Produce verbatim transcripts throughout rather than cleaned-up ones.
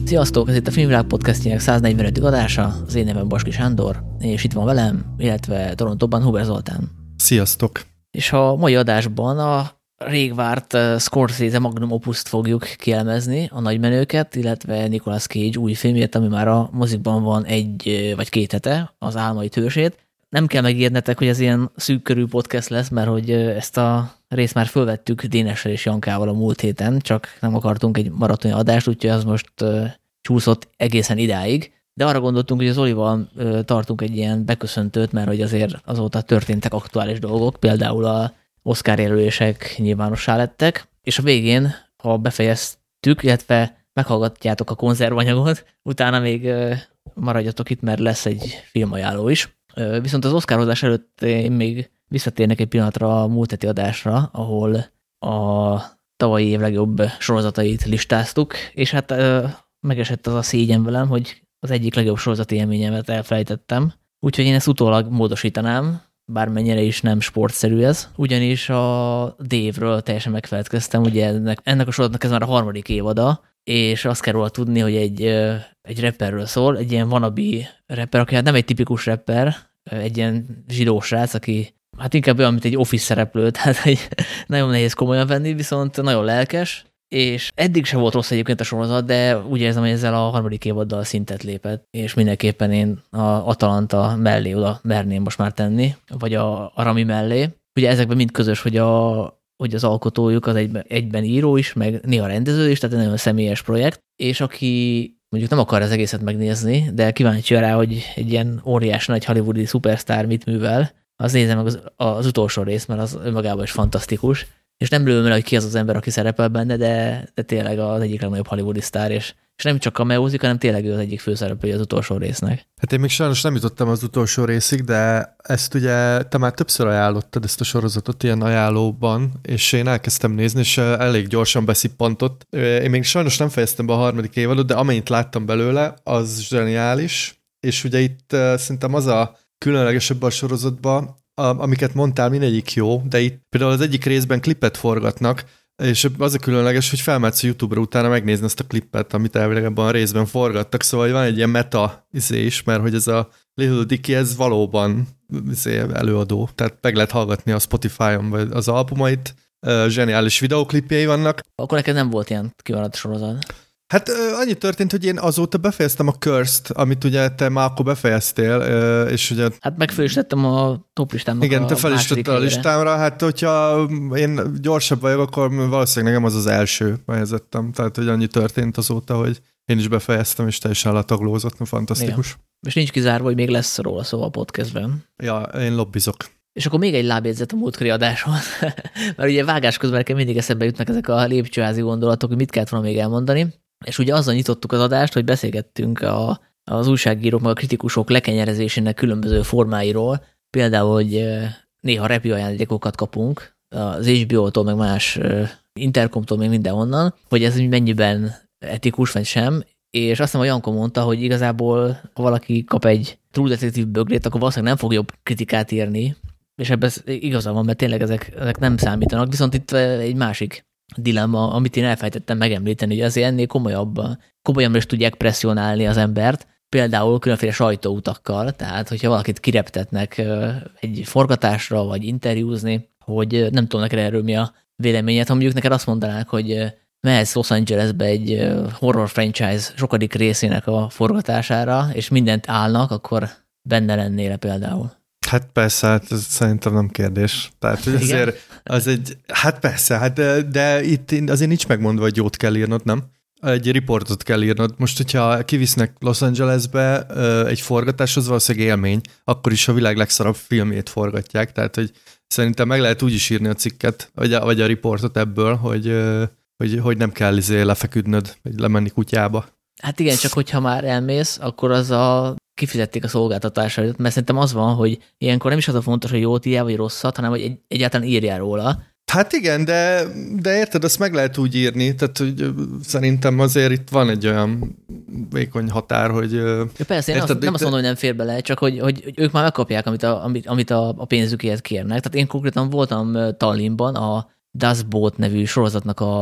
Sziasztok, ez itt a Filmvilág podcastjának száznegyvenötödik adása, az én nevem Baski Sándor, és itt van velem, illetve Torontóban Huber Zoltán. Sziasztok! És a mai adásban a rég várt Scorsese magnum opust fogjuk kielemezni, a nagymenőket, illetve Nicolas Cage új filmjét, ami már a mozikban van egy vagy két hete, az Álmai Törzsét. Nem kell megírnetek, hogy ez ilyen szűkkörű podcast lesz, mert hogy ezt a részt már fölvettük Dénessel és Jankával a múlt héten, csak nem akartunk egy maratoni adást, úgyhogy az most uh, csúszott egészen idáig. De arra gondoltunk, hogy az Olival uh, tartunk egy ilyen beköszöntőt, mert hogy azért azóta történtek aktuális dolgok, például a Oscar jelölések nyilvánossá lettek, és a végén, ha befejeztük, illetve meghallgatjátok a konzervanyagot, utána még uh, maradjatok itt, mert lesz egy filmajánló is. Uh, viszont az Oscarhozás előtt én még visszatérnek egy pillanatra a múlt heti adásra, ahol a tavalyi év legjobb sorozatait listáztuk, és hát ö, megesett az a szégyen velem, hogy az egyik legjobb sorozati élményemet elfelejtettem. Úgyhogy én ezt utólag módosítanám, bármennyire is nem sportszerű ez, ugyanis a Dave-ről teljesen megfeledkeztem, ugye ennek, ennek a sorozatnak ez már a harmadik évada, és azt kell róla tudni, hogy egy, egy rapperről szól, egy ilyen wannabe rapper, aki hát nem egy tipikus rapper, egy ilyen zsidó srác, aki hát inkább olyan, mint egy office szereplő, tehát hogy nagyon nehéz komolyan venni, viszont nagyon lelkes, és eddig sem volt rossz egyébként a sorozat, de úgy érzem, hogy ezzel a harmadik évaddal szintet lépett, és mindenképpen én a Atalanta mellé oda merném most már tenni, vagy a, a Rami mellé. Ugye ezekben mind közös, hogy, a, hogy az alkotójuk az egyben, egyben író is, meg néha rendező is, tehát egy nagyon személyes projekt, és aki mondjuk nem akar az egészet megnézni, de kíváncsi rá, hogy egy ilyen óriás nagy hollywoodi szupersztár mit művel, az nézze meg az, az utolsó részt, mert az önmagában is fantasztikus. És nem lőm el, hogy ki az az ember, aki szerepel benne, de, de tényleg az egyik legnagyobb hollywoodi sztár, és, és nem csak a meózik, hanem tényleg ő az egyik főszereplője az utolsó résznek. Hát én még sajnos nem jutottam az utolsó részig, de ezt ugye te már többször ajánlottad, ezt a sorozatot ilyen ajánlóban, és én elkezdtem nézni, és elég gyorsan beszippantott. Én még sajnos nem fejeztem be a harmadik évadot, de amennyit láttam belőle, az zseniális, és ugye itt szerintem az a különlegesebb a sorozatban, amiket mondtál, mindegyik jó, de itt például az egyik részben klipet forgatnak, és az a különleges, hogy felmehetsz a YouTube-ra utána megnézni azt a klippet, amit elvileg ebben a részben forgattak, szóval van egy ilyen meta izé is, mert hogy ez a Little Dicky, ez valóban izé előadó, tehát meg lehet hallgatni a Spotify-on vagy az albumait, zseniális videóklipjei vannak. Akkor neked nem volt ilyen kimaradt sorozat? Hát annyi történt, hogy én azóta befejeztem a Cursed, amit ugye te már akkor befejeztél, és ugye... Hát meg fel is tettem a top listámnak. Igen, te fel is tettél a listámra, hát hogyha én gyorsabb vagyok, akkor valószínűleg nekem az az első fejezettem, tehát hogy annyi történt azóta, hogy én is befejeztem, és teljesen letaglózott, fantasztikus. Igen. És nincs kizárva, hogy még lesz róla szó a podcastben. Ja, én lobbizok. És akkor még egy lábjegyzet a múltkori adáson, mert ugye vágás közben nekem mindig eszembe jutnak ezek a lépcsőházi gondolatok, hogy mit kellett volna még elmondani. És ugye azzal nyitottuk az adást, hogy beszélgettünk a, az újságírók, meg a kritikusok lekenyerezésének különböző formáiról. Például, hogy néha repi ajándékokat kapunk az há bé ó-tól, meg más Intercomtól, még mindenhonnan, hogy ez mennyiben etikus, vagy sem. És azt hiszem, a Janko mondta, hogy igazából, ha valaki kap egy True Detective bögrét, akkor valószínűleg nem fog jobb kritikát írni. És ebben igaza van, mert tényleg ezek, ezek nem számítanak. Viszont itt egy másik dilemma, amit én elfelejtettem megemlíteni, hogy azért ennél komolyabban, komolyabban is tudják presszionálni az embert, például különféle sajtóutakkal, tehát hogyha valakit kireptetnek egy forgatásra, vagy interjúzni, hogy nem tudom neked erről mi a véleményed, ha mondjuk neked azt mondanák, hogy mehetsz Los Angelesbe egy horror franchise sokadik részének a forgatására, és mindent állnak, akkor benne lennél például. Hát persze, hát ez szerintem nem kérdés. Tehát, hogy azért az egy, hát persze, hát de, de itt azért nincs megmondva, hogy jót kell írnod, nem? Egy riportot kell írnod. Most, hogyha kivisznek Los Angelesbe egy forgatáshoz, valószínűleg élmény, akkor is a világ legszarabb filmjét forgatják, tehát, hogy szerintem meg lehet úgy is írni a cikket, vagy a, vagy a riportot ebből, hogy, hogy, hogy nem kell izé lefeküdnöd, vagy lemenni kutyába. Hát igen, csak hogyha már elmész, akkor az a kifizették a szolgáltatásait, mert szerintem az van, hogy ilyenkor nem is az a fontos, hogy jót írjál, vagy rosszat, hanem hogy egy, egyáltalán írjál róla. Hát igen, de, de érted, azt meg lehet úgy írni, tehát hogy szerintem azért itt van egy olyan vékony határ, hogy... Ja, persze, én érted, azt, nem azt mondom, hogy nem fér bele, csak hogy, hogy, hogy ők már megkapják, amit a, amit, amit a, a pénzükért kérnek. Tehát én konkrétan voltam Tallinnban a Das Boot nevű sorozatnak a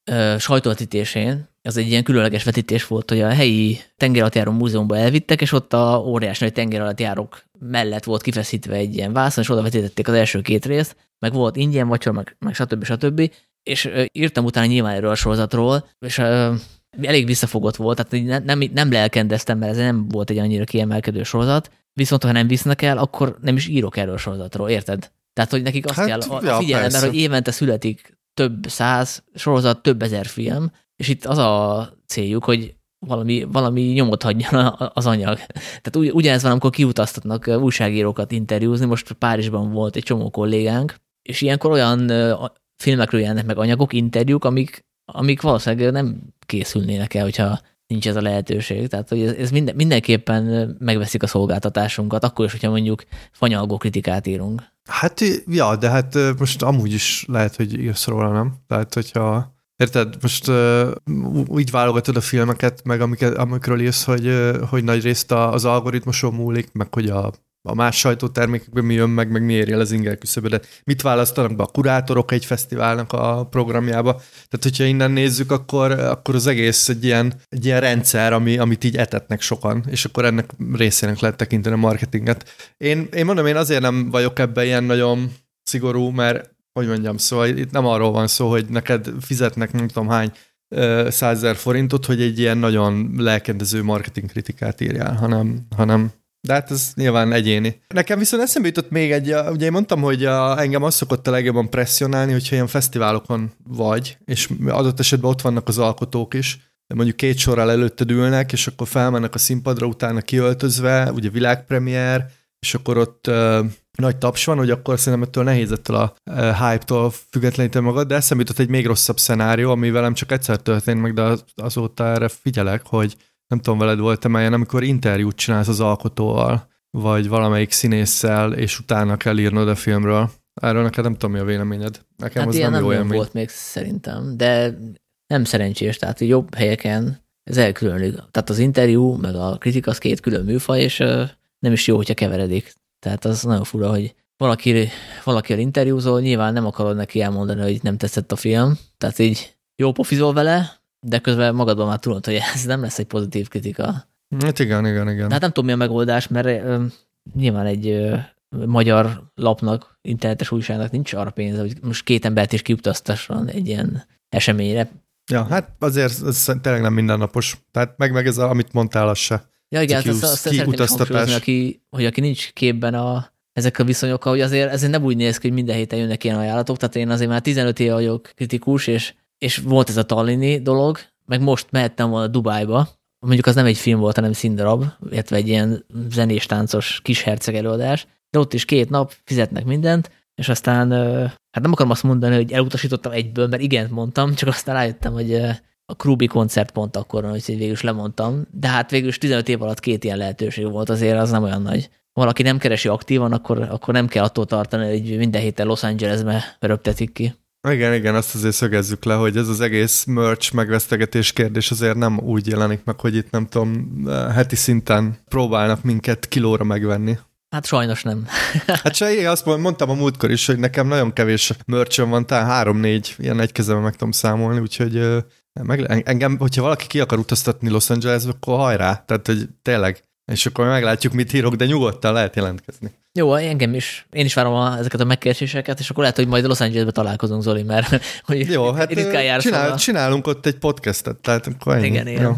ö, sajtóvetítésén, az egy ilyen különleges vetítés volt, hogy a helyi tengeralattjáró múzeumban elvittek, és ott a óriás nagy tengeralattjárók mellett volt kifeszítve egy ilyen vászon, és oda vetítették az első két részt, meg volt ingyen vacsora, meg, meg stb. stb. És ö, írtam utána nyilván erről a sorozatról, és ö, elég visszafogott volt, tehát nem, nem, nem lelkendeztem, mert ez nem volt egy annyira kiemelkedő sorozat, viszont ha nem visznek el, akkor nem is írok erről a sorozatról, érted? Tehát, hogy nekik azt hát, kell a, ja, figyelem, mert hogy évente születik több száz sorozat, több ezer film, és itt az a céljuk, hogy valami, valami nyomot hagyjon az anyag. Tehát ugy, ugyanez van, amikor kiutaztatnak újságírókat interjúzni, most Párizsban volt egy csomó kollégánk, és ilyenkor olyan filmekről jelennek meg anyagok, interjúk, amik, amik valószínűleg nem készülnének el, hogyha nincs ez a lehetőség. Tehát, hogy ez, ez minden, mindenképpen megveszik a szolgáltatásunkat, akkor is, hogyha mondjuk fanyalgó kritikát írunk. Hát, ja, de hát most amúgy is lehet, hogy írsz róla, nem? Tehát, hogyha érted, most uh, úgy válogatod a filmeket, meg amiket, amikről írsz, hogy, uh, hogy nagy részt az algoritmuson múlik, meg hogy a, a más sajtótermékekben mi jön meg, meg mi éri el az inger küszöbödet. Mit választanak be a kurátorok egy fesztiválnak a programjába? Tehát, hogyha innen nézzük, akkor, akkor az egész egy ilyen, egy ilyen rendszer, ami, amit így etetnek sokan, és akkor ennek részének lehet tekinteni a marketinget. Én, én mondom, én azért nem vagyok ebben ilyen nagyon szigorú, mert hogy mondjam, szóval itt nem arról van szó, hogy neked fizetnek nem tudom hány százezer forintot, hogy egy ilyen nagyon lelkendező marketingkritikát írjál, hanem, hanem de hát ez nyilván egyéni. Nekem viszont eszembe jutott még egy, ugye én mondtam, hogy a, engem azt szokott a legjobban presszionálni, hogyha ilyen fesztiválokon vagy, és adott esetben ott vannak az alkotók is, mondjuk két sorral előtted ülnek, és akkor felmennek a színpadra utána kiöltözve, ugye világpremiér, és akkor ott uh, nagy taps van, hogy akkor szerintem ettől nehéz ettől a uh, hype-tól függetleníteni magad, de eszembe jutott egy még rosszabb szenárió, ami velem csak egyszer történt meg, de az, azóta erre figyelek, hogy nem tudom, veled volt-e melyen, amikor interjút csinálsz az alkotóval, vagy valamelyik színésszel, és utána kell írnod a filmről. Erről neked nem tudom, mi a véleményed. Nekem hát az nem jó élmény. Volt még szerintem, de nem szerencsés, tehát jobb helyeken ez elkülönül. Tehát az interjú, meg a kritika az két külön műfaj, és uh, nem is jó, hogyha keveredik. Tehát az nagyon fura, hogy valaki, valakivel interjúzol, nyilván nem akarod neki elmondani, hogy nem tetszett a film, tehát így jó pofizol vele, de közben magadban már tudod, hogy ez nem lesz egy pozitív kritika. Hát igen, igen, igen. Hát nem tudom, mi a megoldás, mert ö, nyilván egy ö, magyar lapnak, internetes újságnak nincs arra pénze, hogy most két embert is kiutaztasson egy ilyen eseményre. Ja, hát azért ez tényleg nem mindennapos. Tehát meg, meg ez, a, amit mondtál, az se. Ja, igen, azt, azt szeretném hangsúlyozni, aki, hogy aki nincs képben a, ezek a viszonyokkal, hogy azért ezért nem úgy néz ki, hogy minden héten jönnek ilyen ajánlatok, tehát én azért már tizenöt éve vagyok kritikus, és, és volt ez a Tallini dolog, meg most mehettem volna Dubájba, mondjuk az nem egy film volt, hanem színdarab, illetve egy ilyen zenés-táncos kis herceg előadás, de ott is két nap fizetnek mindent, és aztán, hát nem akarom azt mondani, hogy elutasítottam egyből, mert igent mondtam, csak aztán rájöttem, hogy a Krúbi koncert pont akkor, hogy végül is lemondtam, de hát végül is tizenöt év alatt két ilyen lehetőség volt, azért az nem olyan nagy. Valaki nem keresi aktívan, akkor, akkor nem kell attól tartani, hogy minden héten Los Angelesbe röptetik ki. Igen, igen, azt azért szögezzük le, hogy ez az egész merch megvesztegetés kérdés azért nem úgy jelenik meg, hogy itt nem tudom, heti szinten próbálnak minket kilóra megvenni. Hát sajnos nem. Hát se, én azt mondtam a múltkor is, hogy nekem nagyon kevés merchön van, talán három-négy, ilyen egy kezemben meg tudom számolni, úgyhogy meg, engem, hogyha valaki ki akar utaztatni Los Angelesbe, akkor hajrá, tehát hogy tényleg. És akkor meglátjuk, mit írok, de nyugodtan lehet jelentkezni. Jó, engem is. Én is várom a, ezeket a megkereséseket, és akkor lehet, hogy majd Los Angelesbe találkozunk, Zoli, mert hogy jó, hát csinál, csinálunk ott egy podcastet, tehát akkor ennyi. Igen, igen. Jó.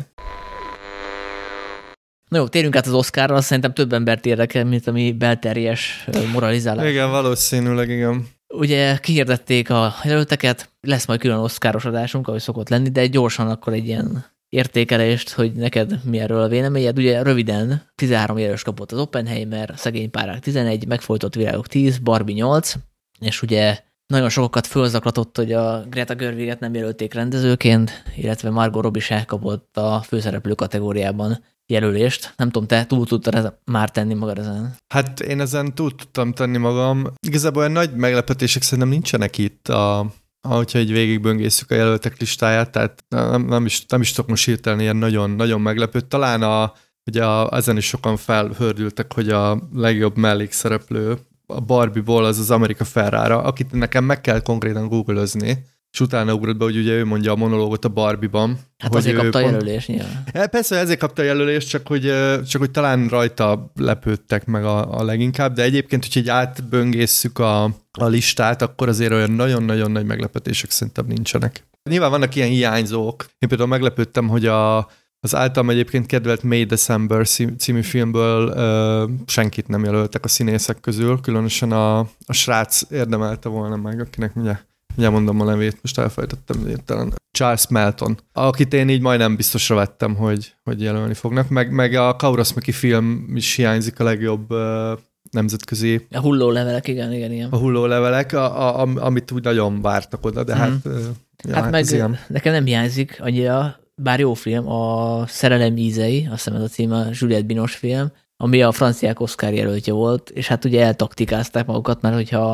Na jó, térjünk át az Oscarra, szerintem több embert érdekel, mint a mi belterjes moralizálás. Igen, valószínűleg, igen. Ugye kihirdették a jelölteket, lesz majd külön Oscaros adásunk, ahogy szokott lenni, de gyorsan akkor egy ilyen értékelést, hogy neked mi erről a véleményed. Ugye röviden tizenhárom jelölést kapott az Oppenheimer, Szegény párák tizenegy, Megfojtott virágok tíz, Barbie nyolc, és ugye nagyon sokakat fölzaklatott, hogy a Greta Gerwiget nem jelölték rendezőként, illetve Margot Robbie se kapott a főszereplő kategóriában jelölést. Nem tudom, te túl tudtad már tenni magad ezen? Hát én ezen túl tudtam tenni magam. Igazából olyan nagy meglepetések szerintem nincsenek itt, a, ahogyha így végigböngészük a jelöltek listáját, tehát nem, nem, is, nem is tudok most hirtelen ilyen nagyon, nagyon meglepőt. Talán a, ugye a, ezen is sokan felhördültek, hogy a legjobb mellékszereplő a Barbie-ból az az Amerika Ferrara, akit nekem meg kell konkrétan googlözni, és utána ugrott be, hogy ugye ő mondja a monológot a Barbie-ban. Hát azért kapta a jelölést nyilván. Persze, ezért kapta a jelölést, csak hogy, csak hogy talán rajta lepődtek meg a, a leginkább, de egyébként, hogy így átböngészszük a, a listát, akkor azért olyan nagyon-nagyon nagy meglepetések szerintem nincsenek. Nyilván vannak ilyen hiányzók. Én például meglepődtem, hogy a, az általam egyébként kedvelt May December című filmből uh, senkit nem jelöltek a színészek közül, különösen a, a srác érdemelte volna meg, akinek ugye, ugye mondom a nevét, most elfelejtettem értelen. Charles Melton, akit én így majdnem biztosra vettem, hogy, hogy jelölni fognak, meg, meg a Kaurismäki film is hiányzik a legjobb uh, nemzetközi... A hullólevelek, igen, igen, igen. A hullólevelek, a, a, amit úgy nagyon vártak oda, de mm. hát... Uh, ja, hát, hát meg nekem nem hiányzik annyira, bár jó film, a Szerelem ízei, azt hiszem ez a címe, a Juliette Binoche film, ami a franciák Oscar jelöltje volt, és hát ugye eltaktikázták magukat, mert hogyha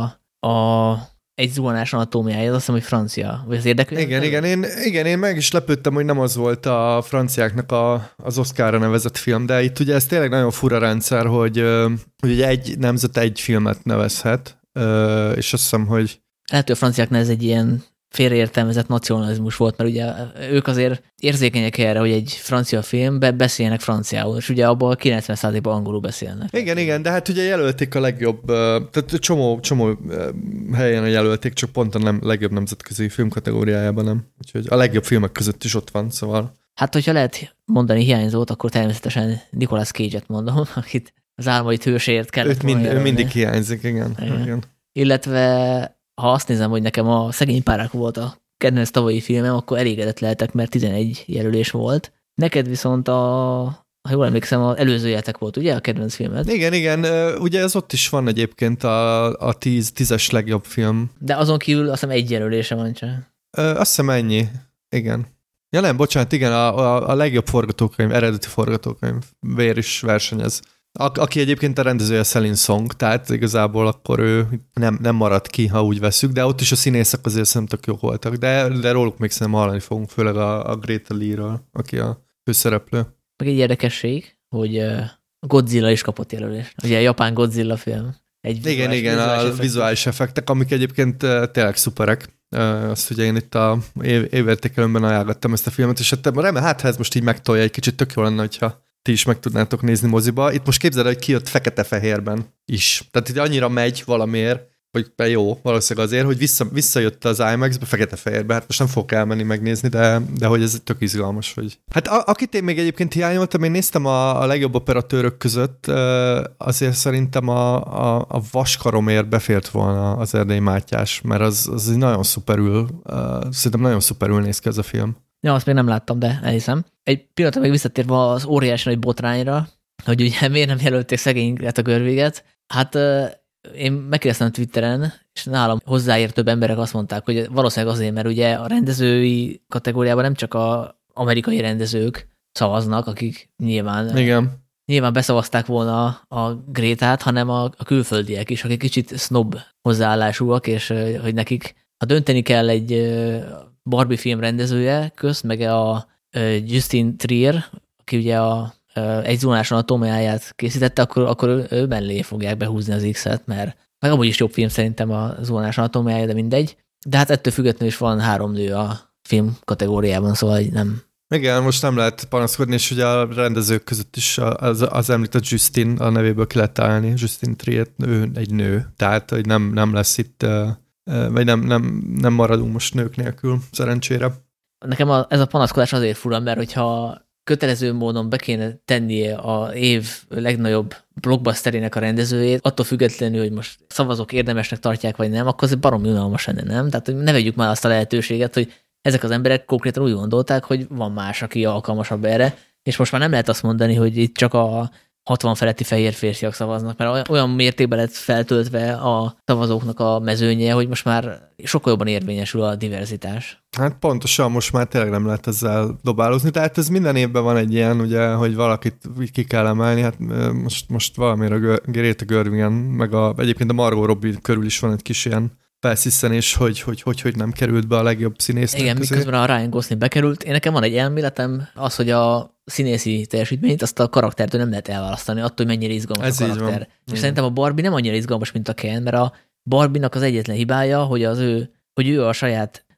a egy zuhanás anatómiája, azt hiszem, hogy francia. Vagy az érdeklő? Igen, igen én, igen, én meg is lepődtem, hogy nem az volt a franciáknak a, az Oscarra nevezett film, de itt ugye ez tényleg nagyon fura rendszer, hogy, hogy ugye egy nemzet egy filmet nevezhet, és azt hiszem, hogy... Lehet, hogy a franciáknál ez egy ilyen félreértelmezett nacionalizmus volt, mert ugye ők azért érzékenyek erre, hogy egy francia filmbe beszélnek franciául, és ugye abban kilencven százalékban angolul beszélnek. Igen, igen, de hát ugye jelölték a legjobb, tehát csomó, csomó helyen jelölték, csak pont a nem, legjobb nemzetközi film kategóriájában nem. Úgyhogy a legjobb filmek között is ott van, szóval. Hát, hogyha lehet mondani hiányzót, akkor természetesen Nicolas Cage-et mondom, akit az álmait hősért kellett volna mind, ő mindig hiányzik, igen. igen. igen. Illetve ha azt nézem, hogy nekem a Szegény párák volt a kedvenc tavalyi filmem, akkor elégedett lehetek, mert tizenegy jelölés volt. Neked viszont a, ha jól emlékszem, az Előzőjetek volt, ugye, a kedvenc filmed? Igen, igen, ugye ez ott is van egyébként a, a tíz, tízes legjobb film. De azon kívül azt hiszem egy jelölése van csak. Azt hiszem ennyi, igen. Ja nem, bocsánat, igen, a, a, a legjobb forgatókönyv, eredeti forgatókönyv, Vér is versenyez. A, aki egyébként a rendezője Celine Song, tehát igazából akkor ő nem, nem maradt ki, ha úgy veszük, de ott is a színészek azért szerintem tök jók voltak, de, de róluk még szerintem hallani fogunk, főleg a, a Greta Lee-ről, aki a főszereplő. Meg egy érdekesség, hogy a Godzilla is kapott jelölést. Ugye a japán Godzilla film. Egy igen, igen, vizuális a effektek. vizuális effektek, amik egyébként tényleg szuperek. Azt ugye én itt a év, évértékelőmben ajánlottam ezt a filmet, és hát remélem, hát ha ez most így megtolja egy kicsit, tök jó lenne, hogyha ti is meg tudnátok nézni moziba. Itt most képzeld, hogy kijött fekete-fehérben is. Tehát itt annyira megy valamiért, hogy jó, valószínűleg azért, hogy vissza, visszajött az IMAX-be fekete-fehérbe. Hát most nem fogok elmenni megnézni, de, de hogy ez tök izgalmas. Hogy... Hát a, akit én még egyébként hiányoltam, én néztem a, a legjobb operatőrök között, azért szerintem a, a, a Vaskaromért befért volna az Erdélyi Mátyás, mert az, az nagyon szuperül, szerintem nagyon szuperül néz ki ez a film. Ja, azt még nem láttam, de elhiszem. Egy pillanatra meg visszatérve az óriási nagy botrányra, hogy ugye miért nem jelölték szegény a Görviget. Hát én megkérdeztem Twitteren, és nálam hozzáértőbb emberek azt mondták, hogy valószínűleg azért, mert ugye a rendezői kategóriában nem csak az amerikai rendezők szavaznak, akik nyilván, Igen. nyilván beszavazták volna a Grétát, hanem a, a külföldiek is, akik kicsit snob hozzáállásúak, és hogy nekik, ha dönteni kell egy Barbie film rendezője közt, meg a Justin Trier, aki ugye a Egy zuhanás anatómiáját készítette, akkor, akkor ő mellé fogják behúzni az X-et, mert meg amúgy is jobb film szerintem a zuhanás anatómiája, de mindegy. De hát ettől függetlenül is van három nő a film kategóriában, szóval nem. Igen, most nem lehet panaszkodni, és ugye a rendezők között is az, az említett Justin a nevéből ki lehet találni, Justin Trier, ő egy nő, tehát hogy nem, nem lesz itt, vagy nem, nem, nem maradunk most nők nélkül, szerencsére. Nekem a, ez a panaszkodás azért fura, mert hogyha kötelező módon be kéne tennie a év legnagyobb blockbusterének a rendezőjét, attól függetlenül, hogy most szavazók érdemesnek tartják, vagy nem, akkor ez baromi unalmas lenne, nem? Tehát hogy ne vegyük már azt a lehetőséget, hogy ezek az emberek konkrétan úgy gondolták, hogy van más, aki alkalmasabb erre, és most már nem lehet azt mondani, hogy itt csak a hatvan feletti fehér férfiak szavaznak, mert olyan mértékben lett feltöltve a szavazóknak a mezőnye, hogy most már sokkal jobban érvényesül a diverzitás. Hát pontosan, most már tényleg nem lehet ezzel dobálózni, tehát ez minden évben van egy ilyen, ugye, hogy valakit ki kell emelni, hát most, most valamire a Greta Gerwig, meg a, egyébként a Margot Robbie körül is van egy kis ilyen felsziszenés, hogy hogy, hogy hogy nem került be a legjobb színésznek. Igen, közé. Miközben a Ryan Gosling bekerült. Én nekem van egy elméletem, az, hogy a színészi teljesítményt, azt a karaktertől nem lehet elválasztani, attól, hogy mennyire izgalmas ez a karakter. És Igen. Szerintem a Barbie nem annyira izgalmas, mint a Ken, mert a Barbie-nak az egyetlen hibája, hogy az ő, hogy ő a saját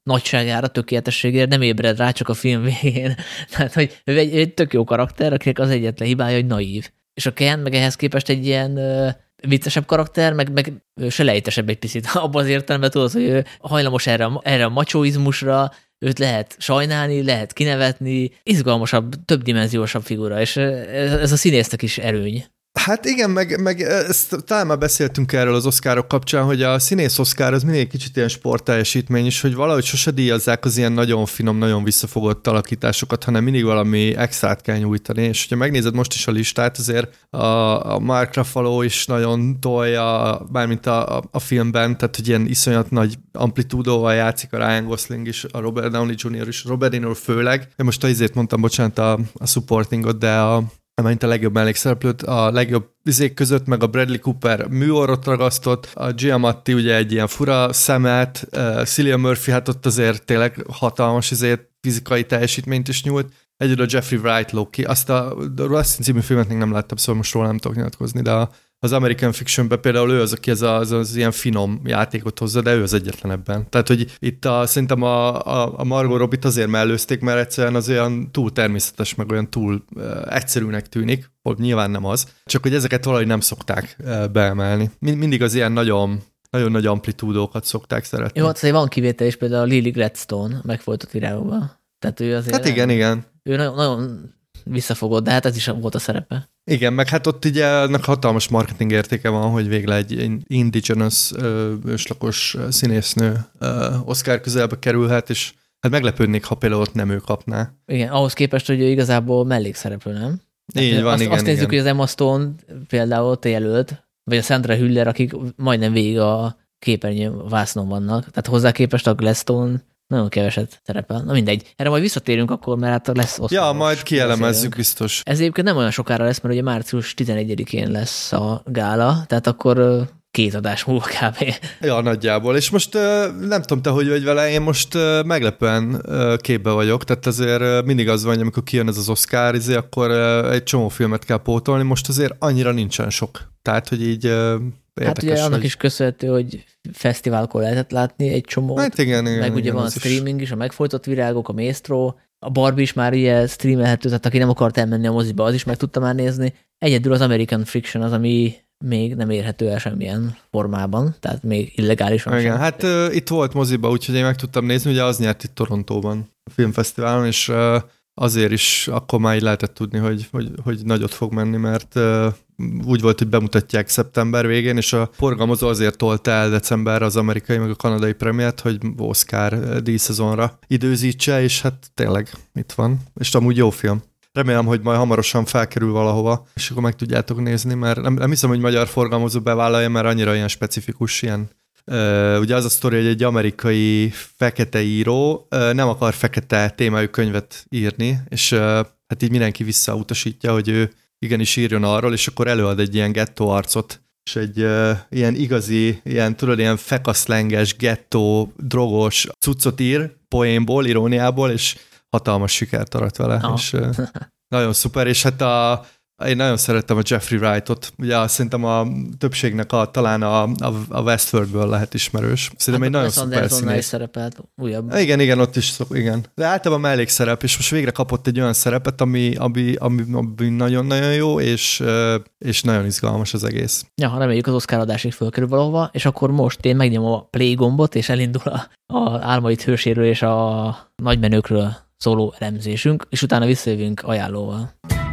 nagyságára, tökéletességére nem ébred rá csak a film végén. Tehát, hogy ő egy, egy tök jó karakter, akinek az egyetlen hibája, hogy naív. És a Ken meg ehhez képest egy ilyen uh, viccesebb karakter, meg, meg selejtesebb egy picit. Abban az értelemben tudod, hogy ő hajlamos erre, erre a macsóizmusra, őt lehet sajnálni, lehet kinevetni, izgalmasabb, többdimenziósabb figura, és ez a színésznek is erőny. Hát igen, meg, meg ezt, talán már beszéltünk erről az Oscarok kapcsán, hogy a színész Oscar az mindig kicsit ilyen sportteljesítmény is, hogy valahogy sose díjazzák az ilyen nagyon finom, nagyon visszafogott alakításokat, hanem mindig valami extrát kell nyújtani, és hogyha megnézed most is a listát, azért a, a Mark Ruffalo is nagyon tolja, bármint a, a, a filmben, tehát hogy ilyen iszonyat nagy amplitúdóval játszik a Ryan Gosling is, a Robert Downey junior is, Robert De Niro főleg. Én most azért mondtam, bocsánat, a, a supportingot, de a amint a legjobb mellékszereplőt, a legjobb izék között, meg a Bradley Cooper műorrot ragasztott, a Giamatti ugye egy ilyen fura szemet, uh, Cillian Murphy hát ott azért tényleg hatalmas izét, fizikai teljesítményt is nyújt, egyedül a Jeffrey Wright Loki, azt a Rustin című filmet még nem láttam, szóval most róla nem tudok nyilatkozni, de a, az American Fictionben például ő az, aki az, az, az ilyen finom játékot hozza, de ő az egyetlen ebben. Tehát, hogy itt a, szerintem a, a, a Margot Robbie-t azért mellőzték, mert egyszerűen az olyan túl természetes, meg olyan túl uh, egyszerűnek tűnik, hogy nyilván nem az, csak hogy ezeket valahogy nem szokták uh, beemelni. Mind, mindig az ilyen nagyon nagyon nagy amplitúdókat szokták szeretni. Jó, azért van kivétel is, például a Lily Gladstone megfojtott virágokban. Tehát ő azért... Hát igen, igen. Ő nagyon, nagyon visszafogott, de hát ez is volt a szerepe. Igen, meg hát ott ugye ennek hatalmas marketing értéke van, hogy végre egy indigenous őslakos színésznő Oscar közelbe kerülhet, és hát meglepődnék, ha például ott nem ő kapná. Igen, ahhoz képest, hogy ő igazából mellékszereplő, nem? Így hát van, azt, igen, azt nézzük, igen. hogy az Emma Stone például ott jelölt, vagy a Sandra Hüller, akik majdnem végig a képernyő vásznon vannak. Tehát hozzá képest a Gladstone nagyon keveset szerepel. Na mindegy. Erre majd visszatérünk akkor, mert hát lesz Oscar. Ja, majd kielemezzük biztos. Ez egyébként nem olyan sokára lesz, mert ugye március tizenegyedikén lesz a gála, tehát akkor két adás múlva kb. Ja, nagyjából. És most nem tudom te, hogy vagy vele, én most meglepően képbe vagyok, tehát azért mindig az van, amikor kijön ez az Oscar, izé, akkor egy csomó filmet kell pótolni, most azért annyira nincsen sok. Tehát, hogy így érdekes. Hát ugye annak hogy... is köszönhető, hogy fesztiválkor lehetett látni egy csomót. Hát igen, igen, meg ugye igen, van a streaming is. is, a megfojtott virágok, a Maestro, a Barbie is már ilyen streamelhető, tehát aki nem akart elmenni a moziba, az is meg tudta már nézni. Egyedül az American Fiction az, ami még nem érhető el semmilyen formában, tehát még illegálisan. Igen, sem. hát uh, itt volt moziba, úgyhogy én meg tudtam nézni, ugye az nyert itt Torontóban a filmfesztiválon, és uh, azért is akkor már így lehetett tudni, hogy, hogy, hogy nagyot fog menni, mert uh, úgy volt, hogy bemutatják szeptember végén, és a forgalmazó azért tolta el decemberre az amerikai, meg a kanadai premiért, hogy Oscar díjszezonra időzítse, és hát tényleg itt van. És amúgy jó film. Remélem, hogy majd hamarosan felkerül valahova, és akkor meg tudjátok nézni, mert nem, nem hiszem, hogy magyar forgalmazó bevállalja, mert annyira ilyen specifikus, ilyen Uh, ugye az a sztori, hogy egy amerikai fekete író uh, nem akar fekete témájú könyvet írni, és uh, hát így mindenki visszautasítja, hogy ő igenis írjon arról, és akkor előad egy ilyen gettó arcot, és egy uh, ilyen igazi, ilyen tudod, ilyen fekaszlenges, gettó, drogos cuccot ír, poénból, iróniából, és hatalmas sikert arat vele, oh. és uh, nagyon szuper, és hát a én nagyon szerettem a Jeffrey Wrightot. Ugye szerintem a többségnek a, talán a, a, a Westworldből lehet ismerős. Szerintem hát egy nagyon szuper színész. is szerepelt újabb. Igen, igen, ott is szok, igen. De általában mellékszerep, és most végre kapott egy olyan szerepet, ami, ami, ami, ami nagyon-nagyon jó, és, és nagyon izgalmas az egész. Ja, reméljük az Oscar adásig fölkerül valahova, és akkor most én megnyomom a play gombot, és elindul a, a Álmaid hőséről és a nagymenőkről szóló elemzésünk, és utána visszajövünk ajánlóval.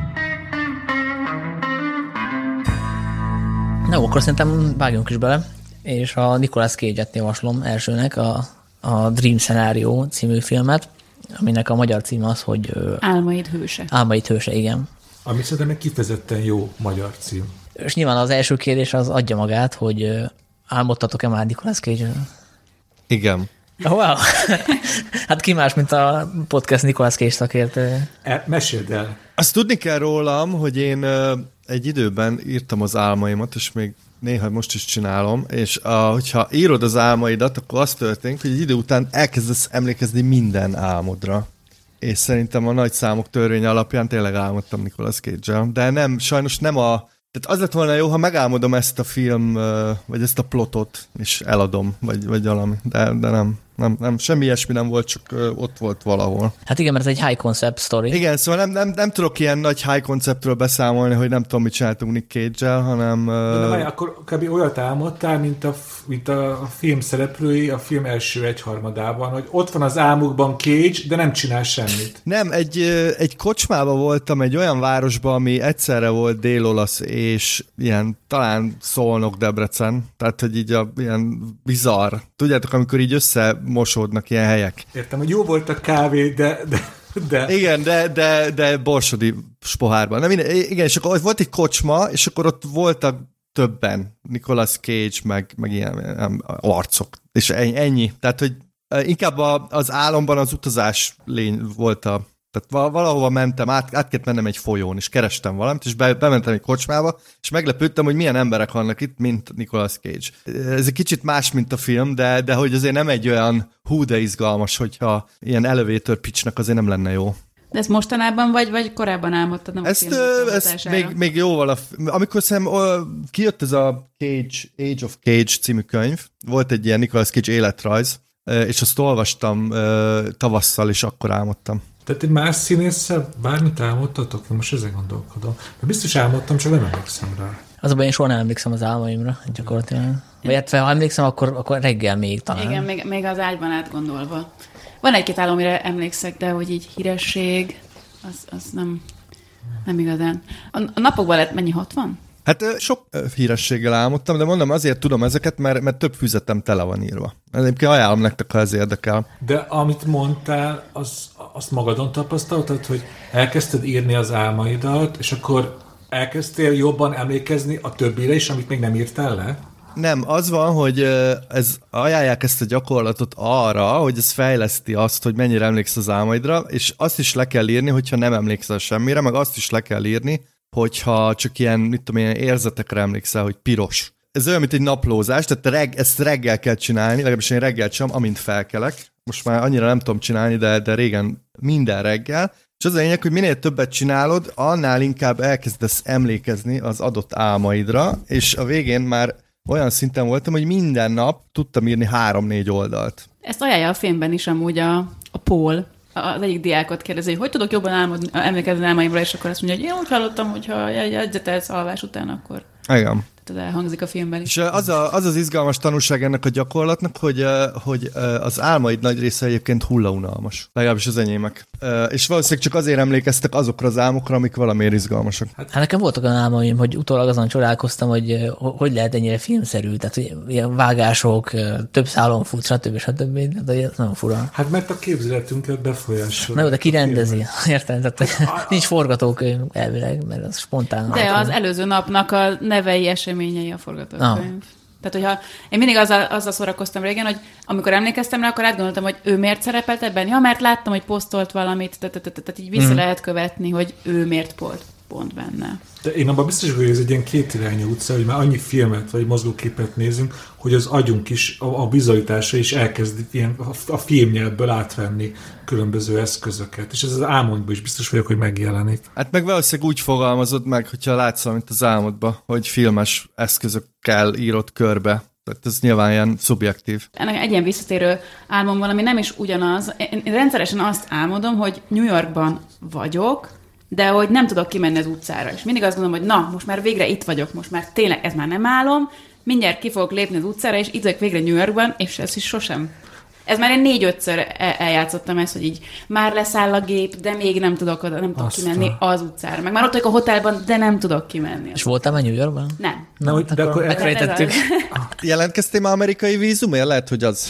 Na, akkor szerintem vágjunk is bele, és a Nicolas Cage-et javaslom elsőnek, a, a Dream Scenario című filmet, aminek a magyar címe az, hogy... Álmaid hőse. Álmaid hőse, igen. Ami szerintem egy kifejezetten jó magyar cím. És nyilván az első kérdés az adja magát, hogy álmodtatok-e már Nicolas Cage-ről? Igen. Oh, wow! Hát ki más, mint a podcast Nicolas Cage szakértő. E, meséld el. Azt tudni kell rólam, hogy én egy időben írtam az álmaimat, és még néha most is csinálom, és a, hogyha írod az álmaidat, akkor az történik, hogy egy idő után elkezdesz emlékezni minden álmodra. És szerintem a nagy számok törvény alapján tényleg álmodtam Nicolas Cage-el, de nem, sajnos nem a... Tehát az lett volna jó, ha megálmodom ezt a film, vagy ezt a plotot, és eladom, vagy, vagy valami, de, de nem. Nem, nem, semmi ilyesmi nem volt, csak ö, ott volt valahol. Hát igen, mert ez egy high concept story. Igen, szóval nem, nem, nem tudok ilyen nagy high conceptről beszámolni, hogy nem tudom, mit csináltunk Nick Cage-el, hanem... Ö... De várj, akkor kb. Olyat álmodtál, mint a, mint a film szereplői a film első egyharmadában, hogy ott van az álmukban Cage, de nem csinál semmit. Nem, egy, egy kocsmában voltam, egy olyan városban, ami egyszerre volt dél-olasz és ilyen talán Szolnok, Debrecen, tehát hogy így a, ilyen bizarr. Tudjátok, amikor így összemosódnak ilyen helyek. Értem, hogy jó volt a kávé, de... de... De. Igen, de, de, de borsodi pohárban. Nem, igen, és akkor volt egy kocsma, és akkor ott voltak többen, Nicolas Cage, meg, meg ilyen arcok. És ennyi. Tehát, hogy inkább az álomban az utazás lény volt a... Tehát valahova mentem, át, át kellett mennem egy folyón, és kerestem valamit, és be, bementem egy kocsmába, és meglepődtem, hogy milyen emberek vannak itt, mint Nicolas Cage. Ez egy kicsit más, mint a film, de, de hogy azért nem egy olyan hú, de izgalmas, hogyha ilyen elevator pitchnek azért nem lenne jó. De ezt mostanában vagy, vagy korábban álmodtad? Nem ezt ezt még, még jóval, a, amikor szerintem kijött ez a Cage, Age of Cage című könyv, volt egy ilyen Nicolas Cage életrajz, és azt olvastam tavasszal, és akkor álmodtam. Tehát egy más színésszel bármit álmodtatok? Most ezen gondolkodom. De biztos álmodtam, csak nem emlékszem rá. Az a baj, én soha nem emlékszem az álmaimra, gyakorlatilag. Vagy hát, ha emlékszem, akkor, akkor reggel még talán. Igen, még, még az ágyban átgondolva. Van egy-két álom, amire emlékszek, de hogy így híresség, az, az nem, nem igazán. A, a napokban lett mennyi, hatvan? Hát sok hírességgel álmodtam, de mondom, azért tudom ezeket, mert, mert több füzetem tele van írva. Egyébként ajánlom nektek, ha ez érdekel. De amit mondtál, az, azt magadon tapasztaltad, hogy elkezdted írni az álmaidat, és akkor elkezdtél jobban emlékezni a többire is, amit még nem írtál le? Nem, az van, hogy ez, ajánlják ezt a gyakorlatot arra, hogy ez fejleszti azt, hogy mennyire emlékszel az álmaidra, és azt is le kell írni, hogyha nem emlékszel semmire, meg azt is le kell írni, hogyha csak ilyen, mit tudom, ilyen érzetekre emlékszel, hogy piros. Ez olyan, mint egy naplózás, tehát reg, ezt reggel kell csinálni, legalábbis én reggel csinálom, amint felkelek. Most már annyira nem tudom csinálni, de, de régen minden reggel. És az a lényeg, hogy minél többet csinálod, annál inkább elkezdesz emlékezni az adott álmaidra, és a végén már olyan szinten voltam, hogy minden nap tudtam írni három-négy oldalt. Ezt ajánlja a filmben is amúgy a, a Paul. Az egyik diákot kérdezi, hogy hogy tudok jobban álmodni, emlékezni álmaimra, és akkor azt mondja, hogy én úgy hallottam, hogyha jegyzetelsz alvás után, akkor... Igen. Tehát elhangzik a filmben is. És az, a, az az izgalmas tanulság ennek a gyakorlatnak, hogy, hogy az álmaid nagy része egyébként hullaunalmas. Legalábbis az enyémek. És valószínűleg csak azért emlékeztek azokra az álmokra, amik valamiért izgalmasak. Hát nekem voltak olyan álmaim, hogy utólag azon csodálkoztam, hogy hogy lehet ennyire filmszerű, tehát hogy ilyen vágások, több szálon fut, stb. stb. De ez nagyon fura. Hát mert a képzeletünket befolyásolja. Na jó, de ki rendezi? Érted? Tehát nincs forgatókönyv elvileg, mert az spontán. De az előző napnak a nevei eseményei a forgatókönyv. Ah. Tehát, hogyha én mindig azzal, azzal szórakoztam régen, hogy amikor emlékeztem rá, akkor átgondoltam, hogy ő miért szerepelt ebben. Ja, mert láttam, hogy posztolt valamit, tehát így vissza lehet követni, hogy ő miért volt pont benne. De én abban biztos, hogy ez egy ilyen kétirányú utca, hogy már annyi filmet vagy mozgóképet nézünk, hogy az agyunk is, a, a vizualitása is elkezd ilyen a, a filmnyelvből átvenni különböző eszközöket. És ez az álmodban is biztos vagyok, hogy megjelenik. Hát meg valószínűleg úgy fogalmazod meg, hogyha látsz valamit az álmodba, hogy filmes eszközökkel írod körbe. Tehát ez nyilván ilyen szubjektív. Ennek egy ilyen visszatérő álmom valami nem is ugyanaz. Én rendszeresen azt álmodom, hogy New Yorkban vagyok, de hogy nem tudok kimenni az utcára. És mindig azt gondolom, hogy na, most már végre itt vagyok, most már tényleg ez már nem álom, mindjárt ki fogok lépni az utcára, és itt vagyok végre New Yorkban, és ez is sosem. Ez már én négy-ötször eljátszottam ezt, hogy így már leszáll a gép, de még nem tudok oda, nem tudok Aztán. kimenni az utcára. Meg már ott vagyok a hotelban, de nem tudok kimenni. És voltál már New Yorkban? Nem. Na, no, de akkor megfejtettük. Jelentkeztél már amerikai vízumért? Lehet, hogy az.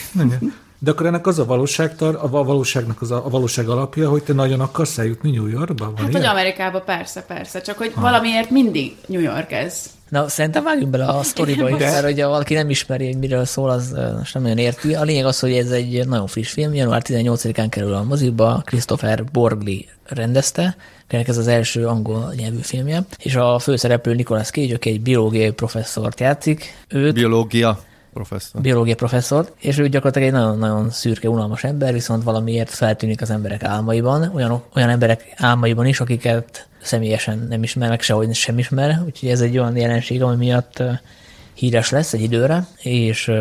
De akkor ennek az a valóságtar, a valóságnak az a, a valóság alapja, hogy te nagyon akarsz eljutni New Yorkba? Van hát, ilyen? hogy Amerikába persze, persze, csak hogy ha. valamiért mindig New York ez. Na, szerintem vágjunk bele a sztoriba is, mert hogyha valaki nem ismeri, hogy miről szól, az most nem nagyon érti. A lényeg az, hogy ez egy nagyon friss film, január tizennyolcadikán kerül a mozikba, Christopher Borgli rendezte, akinek ez az első angol nyelvű filmje, és a főszereplő Nicolas Cage, aki egy biológiai professzort játszik. Őt, Biológia. Professzor. Biológia professzor, és ő gyakorlatilag egy nagyon-nagyon szürke, unalmas ember, viszont valamiért feltűnik az emberek álmaiban, olyan, olyan emberek álmaiban is, akiket személyesen nem ismernek, sehogy sem ismer, úgyhogy ez egy olyan jelenség, ami miatt híres lesz egy időre, és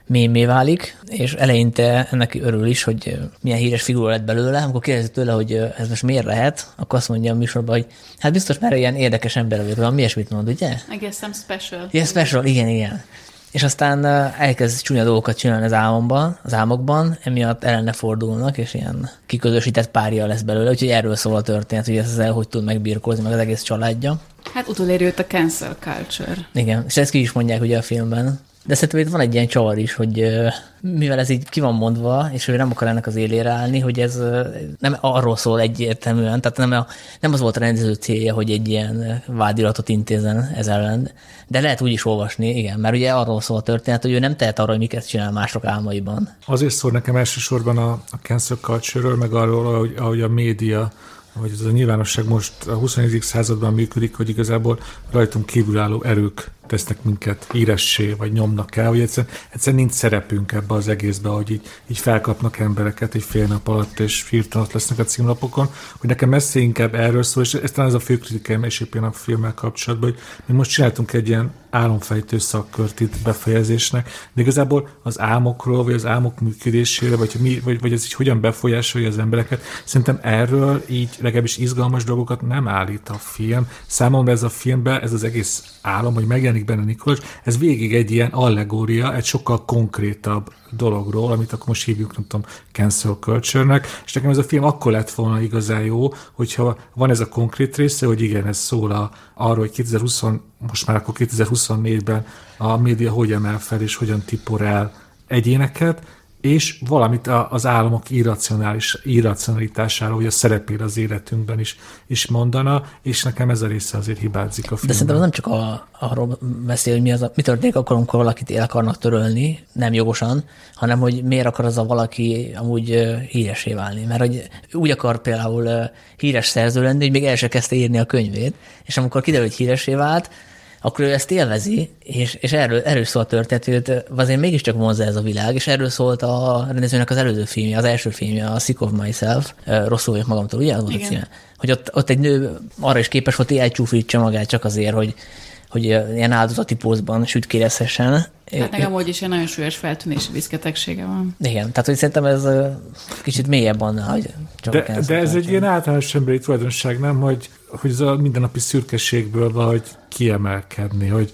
mémé válik, és eleinte ennek örül is, hogy milyen híres figura lett belőle. Amikor kérdezi tőle, hogy ez most miért lehet, akkor azt mondja a műsorban, hogy hát biztos már ilyen érdekes ember vagyok, valami ilyesmit mond, ugye? I guess I'm special. Yeah, special, igen, igen. És aztán elkezd csúnya dolgokat csinálni az álmomban, az álmokban, emiatt ellene fordulnak, és ilyen kiközösített párja lesz belőle, úgyhogy erről szól a történet, hogy ez el hogy tud megbirkózni, meg az egész családja. Hát utolérő jött a cancel culture. Igen, és ezt ki is mondják ugye a filmben. De szerintem itt van egy ilyen csavar is, hogy mivel ez így ki van mondva, és ő nem akar ennek az élére állni, hogy ez nem arról szól egyértelműen, tehát nem, a, nem az volt a rendező célja, hogy egy ilyen vádiratot intézzen ez ellen, de lehet úgy is olvasni, igen, mert ugye arról szól a történet, hogy ő nem tehet arra, hogy miket csinál mások álmaiban. Azért szól nekem elsősorban a, a cancel culture-ről, meg arról, ahogy, ahogy a média, hogy ez a nyilvánosság most a huszonegyedik században működik, hogy igazából rajtunk kívülálló erők tesznek minket híressé, vagy nyomnak el, hogy egyszerűen, egyszerűen nincs szerepünk ebbe az egészbe, hogy így, így felkapnak embereket egy fél nap alatt, és hirtelen ott lesznek a címlapokon, hogy nekem messze inkább erről szól, és ez talán ez a fő kritikáim és éppen a filmmel kapcsolatban, hogy mi most csináltunk egy ilyen álomfejtő szakkört itt befejezésnek, de igazából az álmokról, vagy az álmok működésére, vagy, mi, vagy, vagy ez így hogyan befolyásolja az embereket, szerintem erről így legalábbis izgalmas dolgokat nem állít a film. Számomra ez a filmben, ez az egész álom, hogy megjelenik benne Nicholas, ez végig egy ilyen allegória, egy sokkal konkrétabb dologról, amit akkor most hívjuk, nem tudom, cancel culture-nek, és nekem ez a film akkor lett volna igazán jó, hogyha van ez a konkrét része, hogy igen, ez szól a, arról, hogy kétezer-húsz, most már akkor kétezer-huszonnégyben a média hogy emel fel, és hogyan tipor el egyéneket, és valamit az államok irracionális, irracionalitására, hogy a szerepére az életünkben is, is mondana, és nekem ez a része azért hibázik a filmben. De szerintem nem csak a, arról beszél, hogy mi, az a, mi történik akkor, amikor valakit el akarnak törölni, nem jogosan, hanem hogy miért akar az a valaki amúgy híresé válni. Mert hogy úgy akar például híres szerző lenni, hogy még el se kezdte írni a könyvét, és amikor kiderül, hogy híresé vált, akkor ő ezt élvezi, és, és erről, erről szól a történet, hogy azért mégiscsak vonzza ez a világ, és erről szólt a rendezőnek az előző filmje, az első filmje, a Sick of Myself, rosszul vagyok magamtól, ugye? Az volt a címe? Hogy ott, ott egy nő arra is képes volt, hogy elcsúfítsa magát csak azért, hogy, hogy ilyen áldozati pózban sütkérezhessen. Hát nekem amúgy is egy nagyon súlyos feltűnési diszketegsége van. Igen, tehát hogy szerintem ez kicsit mélyebb annál, hogy csak de, de ez egy ilyen általános emberi tulajdonság, nem? Hogy, hogy ez a mindennapi szürkeségből valahogy kiemelkedni, hogy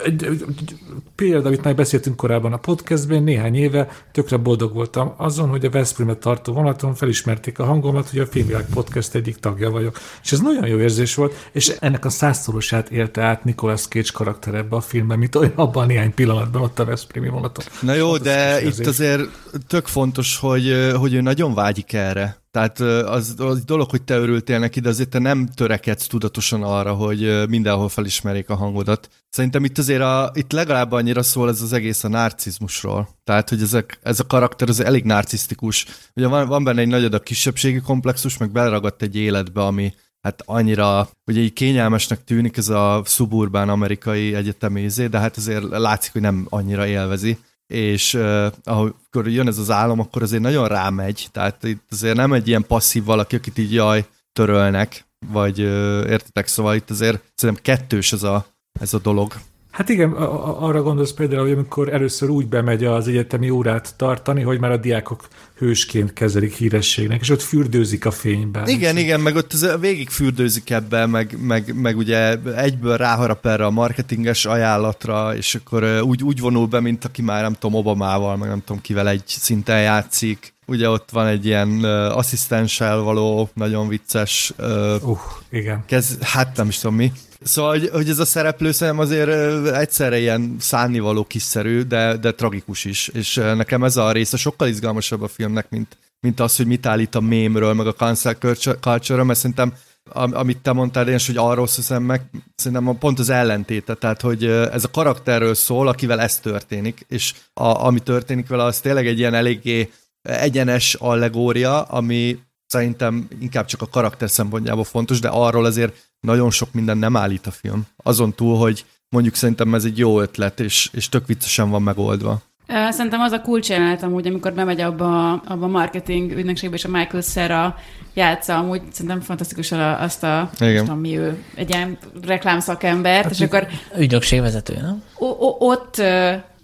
például, amit már beszéltünk korábban a podcastben, néhány éve tökre boldog voltam azon, hogy a Veszprémet tartó vonaton felismerték a hangomat, hogy a Filmvilág podcast egyik tagja vagyok. És ez nagyon jó érzés volt, és ennek a százszorosát élte át Nicolas Cage karakter ebbe a filmben, mint olyan abban néhány pillanatban ott a Veszprémi vonaton. Na jó, hát de itt azért tök fontos, hogy, hogy ő nagyon vágyik erre. Tehát az, az dolog, hogy te örültél neki, de azért te nem törekedsz tudatosan arra, hogy mindenhol felismerjék a hangodat. Szerintem itt azért a, itt legalább annyira szól ez az egész a narcizmusról. Tehát, hogy ezek, ez a karakter az elég narcisztikus. Ugye van, van benne egy nagy adag kisebbségi komplexus, meg beleragadt egy életbe, ami hát annyira, ugye így kényelmesnek tűnik ez a szuburbán amerikai egyetemézé, de hát azért látszik, hogy nem annyira élvezi. És uh, amikor jön ez az álom, akkor azért nagyon rámegy, tehát itt azért nem egy ilyen passzív valaki, akit így jaj, törölnek, vagy uh, értitek, szóval itt azért szerintem kettős ez a, ez a dolog. Hát igen, arra gondolsz például, hogy amikor először úgy bemegy az egyetemi órát tartani, hogy már a diákok hősként kezelik hírességnek, és ott fürdőzik a fényben. Igen, igen, meg ott az végig fürdőzik ebben, meg, meg, meg ugye egyből ráharap erre a marketinges ajánlatra, és akkor úgy, úgy vonul be, mint aki már nem tudom, Obamával, meg nem tudom kivel egy szinten játszik. Ugye ott van egy ilyen uh, asszisztenssel való, nagyon vicces uh, uh, igen. Kez, hát nem is tudom mi. Szóval, hogy, hogy ez a szereplő szerintem azért uh, egyszerre ilyen szánnivaló kiszerű, de, de tragikus is. És uh, nekem ez a része sokkal izgalmasabb a filmnek, mint, mint az, hogy mit állít a mémről, meg a cancel culture-ről, mert szerintem am, amit te mondtál, én is, hogy arról szeszem meg, szerintem pont az ellentéte, tehát, hogy uh, ez a karakterről szól, akivel ez történik, és a, ami történik vele, az tényleg egy ilyen eléggé egyenes allegória, ami szerintem inkább csak a karakter szempontjából fontos, de arról azért nagyon sok minden nem állít a film. Azon túl, hogy mondjuk szerintem ez egy jó ötlet, és, és tök viccesen van megoldva. Szerintem az a kulcsjelenet amúgy, amikor bemegy abba, abba a marketing ügynökségbe, és a Michael Cera játsza, amúgy szerintem fantasztikusan azt a, tudom, mi ő, egy ilyen reklámszakembert, hát és akkor... Ügynökségvezető, nem? O- o- ott...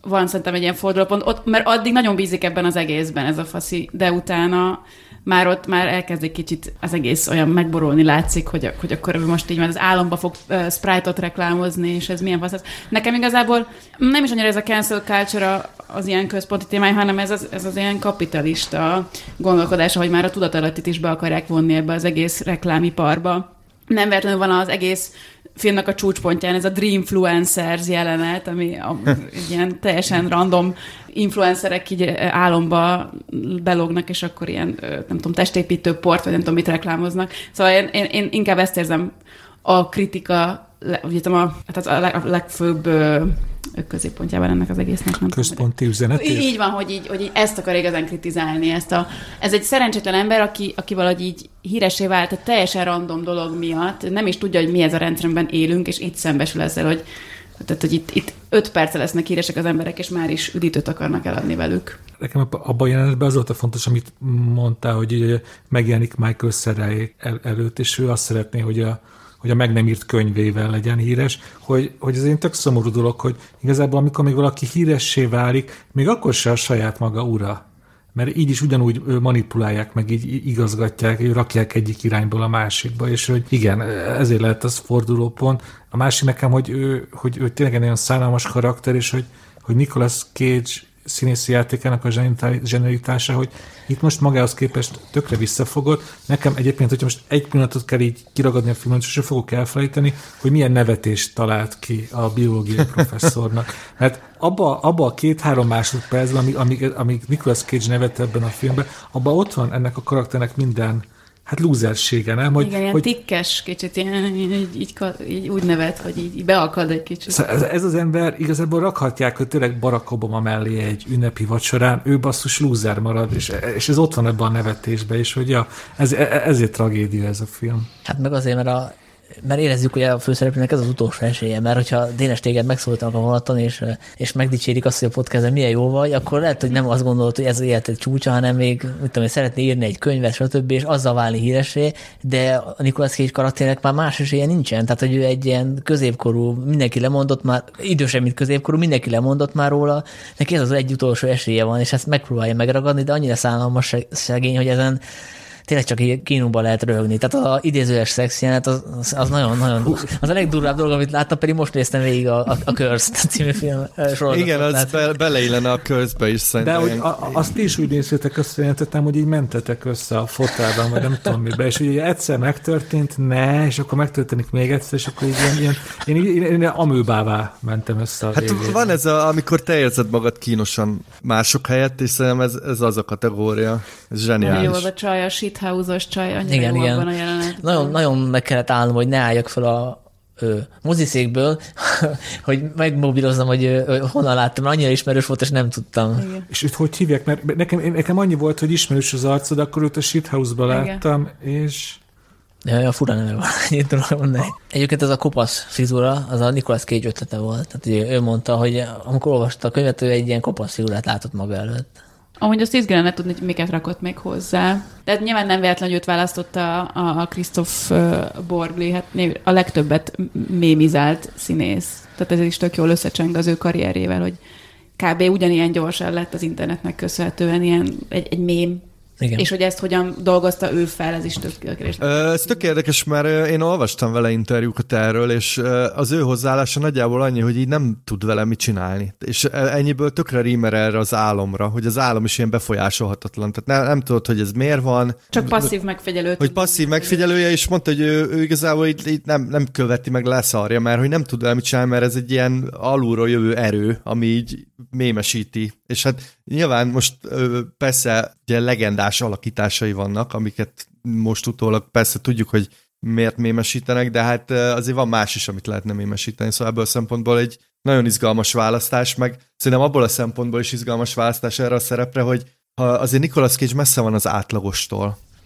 van szerintem egy ilyen fordulópont, ott, mert addig nagyon bízik ebben az egészben ez a faszi, de utána már ott már elkezdik kicsit az egész olyan megborulni látszik, hogy, hogy akkor most így már az álomba fog uh, Sprite-ot reklámozni, és ez milyen fasz. Nekem igazából nem is annyira ez a cancel culture az ilyen központi témája, hanem ez az, ez az ilyen kapitalista gondolkodása, hogy már a tudatalattit is be akarják vonni ebbe az egész reklámiparba. Nem véletlenül van az egész filmnek a csúcspontján ez a Dreamfluencers jelenet, ami a, ilyen teljesen random influencerek így álomba belognak, és akkor ilyen, nem tudom, testépítő port, vagy nem tudom, mit reklámoznak. Szóval én, én, én inkább ezt érzem a kritika, ugye a, hát a, leg, a legfőbb középpontjában ennek az egésznek. Nem központi üzenet. Így van, hogy, így, hogy így ezt akar igazán kritizálni. Ezt a, ez egy szerencsétlen ember, aki, aki valahogy így híressé vált egy teljesen random dolog miatt, nem is tudja, hogy mi ez a rendszerben élünk, és itt szembesül ezzel, hogy, tehát, hogy itt, itt öt perce lesznek híresek az emberek, és már is üdítőt akarnak eladni velük. Nekem abban a jelenetben az volt a fontos, amit mondtál, hogy megjelenik Michael Cera el, előtt, és ő azt szeretné, hogy a hogy a meg nem írt könyvével legyen híres, hogy, hogy ez egy tök szomorú dolog, hogy igazából amikor még valaki híressé válik, még akkor se a saját maga ura. Mert így is ugyanúgy manipulálják, meg így igazgatják, rakják egyik irányból a másikba, és hogy igen, ezért lehet az fordulópont. A másik nekem, hogy ő, hogy ő tényleg egy nagyon szánalmas karakter, és hogy, hogy Nicolas Cage színészi játékának a zsenialitása, hogy itt most magához képest tökre visszafogott. Nekem egyébként, hogyha most egy pillanatot kell így kiragadni a filmet, és fogok elfelejteni, hogy milyen nevetést talált ki a biológiai professzornak. Mert abba, abba a két-három másodpercben, amíg, amíg, amíg Nicolas Cage nevet ebben a filmben, abban ott van ennek a karakternek minden hát lúzersége, nem? Hogy, igen, ilyen hogy tikkes kicsit, ilyen, így, így, így úgy nevet, hogy így, így beakad egy kicsit. Szóval ez, ez az ember igazából rakhatják, hogy tényleg Barack Obama mellé egy ünnepi vacsorán, ő basszus lúzer marad, és, és ez ott van ebben a nevetésben, és hogy ja, ez, ezért tragédia ez a film. Hát meg azért, mert a mert érezzük, hogy a főszereplőnek ez az utolsó esélye, mert hogyha Dénes téged megszólítanak a vonaton, és, és megdicsérik azt, hogy a podcastben milyen jó vagy, akkor lehet, hogy nem azt gondolod, hogy ez az életed csúcsa, hanem még, mit tudom, szeretné írni egy könyvet, stb., és azzal válni híressé, de a Nicolas Cage karakternek már más esélye nincsen, tehát hogy ő egy ilyen középkorú, mindenki lemondott már, idősebb, mint középkorú, mindenki lemondott már róla, neki ez az egy utolsó esélye van, és ezt megpróbálja megragadni, de annyira szánalmas szegény, hogy ezen tényleg csak kínumban lehet röhögni. Tehát az idézőes szexjelenet az, az, az nagyon, nagyon, az a legdurvább dolog, amit láttam, pedig most néztem végig a, a, a Curse című film sorozatot. Igen, az be, beleillene a Curse-be is szerintem. De hogy a, azt is úgy néztétek azt jelentettem, hogy így mentetek össze a fotelben, vagy nem tudom miben, és ugye egyszer megtörtént, ne, és akkor megtörténik még egyszer, és akkor így ilyen, ilyen én, én, én, én amőbává mentem össze a Hát végén. van ez, a, amikor te érzed magad kínosan mások helyett, és szerintem ez, ez az a kategória. Ez zseniális. Jó, a csaj, a shithouse-os csaj, annyira igen, jó igen. van a jelenet. Nagyon, nagyon meg kellett állnom, hogy ne álljak fel a ö, moziszékből, hogy megmobilozzam, hogy ö, honnan láttam, mert annyira ismerős volt, és nem tudtam. Igen. És őt hogy hívják? Mert nekem, nekem annyi volt, hogy ismerős az arcod, akkor őt a shithouse-ba láttam, és... Ja, olyan fura neve van, ennyit tudom mondani. Egyébként ez a kopasz frizura, az a Nicolas Cage ötlete volt. Tehát ő mondta, hogy amikor olvasta a könyvet, ő egy ilyen kopasz figurát látott maga előtt. Amúgy azt izgalmat tudni, hogy miket rakott még hozzá. Tehát nyilván nem véletlenül őt választotta a, a Christoph Borgli, hát a legtöbbet mémizált színész. Tehát ez is tök jól összecseng az ő karrierjével, hogy kb. Ugyanilyen gyorsan lett az internetnek köszönhetően ilyen egy, egy mém. Igen. És hogy ezt hogyan dolgozta ő fel, ez is tök kérdés. Ez tök érdekes, mert én olvastam vele interjúkat erről, és az ő hozzáállása nagyjából annyi, hogy így nem tud vele mit csinálni. És ennyiből tökre rímer erre az álomra, hogy az álom is ilyen befolyásolhatatlan. Tehát nem, nem tudod, hogy ez miért van. Csak passzív megfigyelő. Hogy passzív megfigyelője, és mondta, hogy ő, ő igazából így, így nem, nem követi meg, leszarja, mert hogy nem tud vele mit csinálni, mert ez egy ilyen alulról jövő erő, ami így mémesíti. És hát nyilván most persze ugye legendás alakításai vannak, amiket most utólag persze tudjuk, hogy miért mémesítenek, de hát azért van más is, amit lehetne mémesíteni. Szóval ebből a szempontból egy nagyon izgalmas választás, meg szerintem abból a szempontból is izgalmas választás erre a szerepre, hogy azért Nicolas Cage messze van az átlagostól.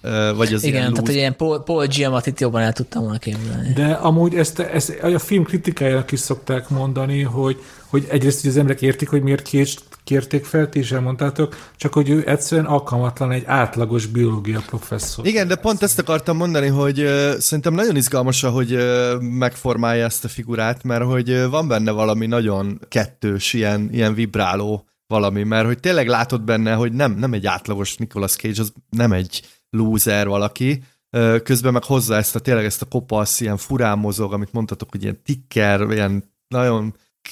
vagy az igen, ilyen tehát hogy ilyen Paul, Paul Giamattit jobban el tudtam volna képzelni. De amúgy ezt, ezt a film kritikájának is szokták mondani, hogy, hogy egyrészt hogy az emberek értik, hogy miért kést, kérték fel, ti is elmondtátok, csak hogy ő egyszerűen alkalmatlan egy átlagos biológia professzor. Igen, de pont ezt akartam mondani, hogy uh, szerintem nagyon izgalmas, hogy uh, megformálja ezt a figurát, mert hogy uh, van benne valami nagyon kettős, ilyen, ilyen vibráló valami, mert hogy tényleg látod benne, hogy nem, nem egy átlagos Nicolas Cage, az nem egy loser valaki, uh, közben meg hozzá ezt a, tényleg ezt a kopasz, ilyen furán mozog, amit mondtatok, hogy ilyen tikker, ilyen nagyon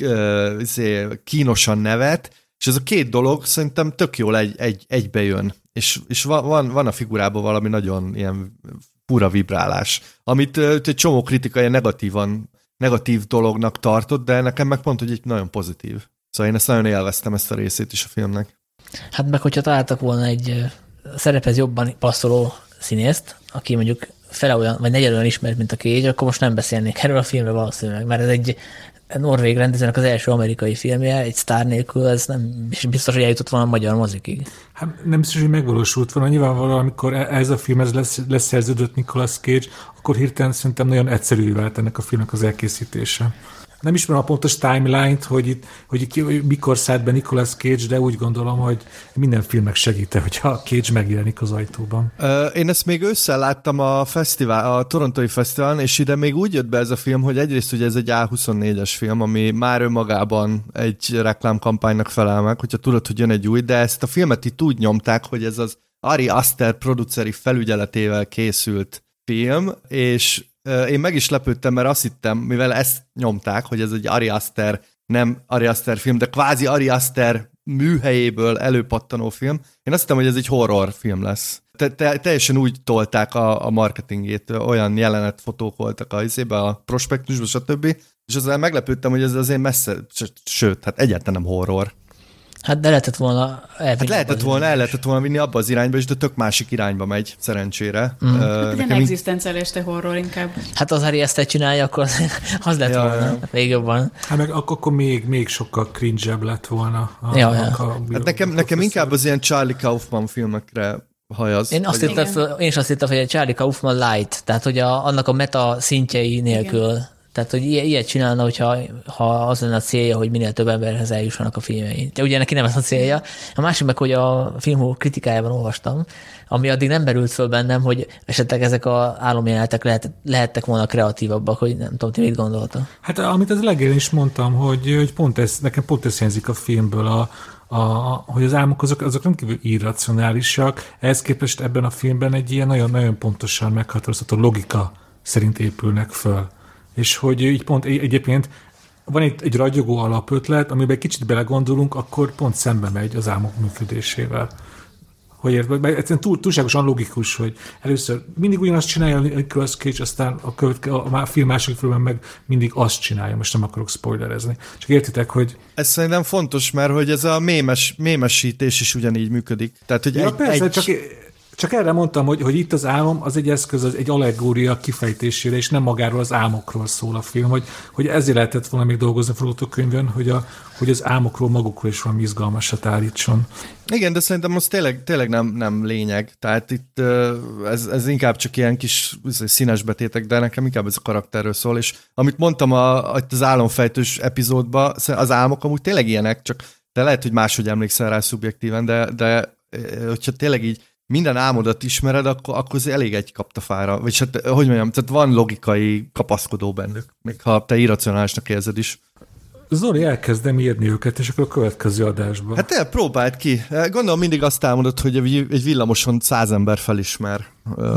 uh, kínosan nevet, és ez a két dolog szerintem tök jól egy, egy, egybe jön. És, és van, van a figurában valami nagyon ilyen fura vibrálás, amit egy csomó kritika ilyen negatívan, negatív dolognak tartott, de nekem meg pont, hogy egy nagyon pozitív. Szóval én ezt nagyon élveztem, ezt a részét is a filmnek. Hát meg, hogyha találtak volna egy szerephez jobban passzoló színészt, aki mondjuk fele olyan, vagy negyed olyan ismert, mint a Cage, akkor most nem beszélnék erről a filmről valószínűleg, mert ez egy norvég rendezőnek az első amerikai filmje, egy sztár nélkül, ez nem biztos, hogy eljutott volna a magyar mozikig. Hát nem biztos, hogy megvalósult volna. Nyilvánvalóan, amikor ez a film ez lesz, leszerződött Nicolas Cage, akkor hirtelen szerintem nagyon egyszerű vált ennek a filmnek az elkészítése. Nem ismerem a pontos timeline-t, hogy, itt, hogy itt, mikor szállt be Nicolas Cage, de úgy gondolom, hogy minden filmnek segít, hogyha a Cage megjelenik az ajtóban. Én ezt még ősszel láttam a fesztivál, a Torontói Fesztiválon, és ide még úgy jött be ez a film, hogy egyrészt ugye ez egy á huszonnégyes film, ami már önmagában egy reklámkampánynak felel meg, hogyha tudod, hogy jön egy új, de ezt a filmet itt úgy nyomták, hogy ez az Ari Aster produceri felügyeletével készült film, és én meg is lepődtem, mert azt hittem, mivel ezt nyomták, hogy ez egy Ari Aster, nem Ari Aster film, de kvázi Ari Aster műhelyéből előpattanó film. Én azt hittem, hogy ez egy horror film lesz. Te, te, teljesen úgy tolták a, a marketingét, olyan jelenetfotók voltak a izébe, a prospektusban, stb. És aztán meglepődtem, hogy ez azért messze, sőt, hát egyáltalán nem horror. Hát de lehetett volna elvinni. Hát lehetett volna, el lehetett volna vinni abba az irányba is, de tök másik irányba megy, szerencsére. Mm. Uh, hát ilyen egzisztenciális te horror inkább. Hát az Ari ezt csinálja, akkor az lett ja, volna még jobban. Hát meg akkor még, még sokkal cringe-ebb lett volna. A, ja, a, ja. A, a, hát nekem, nekem inkább az ilyen Charlie Kaufman filmekre hajaz. Én, azt hittem, én is azt hittem, hogy egy Charlie Kaufman light, tehát hogy a, annak a meta szintjei nélkül. Igen. Tehát, hogy ilyet csinálna, hogyha ha az lenne a célja, hogy minél több emberhez eljussanak a filmjei. De ugye neki nem ez a célja. A másik meg, hogy a film kritikájában olvastam, ami addig nem merült föl bennem, hogy esetleg ezek az álomjelenetek lehet, lehettek volna kreatívabbak, hogy nem tudom, ti mit gondoltak. Hát amit az legelőn is mondtam, hogy, hogy pont ez, nekem pont ez hiányzik a filmből, a, a, hogy az álmok azok, azok rendkívül irracionálisak, ehhez képest ebben a filmben egy ilyen nagyon-nagyon pontosan meghatározható logika szerint épülnek föl. És hogy így pont egyébként van egy, egy ragyogó alapötlet, amiben egy kicsit belegondolunk, akkor pont szembe megy az álmok működésével. Hogy érted? Mert egyszerűen túl, túlságosan logikus, hogy először mindig ugyanazt csinálja a Nicolas Cage, aztán a, követke, a film másik filmben meg mindig azt csinálja, most nem akarok spoilerezni. Csak értitek, hogy... Ez szerintem fontos, mert hogy ez a mémes, mémesítés is ugyanígy működik. Tehát, hogy ja, egy, persze, egy... csak... Csak erre mondtam, hogy, hogy itt az álom az egy eszköz, az egy allegória kifejtésére, és nem magáról az álmokról szól a film, hogy, hogy ezért lehetett volna még dolgozni a forgatókönyvön, hogy, a, hogy az álmokról magukról is valami izgalmasat állítson. Igen, de szerintem az tényleg, tényleg nem, nem lényeg. Tehát itt ez, ez inkább csak ilyen kis színes betétek, de nekem inkább ez a karakterről szól, és amit mondtam a, az álomfejtős epizódban, az álmok amúgy tényleg ilyenek, csak de lehet, hogy máshogy emlékszel rá szubjektíven, de, de hogyha tényleg így minden álmodat ismered, akkor, akkor az elég egy kaptafára. Vagy hát, hogy mondjam, tehát van logikai kapaszkodó bennük, még ha te irracionálisnak érzed is. Zoli, elkezdem írni őket, és akkor a következő adásban. Hát te próbáld ki. Gondolom mindig azt álmodod, hogy egy villamoson száz ember felismer.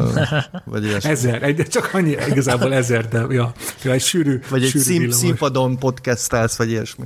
Vagy ilyesmi. Ezer, egy, csak annyi, igazából ezer, de ja, ja egy sűrű Vagy egy sűrű szín, színpadon podcastelsz, vagy ilyesmi.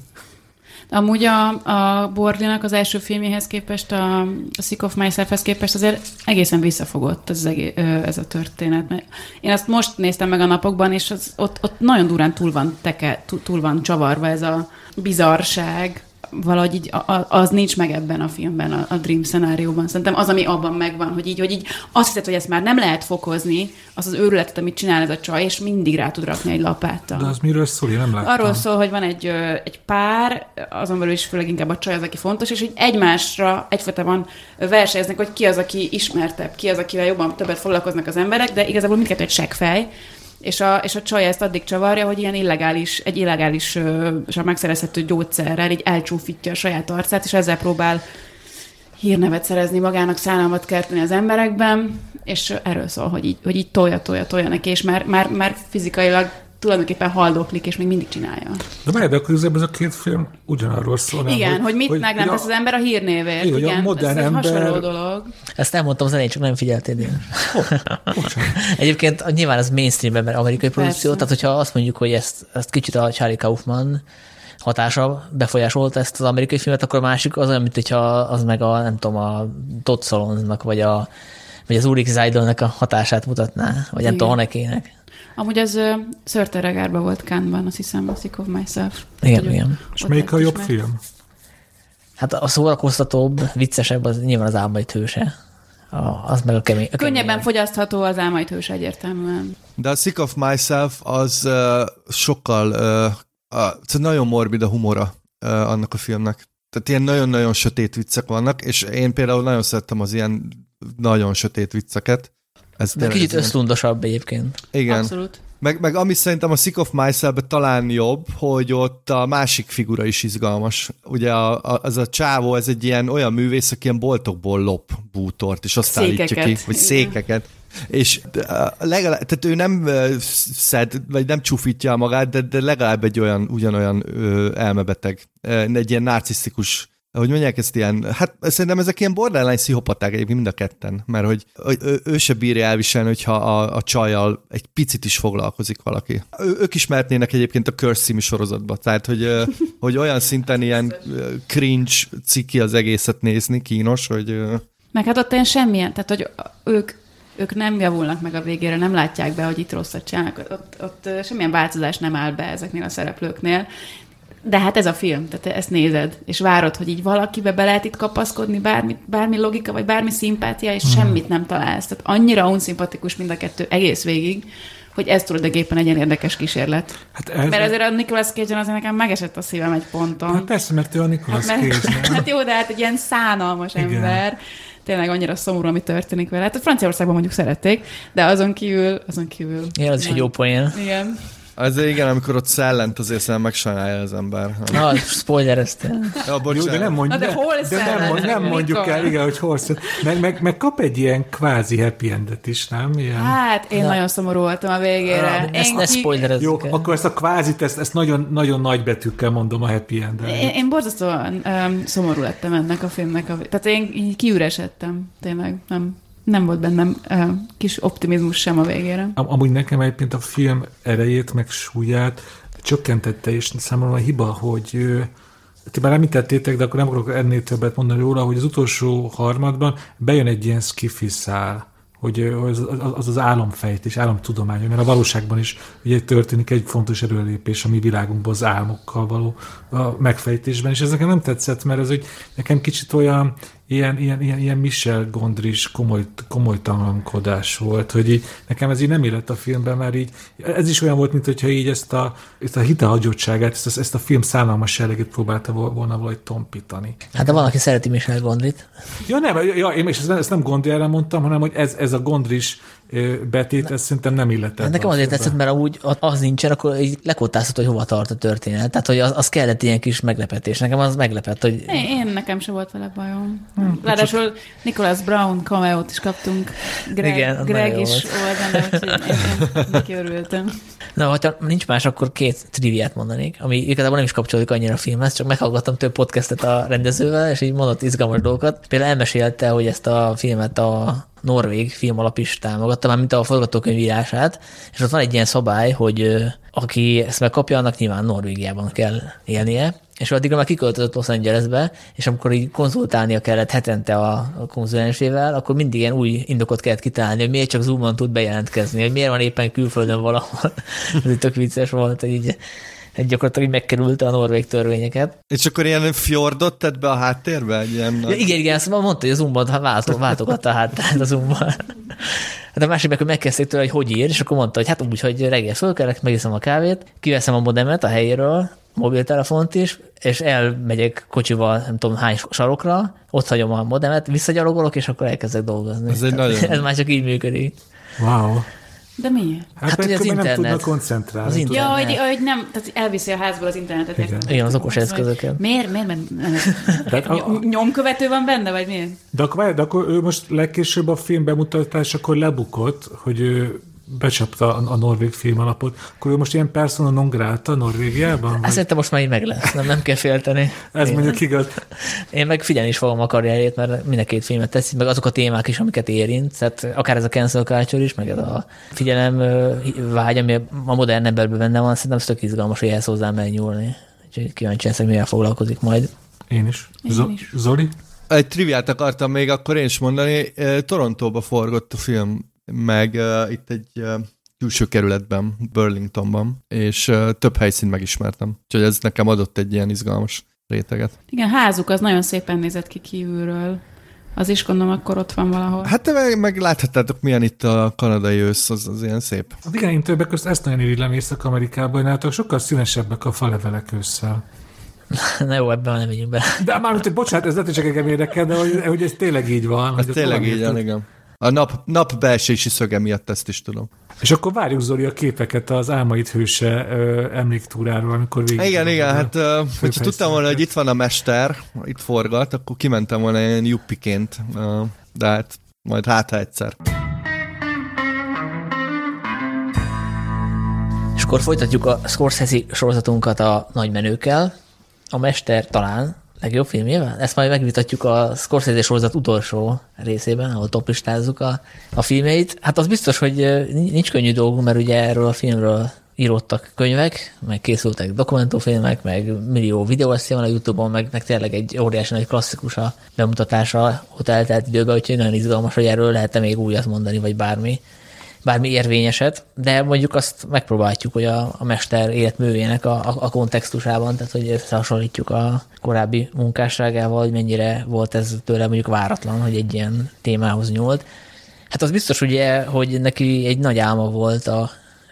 Amúgy a, a Borlinak az első filmjéhez képest, a, a Sick of Myselfhez képest azért egészen visszafogott ez, az egész, ez a történet. Mert én azt most néztem meg a napokban, és az, ott, ott nagyon durán túl van, teke, túl van csavarva ez a bizarság, valahogy így a, az nincs meg ebben a filmben, a, a Dream szenárióban. Szerintem az, ami abban megvan, hogy így, hogy így azt hiszed, hogy ezt már nem lehet fokozni, az az őrületet, amit csinál ez a csaj, és mindig rá tud rakni egy lapáttal. De az miről szól? Én nem láttam. Arról szól, hogy van egy, egy pár, azon belül is főleg inkább a csaj az, aki fontos, és hogy egymásra egyfajtában versenyeznek, hogy ki az, aki ismertebb, ki az, akivel jobban többet foglalkoznak az emberek, de igazából mindkettő egy seggfej, és a, és a csaj ezt addig csavarja, hogy ilyen illegális, egy illegális és a megszerezhető gyógyszerrel így elcsúfítja a saját arcát, és ezzel próbál hírnevet szerezni magának, szánalmat kelteni az emberekben, és erről szól, hogy így, hogy így tolja, tolja, tolja neki, és már, már, már fizikailag tulajdonképpen haldoklik, és még mindig csinálja. De mert akkor ez a két film ugyanarról szól. Igen, hogy, hogy mit hogy, meg nem tesz az ember a hírnévért. Igen, igen, a modern ez ember... hasonló dolog. Ezt nem mondtam az elején, csak nem figyeltél én. Oh, egyébként nyilván az mainstreamben, mert amerikai produkció, tehát hogyha azt mondjuk, hogy ezt, ezt kicsit a Charlie Kaufman hatása befolyásolta ezt az amerikai filmet, akkor a másik az olyan, mint hogyha az meg a, nem tudom, a Todd Solondz-nak, vagy, a, vagy az Ulrich Seidlnek a hatását mutatná, vagy nem tudom, Hanekének. Amúgy az uh, Szörteregárban volt Cannes-ban, azt hiszem, a Sick of Myself. Igen, hát, igen. És melyik a jobb ismert? Film? Hát a szórakoztatóbb, viccesebb az nyilván az Álmaid hőse. A, az meg a kemény. A Könnyebben kemény. Fogyasztható az Álmaid hőse egyértelműen. De a Sick of Myself az uh, sokkal, uh, uh, nagyon morbid a humora uh, annak a filmnek. Tehát ilyen nagyon-nagyon sötét viccek vannak, és én például nagyon szerettem az ilyen nagyon sötét vicceket. Ez de kicsit összlundosabb egyébként. Igen. Abszolút. Meg, meg ami szerintem a Sick of Myself-ben talán jobb, hogy ott a másik figura is izgalmas. Ugye a, a, az a csávó, ez egy ilyen olyan művész, aki ilyen boltokból lop bútort, és azt székeket. állítja ki, vagy székeket. És legalább, tehát ő nem szed, vagy nem csúfítja magát, de, de legalább egy olyan, ugyanolyan ö, elmebeteg, egy ilyen narcisztikus, hogy mondják ezt ilyen, hát szerintem ezek ilyen borderline pszichopaták egyébként mind a ketten, mert hogy ő, ő se bírja elviselni, hogyha a, a csajjal egy picit is foglalkozik valaki. Ő, ők ismertnének egyébként a Curse című sorozatba, tehát hogy, hogy olyan szinten ilyen cringe ciki az egészet nézni, kínos, hogy... Meg hát ott ilyen semmilyen, tehát hogy ők ők nem javulnak meg a végére, nem látják be, hogy itt rosszat csinálnak. Ott, ott semmilyen változás nem áll be ezeknél a szereplőknél. De hát ez a film, tehát ezt nézed, és várod, hogy így valakibe be lehet itt kapaszkodni, bármi, bármi logika, vagy bármi szimpátia, és hmm. semmit nem találsz. Tehát annyira unszimpatikus mind a kettő egész végig, hogy ez tulajdonképpen egy ilyen érdekes kísérlet. Hát ez mert azért a Nicolas Cage-en azért nekem megesett a szívem egy ponton. Hát persze, mert ő a Nicolas hát, Cage. Hát jó, de hát egy ilyen szánalmas igen. ember. Tényleg annyira szomorú, ami történik vele. Hát a Franciaországban mondjuk szerették, de azon kívül, azon kívül... Igen, az is egy jó poén. Igen. Azért igen, amikor ott szellent, azért szerintem megsajnálja az ember. Na, spoilereztél. Ja, jó, de nem mondjuk, de, de, hol de nem, mond, nem mondjuk el, igen, hogy hol szellent. Meg, meg, meg kap egy ilyen kvázi happy endet is, nem? Ilyen... Hát, én Na. nagyon szomorú voltam a végére. Na, ezt ne spoilerezzük Jó, el. Akkor ezt a kvázit, ezt, ezt nagyon, nagyon nagy betűkkel mondom a happy endet. Én, én borzasztóan um, szomorú lettem ennek a filmnek. A, tehát én így kiüresedtem, tényleg, nem... Nem volt bennem uh, kis optimizmus sem a végére. Am- amúgy nekem egyébként a film erejét, meg súlyát csökkentette, és számomra a hiba, hogy uh, ti már említettétek, de akkor nem akarok ennél többet mondani róla, hogy az utolsó harmadban bejön egy ilyen skifi szál, hogy az az, az álomfejtés, álomtudomány, mert a valóságban is ugye történik egy fontos előrelépés a mi világunkban az álmokkal való a megfejtésben, és ez nekem nem tetszett, mert ez úgy nekem kicsit olyan ilyen, ilyen, ilyen, ilyen Michel Gondry-s komoly, komolytalankodás volt, hogy így, nekem ez így nem illett a filmben, mert így, ez is olyan volt, mint hogyha így ezt a, ezt a hitelhagyottságát, ezt, ezt a film szánalmas jellegét próbálta volna valahogy tompítani. Hát de van, aki szereti Michel Gondryt. Ja nem, ja, én és ezt nem Gondryra mondtam, hanem hogy ez, ez a Gondrys betét, ez szerintem nem illetett. Nekem azért tetszett, mert amúgy az nincsen, akkor így lekottáztat, hogy hova tart a történet. Tehát, hogy az, az kellett ilyen kis meglepetés. Nekem az meglepett, hogy... Én, én nekem sem volt vele bajom. Hmm, Ráadásul csak... Nicholas Brown cameo-t is kaptunk. Greg, igen, Greg is volt benne, úgyhogy én neki örültem. Na, ha nincs más, akkor két triviát mondanék, ami igazából nem is kapcsolódik annyira a filmhez, csak meghallgattam több podcastet a rendezővel, és így mondott izgalmas dolgokat. Például elmesélte, hogy ezt a filmet a norvég filmalap is támogatta, már mint a forgatókönyvírását, és ott van egy ilyen szabály, hogy aki ezt megkapja, annak nyilván Norvégiában kell élnie, és addigra már kiköltözött Los Angelesbe, és amikor így konzultálnia kellett hetente a, a konzulensével, akkor mindig ilyen új indokot kellett kitalálni, hogy miért csak Zoomon tud bejelentkezni, hogy miért van éppen külföldön valahol. Ez így tök vicces volt, hogy így gyakorlatilag megkerülte a norvég törvényeket. És akkor ilyen fjordot tett be a háttérbe? Egy ilyen ja, igen, igen, azt mondta, hogy a Zoomban váltó, váltogatta a hátteret a Zoomban. Hát a másik meg, hogy megkezdték tőle, hogy hogy ír, és akkor mondta, hogy hát úgy, hogy reggel fölkelek, megiszom a kávét, kiveszem a modemet a helyéről, mobiltelefont is, és elmegyek kocsival, nem tudom hány sarokra, ott hagyom a modemet, visszagyalogolok, és akkor elkezdek dolgozni. Ez, egy nagyon... ez már csak így működik. Wow. De miért? Hát, Hát, hogy az nem internet. tudnak koncentrálni. Az internet. Ja, hogy, hogy nem, tehát elviszi a házból az internetet. Igen. Igen, az okos eszközöket. Miért? Miért? Miért? a- Nyomkövető van benne, vagy miért? De akkor, várj, de akkor ő most legkésőbb a film bemutatásakor lebukott, hogy ő becsapta a, a norvég filmalapot, akkor ő most ilyen persona non grata Norvégiában? Ezt szerintem most már így meg lesz, nem, nem kell félteni. Ez Én- mondjuk igaz. Én meg figyelni is fogom a karrierjét, mert mind a két filmet teszi, meg azok a témák is, amiket érint, tehát akár ez a cancel culture is, meg ez a figyelem ö, vágy, ami a modern emberben benne van, szerintem ez tök izgalmas, hogy ehhez hozzám elnyúlni. Úgyhogy kíváncsi leszek, mivel foglalkozik majd. Én is. Én Zo- is. Zoli? Egy triviát akartam még akkor én is mondani. Eh, Torontóba forgott a film, meg uh, itt egy uh, külső kerületben, Burlingtonban, és uh, több helyszínt megismertem. Úgyhogy ez nekem adott egy ilyen izgalmas réteget. Igen, házuk az nagyon szépen nézett ki kívülről. Az is gondolom, akkor ott van valahol. Hát meg, meg láthattátok, milyen itt a kanadai ősz, az, az ilyen szép. Hát igen, én többek között ezt nagyon irigylem Észak-Amerikában, nálatok sokkal színesebbek a falevelek ősszel. Na jó, ebben nem megyünk be. De már, hogy bocsánat, ez lehet, hogy csak engem érdekel, de hogy, hogy ez tényleg így van. Ez hogy ott tényleg valami- így van, igen. A nap, nap belsési szöge miatt ezt is tudom. És akkor várjuk, Zoli, a képeket az Álmaid hőse ö, emléktúráról, amikor végig. Igen, igen, hát uh, hogyha helyszíneket. tudtam volna, hogy itt van a mester, itt forgat, akkor kimentem volna ilyen juppiként, uh, de hát majd hát ha egyszer. És akkor folytatjuk a Scorsese sorozatunkat a nagymenőkkel. A Mester talán legjobb filmjével? Ezt majd megvitatjuk a Scorsese sorozat utolsó részében, ahol toplistázzuk a, a filmjeit. Hát az biztos, hogy nincs könnyű dolgunk, mert ugye erről a filmről íródtak könyvek, meg készültek dokumentumfilmek, meg millió videóeszé van a YouTube-on, meg, meg tényleg egy óriási nagy klasszikus a bemutatása ott eltelt időben, úgyhogy nagyon izgalmas, hogy erről lehet-e még újat mondani, vagy bármi. bármi érvényeset, de mondjuk azt megpróbáljuk, hogy a, a Mester életművének a, a, a kontextusában, tehát hogy összehasonlítjuk a korábbi munkásságával, hogy mennyire volt ez tőle mondjuk váratlan, hogy egy ilyen témához nyúlt. Hát az biztos ugye, hogy neki egy nagy álma volt a,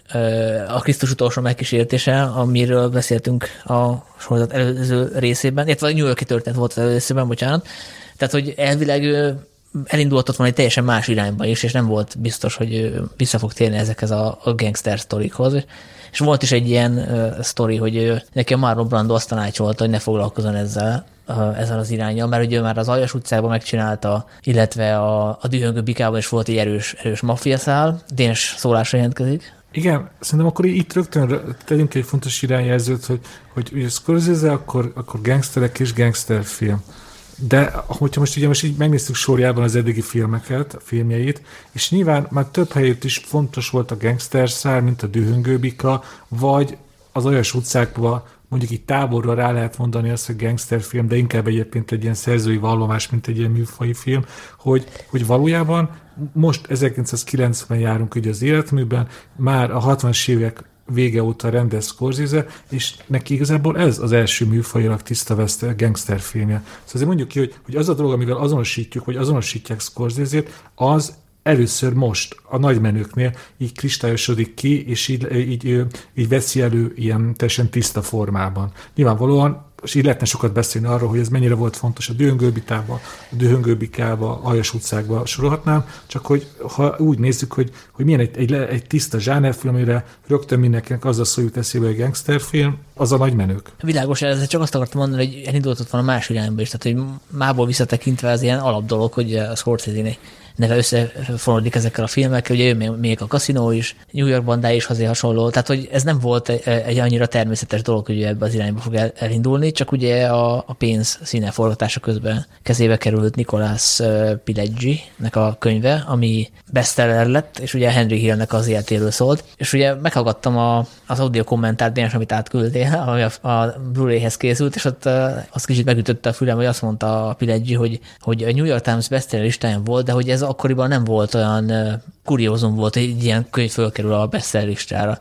a Krisztus utolsó megkísértése, amiről beszéltünk a sorozat előző részében, illetve a New York-i történet volt az előzőben, bocsánat. Tehát, hogy elvileg elindultott volna egy teljesen más irányba is, és nem volt biztos, hogy vissza fog térni ezekhez a, a gangster sztorikhoz. És volt is egy ilyen uh, sztori, hogy neki a Marlon Brando azt tanácsolta, hogy ne foglalkozzon ezzel, uh, ezzel az irányjal, mert ugye már az Aljas utcában megcsinálta, illetve a, a Dühöngő bikában is volt egy erős, erős maffiaszál. Dénes szólásra jelentkezik. Igen, szerintem akkor itt rögtön tegyünk egy fontos irányjelzőt, hogy, hogy ugye Scorsese, akkor, akkor gangsterek és gangsterfilm. De hogyha most ugye most így megnéztük sorjában az eddigi filmeket, a filmjeit, és nyilván már több helyét is fontos volt a gangster szár, mint a Dühöngő bika, vagy az Aljas utcákban mondjuk így távolra rá lehet mondani azt, hogy gangsterfilm, de inkább egyébként egy ilyen szerzői vallomás, mint egy ilyen műfaji film, hogy, hogy valójában most ezerkilencszázkilencven járunk ugye az életműben, már a hatvanas évek vége óta rendez Scorsese, és neki igazából ez az első műfajilag tiszta veszte gangsterfilmje. Szóval azért mondjuk ki, hogy, hogy az a dolog, amivel azonosítjuk, vagy azonosítják Scorsese-t, az először most a nagymenőknél így kristályosodik ki, és így, így, így veszi elő ilyen teljesen tiszta formában. Nyilvánvalóan, és így lehetne sokat beszélni arról, hogy ez mennyire volt fontos a Dühöngőbikába, a Dühöngőbikába, Aljas utcákba sorolhatnám, csak hogy ha úgy nézzük, hogy, hogy milyen egy, egy, egy tiszta zsánerfilm, amire rögtön mindenkinek az a szó jut eszébe, hogy gangsterfilm, az a nagymenők. Világos, ezzel csak azt akartam mondani, hogy elindultott van a más irányba is, tehát hogy mából visszatekintve az ilyen alapdolog, hogy a Scorsese neve összefonódik ezekkel a filmekkel, ugye ő még a Casino is, New York bandái is azért hasonló, tehát hogy ez nem volt egy annyira természetes dolog, hogy ebbe az irányba fog elindulni, csak ugye a, a pénz színe forgatása közben kezébe került Nicolas Pileggi-nek a könyve, ami bestseller lett, és ugye Henry Hillnek az életéről szólt, és ugye meghallgattam a, az audio kommentárt, Dénes, amit átküldtél, ami a, a Blu-rayhez készült, és ott az kicsit megütötte a fülem, hogy azt mondta a Pileggi, hogy, hogy a New York Times bestseller listáján volt, de hogy ez akkoriban nem volt olyan uh, kuriózum volt, hogy egy ilyen könyv fölkerül a bestseller listára.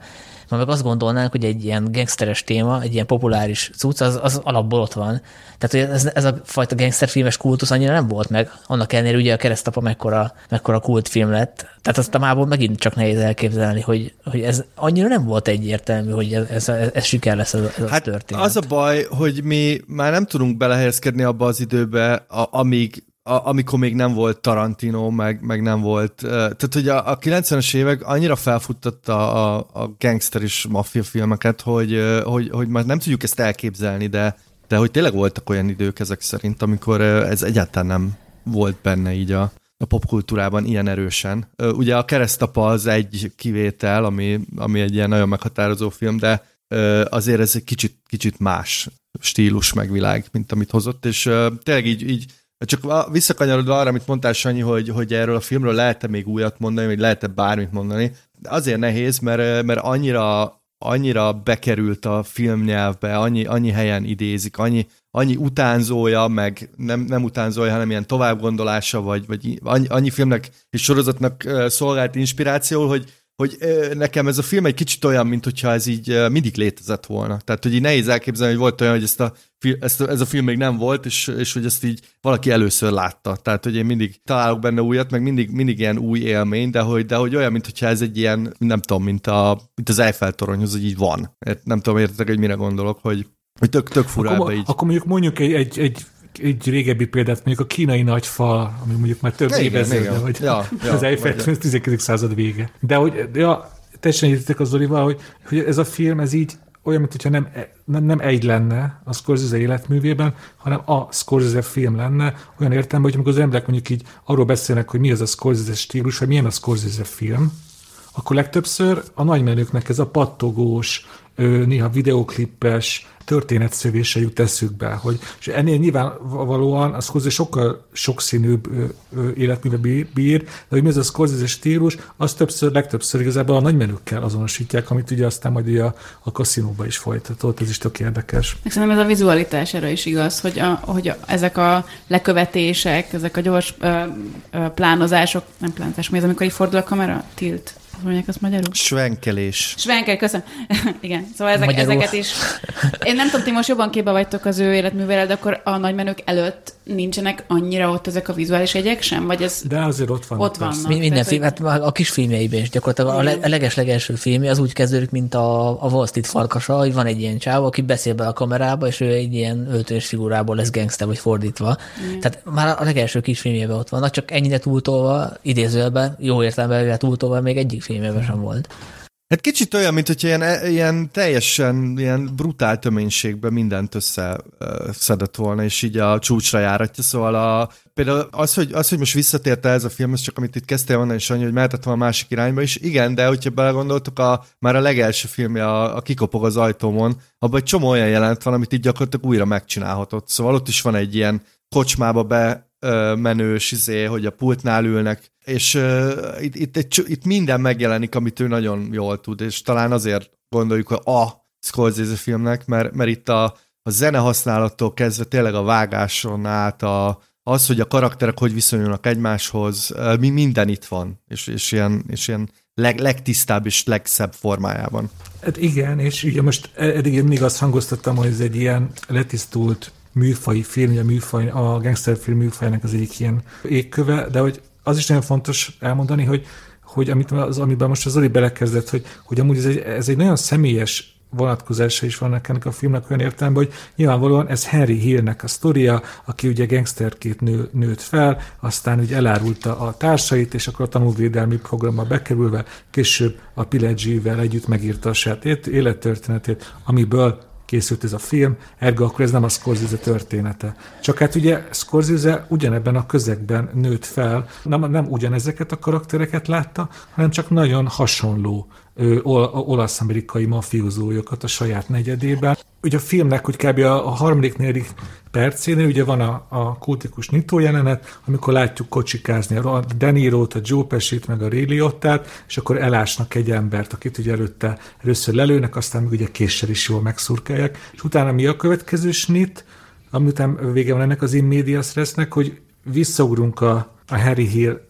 Ma meg azt gondolnánk, hogy egy ilyen gangsteres téma, egy ilyen populáris cucc, az, az alapból ott van. Tehát hogy ez, ez a fajta gangsterfilmes kultusz annyira nem volt meg. Annak ellenére ugye a Keresztapa mekkora, mekkora kultfilm lett. Tehát azt a mából megint csak nehéz elképzelni, hogy, hogy ez annyira nem volt egyértelmű, hogy ez, ez, ez, ez siker lesz ez, ez hát a történet. Az a baj, hogy mi már nem tudunk belehelyezkedni abba az időbe, a, amíg A, amikor még nem volt Tarantino, meg, meg nem volt... Uh, tehát, hogy a, a kilencvenes évek annyira felfuttatta a, a gangster és maffia filmeket, hogy, uh, hogy, hogy már nem tudjuk ezt elképzelni, de, de hogy tényleg voltak olyan idők ezek szerint, amikor uh, ez egyáltalán nem volt benne így a, a popkultúrában ilyen erősen. Uh, ugye a Keresztapa az egy kivétel, ami, ami egy ilyen nagyon meghatározó film, de uh, azért ez egy kicsit, kicsit más stílus meg világ, mint amit hozott, és uh, tényleg így, így csak visszakanyarodva arra, amit mondtál, Sanyi, hogy, hogy erről a filmről lehet-e még újat mondani, vagy lehet-e bármit mondani. De azért nehéz, mert, mert annyira, annyira bekerült a filmnyelvbe, annyi, annyi helyen idézik, annyi, annyi utánzója, meg nem, nem utánzója, hanem ilyen továbbgondolása, vagy, vagy annyi, annyi filmnek és sorozatnak szolgált inspirációul, hogy hogy nekem ez a film egy kicsit olyan, mint hogyha ez így mindig létezett volna. Tehát, hogy így nehéz elképzelni, hogy volt olyan, hogy ezt a, ezt a, ez a film még nem volt, és, és hogy ezt így valaki először látta. Tehát, hogy én mindig találok benne újat, meg mindig, mindig ilyen új élmény, de hogy, de hogy olyan, mint hogyha ez egy ilyen, nem tudom, mint, a, mint az Eiffel-toronyhoz, hogy így van. Nem tudom, értetek, hogy mire gondolok, hogy, hogy tök, tök fura akkor, ebbe így. Akkor mondjuk mondjuk egy, egy, egy egy régebbi példát, mondjuk a kínai nagy fal, ami mondjuk már több évezredje, vagy ja, ja, az Eiffel tizenkettő század vége. De hogy ja, teljesen egyetek az Zolival, hogy, hogy ez a film, ez így olyan, mint hogyha nem, nem, nem egy lenne a Scorsese életművében, hanem a Scorsese film lenne, olyan értelemben, hogy amikor az emberek mondjuk így arról beszélnek, hogy mi az a Scorsese stílus, vagy milyen a Scorsese film, akkor legtöbbször a nagymenőknek ez a pattogós, néha videoklippes történetszövése jut eszükbe, hogy, és ennél nyilvánvalóan a Scorsese sokkal sokszínűbb életműve bír, de hogy mi ez a Scorsese stílus, az többször, legtöbbször igazából a nagymenőkkel azonosítják, amit ugye aztán majd ugye a, a kaszinóba is folytatott, ez is tök érdekes. Szerintem ez a vizualitás erre is igaz, hogy, a, hogy a, ezek a lekövetések, ezek a gyors ö, ö, plánozások, nem plánozás, mi az, amikor így fordul a kamera? Tilt. Mondják azt magyarul? Svenkelés. Svenkel, köszönöm. Igen, szóval ezek, ezeket is. Én nem tudom, ti most jobban képbe vagytok az ő életművel, de akkor a nagymenők előtt nincsenek annyira ott ezek a vizuális jegyek sem? Vagy ez de azért ott vannak. Ott vannak. Minden tehát, film, hogy... hát a kis filmjeiben is gyakorlatilag a leges-legelső filmje az úgy kezdődik, mint a, a Wall Street farkasa, hogy van egy ilyen csáv, aki beszél be a kamerába, és ő egy ilyen öltönyös figurából lesz gangster, vagy fordítva. Mm. Tehát már a legelső kis filmjében ott vannak, csak ennyire túltolva, idézőjelben, jó értelemben túltolva még egyik filmjében sem volt. Hát kicsit olyan, mint hogy ilyen, ilyen teljesen ilyen brutál töménységben mindent összeszedett volna, és így a csúcsra járatja. Szóval a, például az hogy, az, hogy most visszatérte ez a film, ez csak amit itt kezdtél mondani, Sanyi, hogy mehetett volna a másik irányba is. Igen, de hogyha belegondoltok, a, már a legelső filmje, a, a Kikopog az ajtómon, abban egy csomó olyan jelent van, amit így gyakorlatilag újra megcsinálhatott. Szóval ott is van egy ilyen kocsmába be menős, izé, hogy a pultnál ülnek, és uh, itt, itt, itt, itt minden megjelenik, amit ő nagyon jól tud, és talán azért gondoljuk, hogy a Scorsese filmnek, mert, mert itt a, a zene használattól kezdve tényleg a vágáson át, a, az, hogy a karakterek hogy viszonyulnak egymáshoz, mi minden itt van, és, és ilyen, és ilyen leg, legtisztább és legszebb formájában. Hát igen, és ugye most eddig mindig azt hangoztattam, hogy ez egy ilyen letisztult műfai film, a műfaj, a gangsterfilm műfajnak az egyik ilyen égköve, de hogy az is nagyon fontos elmondani, hogy, hogy amit az, amiben most az Zoli belekezdett, hogy, hogy amúgy ez egy, ez egy nagyon személyes vonatkozása is vannak ennek a filmnek olyan értelemben, hogy nyilvánvalóan ez Henry Hillnek a sztoria, aki ugye gangsterként nő, nőtt fel, aztán ugye elárulta a társait, és akkor a tanúvédelmi programba bekerülve, később a Pileggi-vel együtt megírta a saját élettörténetét, amiből készült ez a film, ergo akkor ez nem a Scorsese története. Csak hát ugye Scorsese ugyanebben a közegben nőtt fel, nem, nem ugyanezeket a karaktereket látta, hanem csak nagyon hasonló ö, olasz-amerikai mafiózójokat a saját negyedében. Ugye a filmnek, hogy kb. a, a harmadik, negyedik percénél ugye van a, a kultikus nyitó jelenet, amikor látjuk kocsikázni a De Niro-t, a Joe Pesci-t, meg a Ray Liottát, és akkor elásnak egy embert, akit ugye előtte először lelőnek, aztán még ugye késsel is jól megszurkálják, és utána mi a következő snit, amiután vége van ennek az in medias resnek, hogy visszaugrunk a, a Harry Hill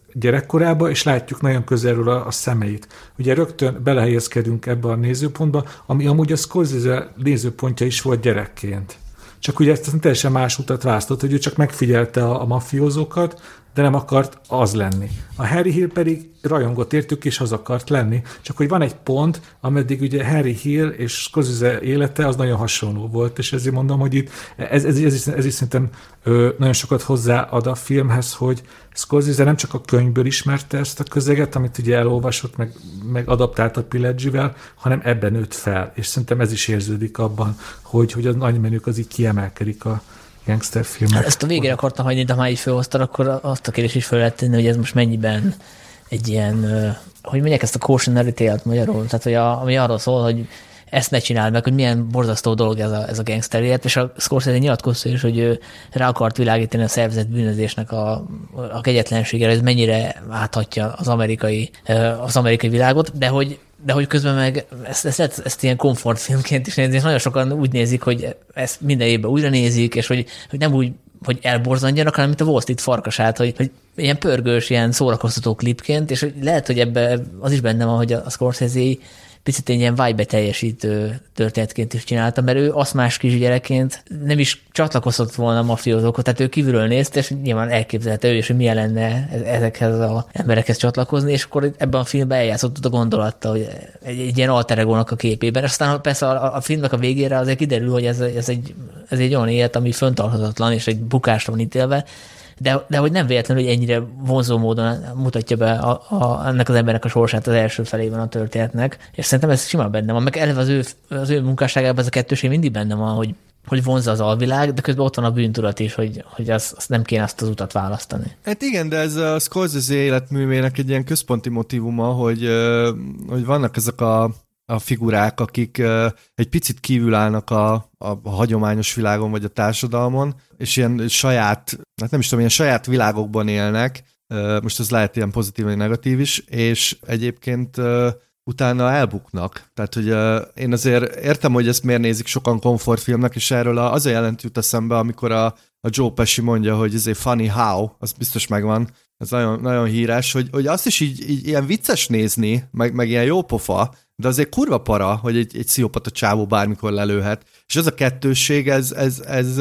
gyerekkorába, és látjuk nagyon közelről a, a szemeit. Ugye rögtön belehelyezkedünk ebbe a nézőpontba, ami amúgy a Scorsese nézőpontja is volt gyerekként. Csak ugye ezt teljesen más utat választott, hogy ő csak megfigyelte a, a mafiózókat, de nem akart az lenni. A Harry Hill pedig rajongott értük, és az akart lenni. Csak hogy van egy pont, ameddig ugye Harry Hill és Scorsese élete az nagyon hasonló volt, és ezért mondom, hogy itt ez, ez, ez, is, ez is szerintem ö, nagyon sokat hozzáad a filmhez, hogy Scorsese nem csak a könyvből ismerte ezt a közeget, amit ugye elolvasott, meg, meg adaptált a Pileggi-vel, hanem ebben nőtt fel. És szerintem ez is érződik abban, hogy, hogy a nagymenők az így kiemelkedik a gangsterfilmek. Ezt a végére akartam hagyni, de ha már így felhoztad, akkor azt a kérdést is fel lehet tenni, hogy ez most mennyiben egy ilyen, hogy mondják ezt a cautionary tale-t magyarul, tehát hogy a, ami arról szól, hogy ezt ne csináld meg, hogy milyen borzasztó dolog ez a, ez a gangster élet, és a Scorsese nyilatkozta is, hogy ő rá akart világítani a szervezett bűnözésnek a, a kegyetlenségére, ez mennyire áthatja az amerikai, az amerikai világot, de hogy de hogy közben meg ezt, ezt, ezt, ezt ilyen komfortfilmként is nézni, és nagyon sokan úgy nézik, hogy ezt minden évben újra nézik, és hogy, hogy nem úgy, hogy elborzandjanak, hanem mint a Wall Street farkasát, hogy, hogy ilyen pörgős, ilyen szórakoztató klipként, és hogy lehet, hogy ebben az is benne van, hogy a Scorsese picit egy ilyen vibe teljesítő történetként is csinálta, mert ő aszmás kisgyerekként nem is csatlakozott volna a mafiózókhoz, tehát ő kívülről nézte, és nyilván elképzelhető ő is, hogy milyen lenne ezekhez az emberekhez csatlakozni, és akkor ebben a filmben eljátszott a gondolattal, hogy egy, egy ilyen alter egónak a képében. És aztán persze a, a filmnek a végére azért kiderül, hogy ez, ez, egy, ez egy olyan élet, ami föntarthatatlan, és egy bukásra van ítélve, De, de hogy nem véletlenül, hogy ennyire vonzó módon mutatja be a, a, ennek az embernek a sorsát az első felében a történetnek, és szerintem ez simán benne van, meg eleve az ő, az ő munkásságában ez a kettőség mindig benne van, hogy, hogy vonzza az alvilág, de közben ott van a bűntudat is, hogy, hogy az, az nem kéne azt az utat választani. Hát igen, de ez a Scorsese életművének egy ilyen központi motívuma, hogy, hogy vannak ezek a a figurák, akik uh, egy picit kívül állnak a, a, a hagyományos világon, vagy a társadalmon, és ilyen saját, hát nem is tudom, ilyen saját világokban élnek, uh, most ez lehet ilyen pozitív, vagy negatív is, és egyébként uh, utána elbuknak. Tehát, hogy uh, én azért értem, hogy ezt miért nézik sokan komfortfilmnek, és erről az a jelent jut eszembe, amikor a, a Joe Pesci mondja, hogy ez egy funny how, az biztos megvan, ez nagyon, nagyon híres, hogy, hogy azt is így, így ilyen vicces nézni, meg, meg ilyen jó pofa, de azért kurva para, hogy egy, egy pszichopata csávó bármikor lelőhet. És ez a kettősség, ez, ez, ez,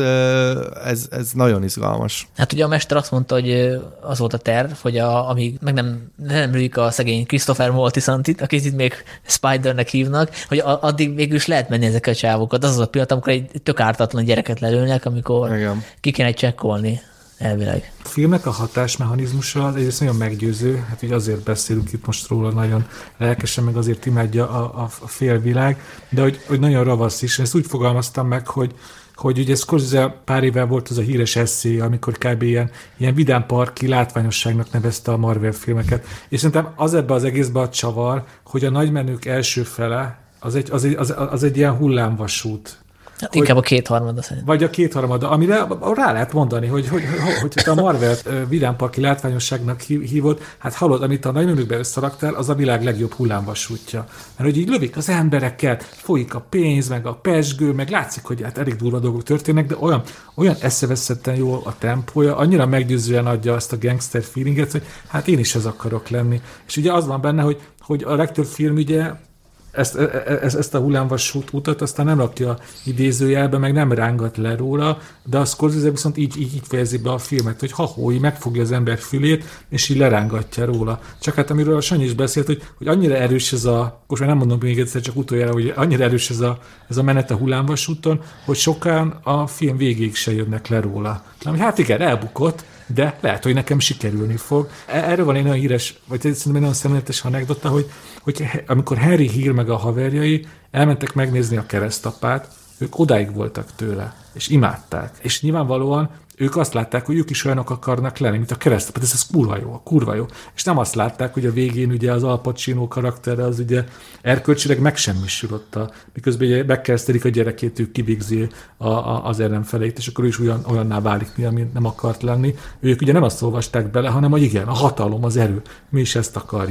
ez, ez nagyon izgalmas. Hát ugye a mester azt mondta, hogy az volt a terv, hogy a, amíg meg nem, nem lőjük a szegény Christopher Moltisantit, akit itt még Spidernek hívnak, hogy addig végül is lehet menni ezeket a csávokat. Az az a pillanat, amikor egy tök ártatlan gyereket lelőnek, amikor igen, ki kéne csekkolni. Elvileg. A filmnek a hatásmechanizmusa az egyrészt nagyon meggyőző, hát így azért beszélünk itt most róla nagyon lelkesen, meg azért imádja a, a, a félvilág, de hogy, hogy nagyon ravasz is. Ezt úgy fogalmaztam meg, hogy hogy ugye Scorsese pár évvel volt az a híres eszé, amikor kb. ilyen, ilyen vidámparki látványosságnak nevezte a Marvel filmeket. És szerintem az ebbe az egészbe a csavar, hogy a nagymenők első fele az egy, az egy, az, az egy ilyen hullámvasút. Hát hogy, inkább a kétharmada szerintem. Vagy a kétharmada, amire rá lehet mondani, hogy, hogy, hogy, hogy a Marvelt vidámparki látványosságnak hívott, hát hallod, amit a nagymenőkben összeraktál, az a világ legjobb hullámvasútja. Mert hogy így lövik az embereket, folyik a pénz, meg a pezsgő, meg látszik, hogy hát elég durva dolgok történnek, de olyan, olyan eszeveszetten jó a tempója, annyira meggyőzően adja azt a gangster feelinget, hogy hát én is ez akarok lenni. És ugye az van benne, hogy, hogy a legtöbb film ugye Ezt, ezt, ezt a hullámvasút utat aztán nem rakja idézőjelbe, meg nem rángat le róla, de a Scorsese viszont így, így, így fejezi be a filmet, hogy ha-hói megfogja az ember fülét, és így lerángatja róla. Csak hát amiről a Sanyi is beszélt, hogy, hogy annyira erős ez a, most már nem mondom még egyszer, csak utoljára, hogy annyira erős ez a, ez a menet a hullámvasúton, hogy sokan a film végéig se jönnek le róla. Ami hát igen, elbukott, de lehet, hogy nekem sikerülni fog. Erről van egy nagyon híres, vagy szerintem egy nagyon szemléletes anekdota, hogy, hogy amikor Harry Hill meg a haverjai elmentek megnézni a Keresztapát, ők odáig voltak tőle, és imádták. És nyilvánvalóan ők azt látták, hogy ők is olyanok akarnak lenni, mint a Keresztapát. Ez, ez kurva jó, kurva jó. És nem azt látták, hogy a végén ugye az Al Pacino karaktere az ugye erkölcsileg megsemmisül ott, a, miközben ugye megkeresztelik a gyerekét, ő kivégzi a, a, az ellenfeleit, és akkor ő is olyan, olyanná válik, ami nem akart lenni. Ők ugye nem azt olvasták bele, hanem hogy igen, a hatalom, az erő, mi is ezt akarjuk.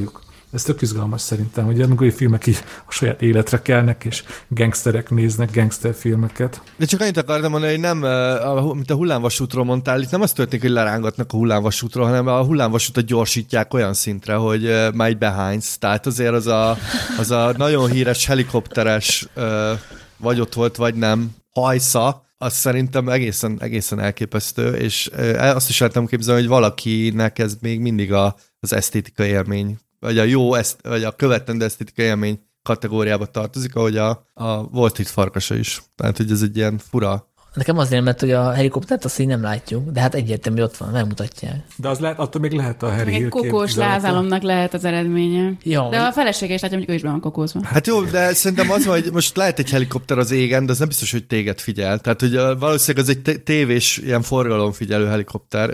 Ez tök izgalmas szerintem, hogy amikor filmek így a saját életre kelnek, és gangsterek néznek gangsterfilmeket. De csak annyit akartam mondani, hogy nem, mint a hullámvasútról mondtál, itt nem az történik, hogy lerángatnak a hullámvasútról, hanem a hullámvasútat gyorsítják olyan szintre, hogy már így behánysz. Tehát azért az a, az a nagyon híres helikopteres vagy ott volt, vagy nem hajsza, az szerintem egészen, egészen elképesztő, és azt is lehetem képzelni, hogy valakinek ez még mindig a, az esztétikai élmény, vagy a jó, eszt, vagy a követendő esztétikai élmény kategóriába tartozik, ahogy a, a Wall Street farkasa is. Tehát, hogy ez egy ilyen fura. Nekem azért, mert hogy a helikoptert azt így nem látjuk, de hát egyértelmű, ott van, megmutatják. De az lehet, attól még lehet a Harry Hill Hill kokós lázálomnak lehet az eredménye. Ja, de a felesége is látja, hogy ő is be van kokózva. Hát jó, de szerintem az van, hogy most lehet egy helikopter az égen, de az nem biztos, hogy téged figyel. Tehát, hogy valószínűleg az egy tévés, ilyen forgalomfigyelő helikopter.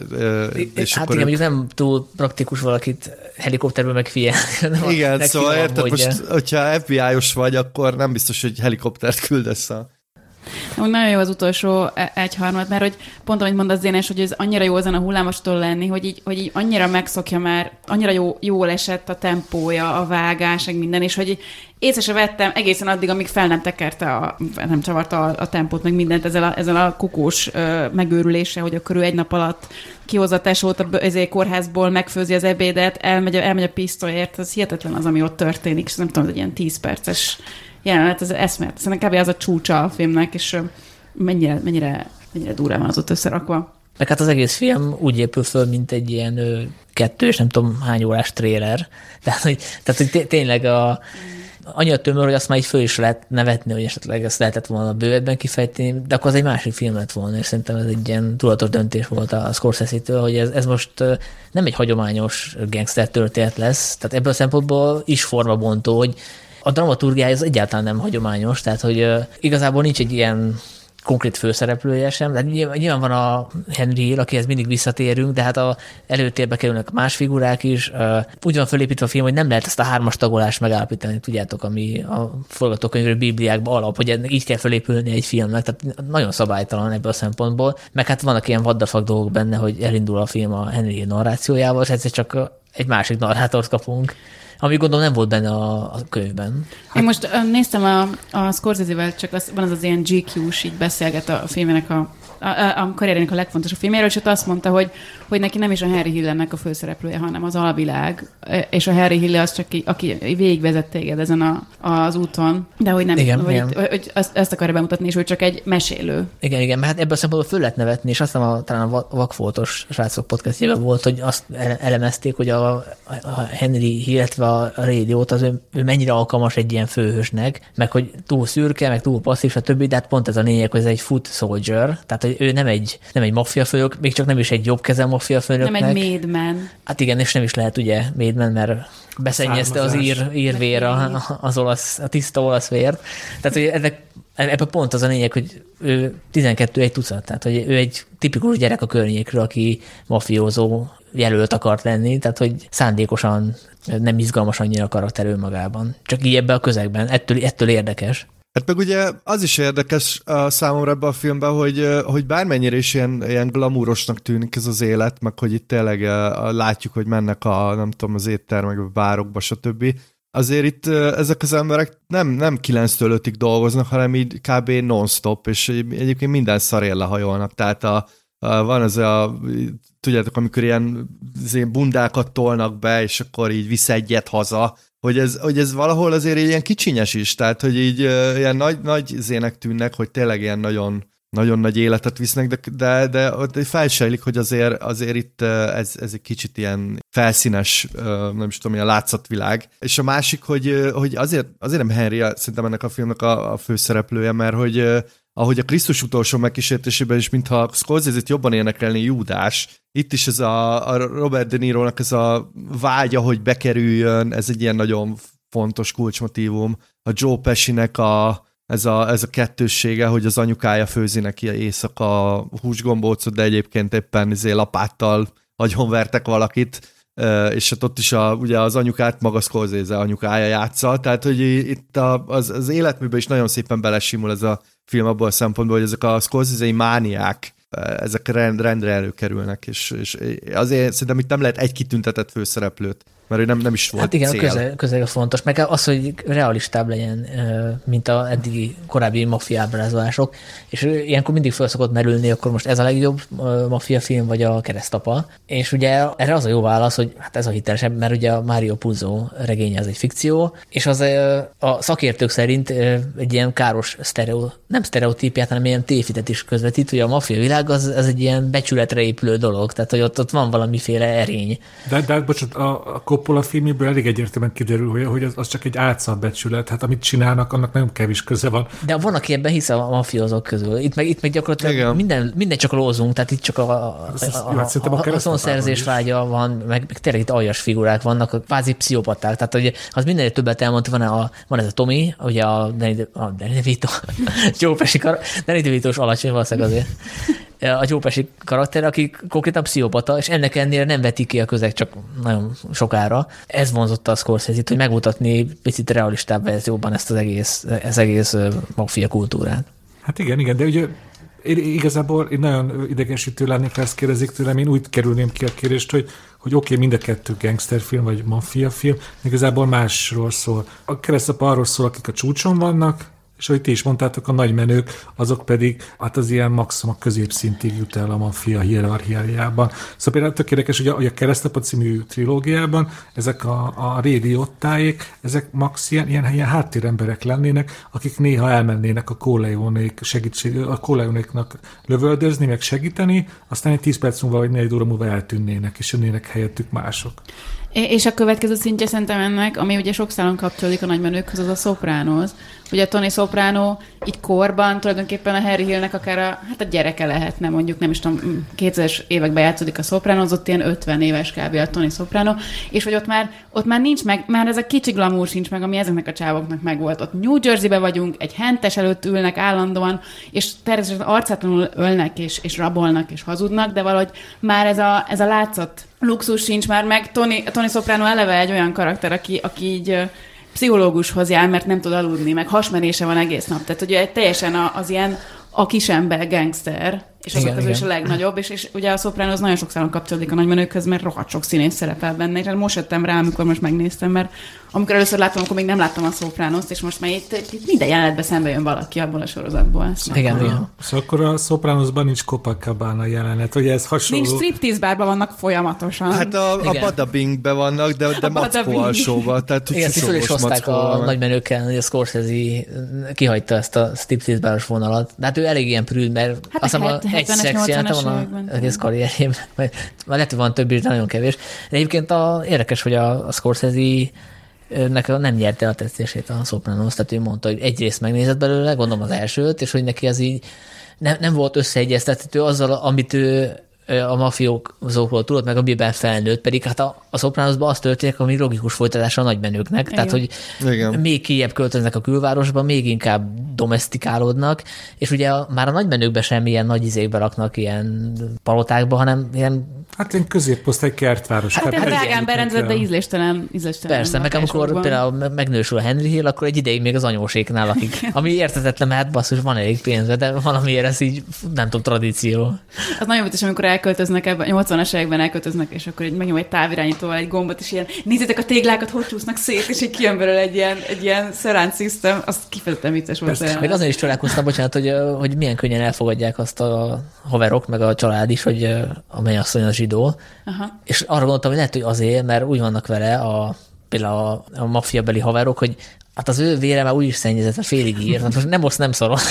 És hát igen, ő... mondjuk nem túl praktikus valakit helikopterből megfigyelni. Igen, szóval érted, most, hogyha ef bé í-os vagy, akkor nem biztos, hogy helikoptert küldesz a... Nagyon jó az utolsó egyharmad, mert hogy pont amit mondasz, Dénes, hogy ez annyira jó ezen a hullámostól lenni, hogy így, hogy így annyira megszokja már, annyira jó, jól esett a tempója, a vágás, meg minden, és hogy így észre se vettem egészen addig, amíg fel nem tekerte, a, nem csavarta a, a tempót, meg mindent ezzel a, ezzel a kukós ö, megőrülése, hogy akkor ő egy nap alatt kihozza a tesót a ezért kórházból, megfőzi az ebédet, elmegy, elmegy a pisztolyért, ez hihetetlen az, ami ott történik, és nem tudom, ez egy ilyen tíz perces jelenet, ez eszmélet. Szerintem kb. Az a csúcsa a filmnek, és mennyire, mennyire, mennyire durván van az ott összerakva. Meg hát az egész film úgy épül föl, mint egy ilyen ö, kettő, és nem tudom hány órás tréler. Tehát, hogy, tehát, hogy tényleg a, annyira tömör, hogy azt már így föl is lehet nevetni, hogy esetleg ezt lehetett volna bővebben kifejteni, de akkor az egy másik film lett volna, és szerintem ez egy ilyen tudatos döntés volt a Scorsese-től, hogy ez, ez most nem egy hagyományos gangster történet lesz, tehát ebből a szempontból is formabontó, hogy a dramaturgiája az egyáltalán nem hagyományos, tehát hogy uh, igazából nincs egy ilyen konkrét főszereplője sem, de nyilván van a Henry Hill, akihez mindig visszatérünk, de hát a előtérbe kerülnek más figurák is. Uh, úgy van fölépítve a film, hogy nem lehet ezt a hármas tagolást megállapítani, tudjátok, ami a forgatókönyvű bibliákban alap, hogy így kell fölépülni egy filmnek, tehát nagyon szabálytalan ebből a szempontból. Meg hát vannak ilyen vaddafak dolgok benne, hogy elindul a film a Henry Hill narrációjával, és egyszer csak egy másik narrátort kapunk, ami gondolom nem volt benne a, a könyvben. Én most uh, néztem a, a Scorsese-vel, csak az, van az az ilyen gé kú-s, így beszélget a filmének a, a, a karrierének a legfontosabb filmjéről, és ott azt mondta, hogy, hogy neki nem is a Harry Hill-nek a főszereplője, hanem az alvilág, és a Harry Hill az csak ki, aki végigvezet téged ezen a, az úton, de hogy nem, igen, hogy, igen. hogy, hogy azt, ezt akarja bemutatni, és ő csak egy mesélő. Igen, igen, mert hát ebből a szempontból föl lehet nevetni, és aztán a, talán a Vakfoltos srácok podcastjében volt, hogy azt elemezték, hogy a, a Henry, illetve a Rádiót, az ő, ő mennyire alkalmas egy ilyen főhősnek, meg hogy túl szürke, meg túl passzív, stb. De hát pont ez a lényeg, hogy ez egy foot soldier, tehát hogy ő nem egy, nem egy maffiafőnök, még csak nem is egy jobbkezel maffiafőnöknek. Nem egy made man. Hát igen, és nem is lehet ugye made man, mert beszennyezte az ír, írvér a, az olasz, a tiszta olasz vért. Tehát, hogy ennek, ebben pont az a lényeg, hogy ő tizenkettő egy tucat, tehát, hogy ő egy tipikus gyerek a környékről, aki mafiózó jelölt akart lenni, tehát, hogy szándékosan nem izgalmas annyira a karakter önmagában. Csak így ebben a közegben. Ettől, ettől érdekes. Hát meg ugye az is érdekes a számomra ebben a filmben, hogy, hogy bármennyire is ilyen, ilyen glamúrosnak tűnik ez az élet, meg hogy itt tényleg látjuk, hogy mennek a, nem tudom, az éttermekbe, bárokba, stb. Azért itt ezek az emberek nem, nem kilenctől ötig dolgoznak, hanem így kb. Non-stop, és egyébként minden szarén lehajolnak. Tehát a, a, van az a, tudjátok, amikor ilyen, ilyen bundákat tolnak be, és akkor így visz egyet haza, hogy ez, hogy ez valahol azért ilyen kicsinyes is, tehát hogy így uh, ilyen nagy, nagy zének tűnnek, hogy tényleg ilyen nagyon, nagyon nagy életet visznek, de, de, de, de felsejlik, hogy azért, azért itt uh, ez, ez egy kicsit ilyen felszínes, uh, nem is tudom, ilyen látszatvilág. És a másik, hogy, uh, hogy azért, azért nem Henry, szerintem ennek a filmnek a, a főszereplője, mert hogy uh, ahogy a Krisztus utolsó megkísértésében is, mintha Scorsese-t jobban énekelni Júdás, itt is ez a, a Robert De Niro-nak ez a vágya, hogy bekerüljön, ez egy ilyen nagyon fontos kulcsmotívum. A Joe Pesci-nek a, ez, a, ez a kettőssége, hogy az anyukája főzi neki éjszaka húsgombócot, de egyébként éppen izé lapáttal agyonvertek valakit, és hát ott is a, ugye az anyukát maga Scorsese anyukája játsza, tehát hogy itt a, az, az életműben is nagyon szépen belesimul ez a film abból a szempontból, hogy ezek a Scorsese-i mániák, ezek rend, rendre előkerülnek, és, és azért szerintem itt nem lehet egy kitüntetett főszereplőt mert nem, nem is volt hát igen, cél. Közel, közel fontos, meg az, hogy realistább legyen, mint a eddigi korábbi maffia ábrázolások, és ilyenkor mindig fel szokott merülni, akkor most ez a legjobb maffia film, vagy a Keresztapa, és ugye erre az a jó válasz, hogy hát ez a hitelesebb, mert ugye a Mario Puzo regénye az egy fikció, és az a szakértők szerint egy ilyen káros sztereó, nem sztereotípiát, hanem ilyen tévhitet is közvetít, hogy a maffia világ az, az egy ilyen becsületre épülő dolog, tehát hogy ott, ott van valamiféle erény. De, de bocsánat, a, a Coppola filméből elég egyértelműen kiderül, hogy, hogy az, az csak egy álcad becsület, hát amit csinálnak, annak nagyon kevés köze van. De van, aki ebben hisz a mafiózók közül. Itt meg, itt meg gyakorlatilag minden, minden csak lózunk, tehát itt csak a, a, a, a, a, a szonszerzés vágya van, meg, meg tényleg itt aljas figurák vannak, a kvázi pszichopaták. Tehát hogy az mindenre többet elmondta, van, a, van ez a Tommy, ugye a Danny DeVito, Joe Pesci, Danny DeVito-s alacsony valószínűleg azért. A Joe Pesci karakter, aki konkrétan pszichopata, és ennek ennél nem veti ki a közeg csak nagyon sokára. Ez vonzotta a Scorsese-t, hogy megmutatni picit realistább verzióban ezt az egész, ez egész maffia kultúrát. Hát igen, igen, de ugye én igazából én nagyon idegesítő lennék, ha ezt kérdezik tőlem, én úgy kerülném ki a kérdést, hogy, hogy oké, okay, mind a kettő gangsterfilm vagy maffia film, igazából másról szól. A Keresztapa arról szól, akik a csúcson vannak, és ahogy ti is mondtátok, a nagy menők, azok pedig hát az ilyen maximum középszintig jut el a maffia hierarchiájában. Szóval például tök érdekes, hogy a, a Keresztapa című trilógiában ezek a, a rédióttáék, ezek max ilyen, ilyen, ilyen háttéremberek lennének, akik néha elmennének a Corleonék segítség, a Corleonéknak lövöldözni, meg segíteni, aztán egy tíz perc múlva vagy négy óra múlva eltűnnének, és jönnének helyettük mások. És a következő szintje szerintem ennek, ami ugye sok szálon kapcsolódik a nagymenőkhöz, az a Sopranos. Ugye a Tony Soprano így korban tulajdonképpen a Harry Hillnek akár a, hát a gyereke lehetne, mondjuk nem is tudom, kétezres években játszódik a Sopranos, ott ilyen ötven éves kb. A Tony Soprano, és hogy ott már, ott már nincs meg, már ez a kicsi glamour sincs meg, ami ezeknek a csávoknak megvolt. Ott New Jersey-be vagyunk, egy hentes előtt ülnek állandóan, és természetesen arcátlanul ölnek, és, és rabolnak, és hazudnak, de valahogy már ez a, ez a látszat luxus sincs már meg. Tony, Tony Soprano eleve egy olyan karakter, aki, aki így pszichológushoz jár, mert nem tud aludni, meg hasmenése van egész nap. Tehát ugye teljesen az ilyen a kisember gangster, és azok közül is a legnagyobb, és, és ugye a Sopranos nagyon sok szálon kapcsolódik a nagymenőkhöz, mert rohadt sok színész szerepel benne, és most jöttem rá, amikor most megnéztem, mert amikor először láttam, akkor még nem láttam a Sopranost, és most már itt, itt minden jelenetben szembe jön valaki abból a sorozatból. Igen, igen. Szóval akkor a Sopranosban nincs Copacabana jelenet, ugye ez hasonló? Nincs, striptease bárban vannak folyamatosan. Hát a, a Badabingben vannak, de, de Mackó alsóban. Tehát, igen, ezt föl is hozták a nagymenőkkel, hogy a Scorsese kihagyta ezt a striptease báros vonalat. De hát ő elég ilyen prűd, mert hát azt hiszem egy szex jelente van az egész karrierjében. Lehet, hogy van több is, de nagyon kevés. De egyébként a, érdekes, hogy a, a Scorsese neki nem nyerte a tetszését a Sopranos, tehát ő mondta, hogy egyrészt megnézett belőle, gondolom az elsőt, és hogy neki az így nem, nem volt összeegyeztethető azzal, amit ő a mafiózókról tudott, meg amiben felnőtt, pedig hát a, a Sopranosban az történik, ami logikus folytatása a nagymenőknek, igen. Tehát, hogy igen. Még kijebb költöznek a külvárosba, még inkább domesztikálódnak, és ugye a, már a nagymenőkben sem ilyen nagy izékbe raknak ilyen palotákba, hanem ilyen hát én középposztály kertváros. Hát hát drágán berendezett, de ízléstelen, ízléstelen. Persze, meg amikor például megnősül a Henry Hill, akkor egy ideig még az anyóséknál lakik. Ami értetetlen, mert hát basszus, van elég pénze, de valamiért ez így, nem tudom, tradíció. Az nagyon vicces, amikor elköltöznek ebben, nyolcvanas években elköltöznek, és akkor egy, megnyom egy távirányítóval egy gombot, és ilyen, nézzétek a téglákat, hogy csúsznak szét, és így kijön belőle egy ilyen, egy ilyen szeránc system, az kifejezetten vicces volt. Meg azon is csodálkoztam, bocsánat, hogy, hogy milyen könnyen elfogadják azt a haverok, meg a család is, hogy a mennyasszony az zsidó. Aha. És arra gondoltam, hogy lehet, hogy azért, mert úgy vannak vele a, például a, a maffiabeli haverok, hogy hát az ő vére már úgyis szennyezett, a félig ír, most nem oszt, nem szarol.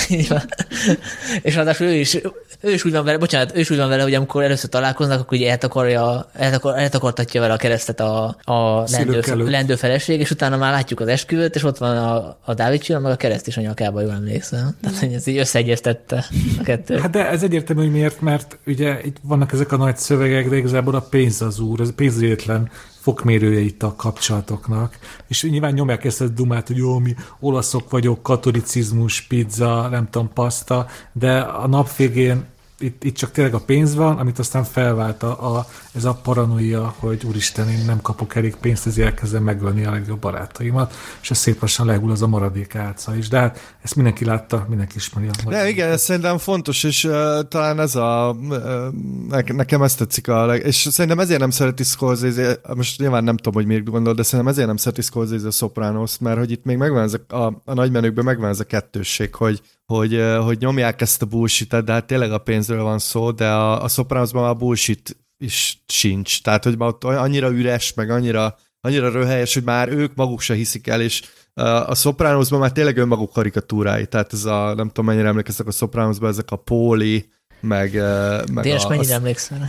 És ráadásul ő is, ő is úgy van vele, bocsánat, ő is úgy van vele, hogy amikor először találkoznak, akkor ugye eltakarja, eltakar, eltakartatja vele a keresztet a, a lendő, lendő feleség, és utána már látjuk az esküvőt, és ott van a, a Dávid csillag, meg a kereszt is a nyakába, jól emlékszem. Tehát, hogy ez így összeegyeztette a kettőt. Hát de ez egyértelmű, hogy miért, mert ugye itt vannak ezek a nagy szövegek, de igazából a pénz az úr, ez pénzétlen fokmérője itt a kapcsolatoknak. És nyilván nyomják ezt a dumát, hogy jó, mi olaszok vagyok, katolicizmus, pizza, nem tudom, paszta, de a nap végén itt, itt csak tényleg a pénz van, amit aztán felvált a, a, ez a paranoia, hogy úristen, én nem kapok elég pénzt, ezért elkezdem megölni a legjobb barátaimat, és ez szép lassan lehull az a maradék álca is. De hát ezt mindenki látta, mindenki ismeri. De igen, ez szerintem fontos, és uh, talán ez a uh, nekem ezt tetszik a leg... És szerintem ezért nem szereti Scorsese, most nyilván nem tudom, hogy miért gondol, de szerintem ezért nem szereti Scorsese a Sopranost, mert hogy itt még megvan ez a, a, a nagymenőkben megvan ez a kettősség, hogy Hogy, hogy nyomják ezt a bullshit-et, de hát tényleg a pénzről van szó, de a, a Sopranosban a bullshit is sincs. Tehát, hogy már ott annyira üres, meg annyira, annyira röhelyes, hogy már ők maguk se hiszik el, és a Sopranosban már tényleg önmaguk karikatúrái. Tehát ez a, nem tudom, mennyire emlékeztek a Sopranosban, ezek a Póli, meg, meg Dénes, a... mennyire emlékszel?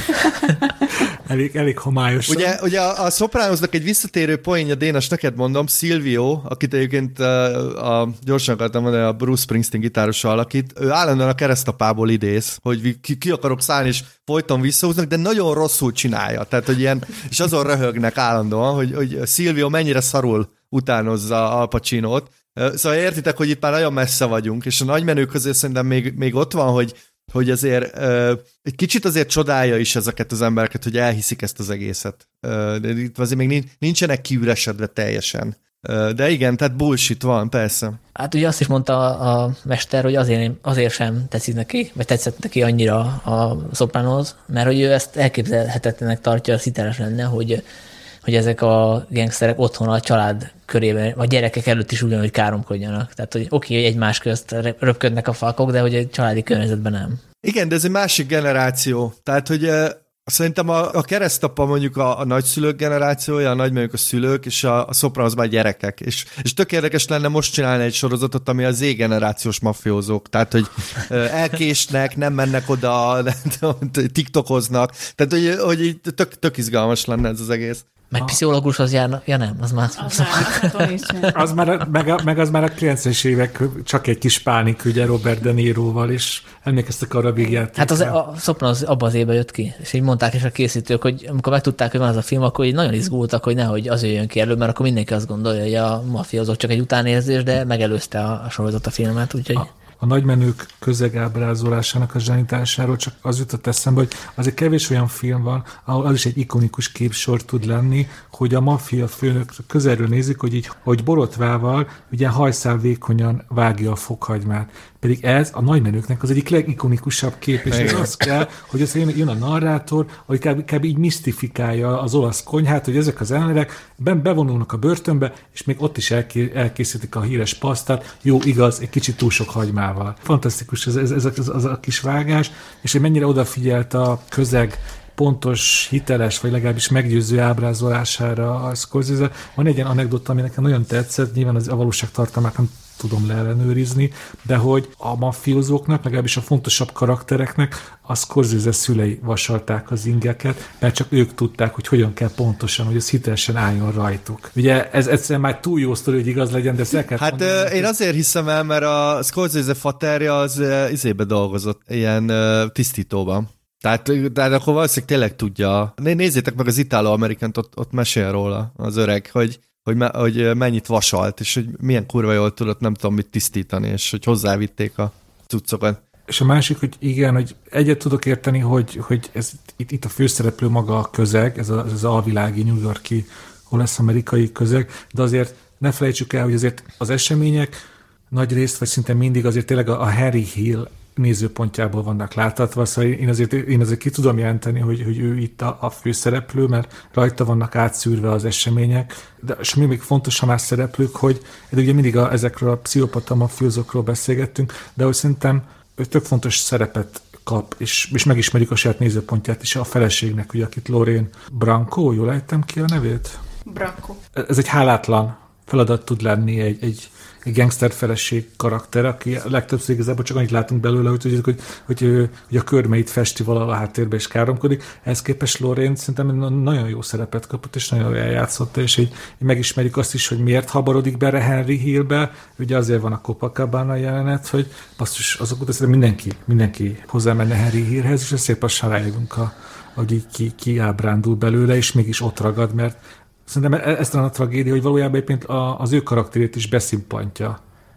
Elég, elég homályosan. Ugye, ugye a, a Sopranosnak egy visszatérő poénja, Dénes, neked mondom, Silvio, akit egyébként a, a, gyorsan akartam mondani, a Bruce Springsteen gitárosa alakít, ő állandóan a keresztapából idéz, hogy ki, ki akarok szállni, és folyton visszahúznak, de nagyon rosszul csinálja. Tehát, hogy ilyen, és azon röhögnek állandóan, hogy, hogy Silvio mennyire szarul utánozza Al Pacinót. Szóval értitek, hogy itt már nagyon messze vagyunk, és a nagymenők közé szerintem még, még ott van, hogy hogy azért uh, egy kicsit azért csodálja is ezeket az embereket, hogy elhiszik ezt az egészet. Uh, de itt azért még nincsenek kiüresedve teljesen. Uh, de igen, tehát bullshit van, persze. Hát ugye azt is mondta a, a mester, hogy azért, azért sem tetszik neki, vagy tetszett neki annyira a Sopranos, mert hogy ő ezt elképzelhetetlenek tartja, az hiteles lenne, hogy hogy ezek a gangsterek otthon a család körében, vagy gyerekek előtt is ugyanúgy káromkodjanak. Tehát, hogy oké, hogy egymás közt röpködnek a falkok, de hogy egy családi környezetben nem. Igen, de ez egy másik generáció. Tehát, hogy uh, szerintem a, a keresztapa mondjuk a, a nagyszülők generációja, a nagymenők a szülők, és a, a Sopranosban a gyerekek. És, és tök érdekes lenne most csinálni egy sorozatot, ami a Z-generációs mafiózók. Tehát, hogy uh, elkésnek, nem mennek oda, tiktokoznak. Tehát, hogy, hogy tök, tök izgalmas lenne ez az egész. Meg pszichológus az jár, ja nem, az már... Az, már, az már meg, a, meg az már a kilencvenes évek csak egy kis pánik, ugye Robert De Niroval, és emlékeztek arra a végjátékra. Hát az, a Sopranos abban az évben jött ki, és így mondták is a készítők, hogy amikor megtudták, hogy van az a film, akkor így nagyon izgultak, hogy nehogy az jöjjön ki elő, mert akkor mindenki azt gondolja, hogy a mafiózók csak egy utánérzés, de megelőzte a, a sorozat a filmet, úgyhogy... A, a nagymenők közegábrázolásának a zsenitásáról csak az jutott eszembe, hogy azért kevés olyan film van, ahol az is egy ikonikus képsor tud lenni, hogy a maffia főnök közelről nézik, hogy így, hogy borotvával ugye hajszál vékonyan vágja a fokhagymát. Pedig ez a nagymenőknek az egyik legikonikusabb kép, és ez az kell, hogy az jön a narrátor, hogy kb, kb. Így misztifikálja az olasz konyhát, hogy ezek az emberek bevonulnak a börtönbe, és még ott is elké, elkészítik a híres pasztát, jó, igaz, egy kicsit túl sok hagymával. Fantasztikus ez, ez, ez, ez az a kis vágás, és hogy mennyire odafigyelt a közeg pontos, hiteles, vagy legalábbis meggyőző ábrázolására a Scorsese. Van egy ilyen anekdota, ami nekem nagyon tetszett, nyilván az a valóságtartalmát nem tudom leellenőrizni, de hogy a mafiózóknak, legalábbis a fontosabb karaktereknek a Scorsese szülei vasalták az ingeket, mert csak ők tudták, hogy hogyan kell pontosan, hogy ez hitelesen álljon rajtuk. Ugye ez egyszerűen már túl jó sztori, hogy igaz legyen, de ezt el kell Hát mondani, én azért hiszem el, mert a Scorsese faterja az izébe dolgozott, ilyen tisztítóban. Tehát, tehát akkor valószínűleg tényleg tudja. Nézzétek meg az Italo-Amerikant, ott, ott mesél róla az öreg, hogy, hogy, me, hogy mennyit vasalt, és hogy milyen kurva jól tudott nem tudom mit tisztítani, és hogy hozzávitték a cuccokat. És a másik, hogy igen, hogy egyet tudok érteni, hogy, hogy ez, itt, itt a főszereplő maga a közeg, ez, a, ez az alvilági, New York-i, olasz-amerikai közeg, de azért ne felejtsük el, hogy azért az események nagy részt, vagy szinte mindig azért tényleg a, a Harry Hill nézőpontjából vannak láthatva, szóval én azért, én azért ki tudom jelenteni, hogy, hogy ő itt a, a főszereplő, mert rajta vannak átszűrve az események, de és még fontos, ha más szereplők, hogy de ugye mindig a, ezekről a pszichopata mafiózókról beszélgettünk, de hogy szerintem ő tök fontos szerepet kap, és, és megismerjük a saját nézőpontját is a feleségnek, ugye, akit Lorraine Bracco, jól ejtem ki a nevét? Bracco. Ez egy hálátlan feladat tud lenni egy, egy egy gangster feleség karakter, aki legtöbbször igazából csak annyit látunk belőle, hogy, hogy, hogy, hogy, hogy a körmeit festi valahol a háttérbe és káromkodik. Ehhez képest Lorraine szerintem nagyon jó szerepet kapott, és nagyon jól eljátszotta, és így, így megismerjük azt is, hogy miért haborodik bele Henry Hillbe. Ugye azért van a Copacabana jelenet, hogy basszus, azok után mindenki, mindenki hozzámenne Henry Hillhez, és szép lassan rájövünk, a, hogy így ki, ki ábrándul belőle, és mégis ott ragad, mert szerintem ez talán a tragédia, hogy valójában éppen az ő karakterét is beszimpantja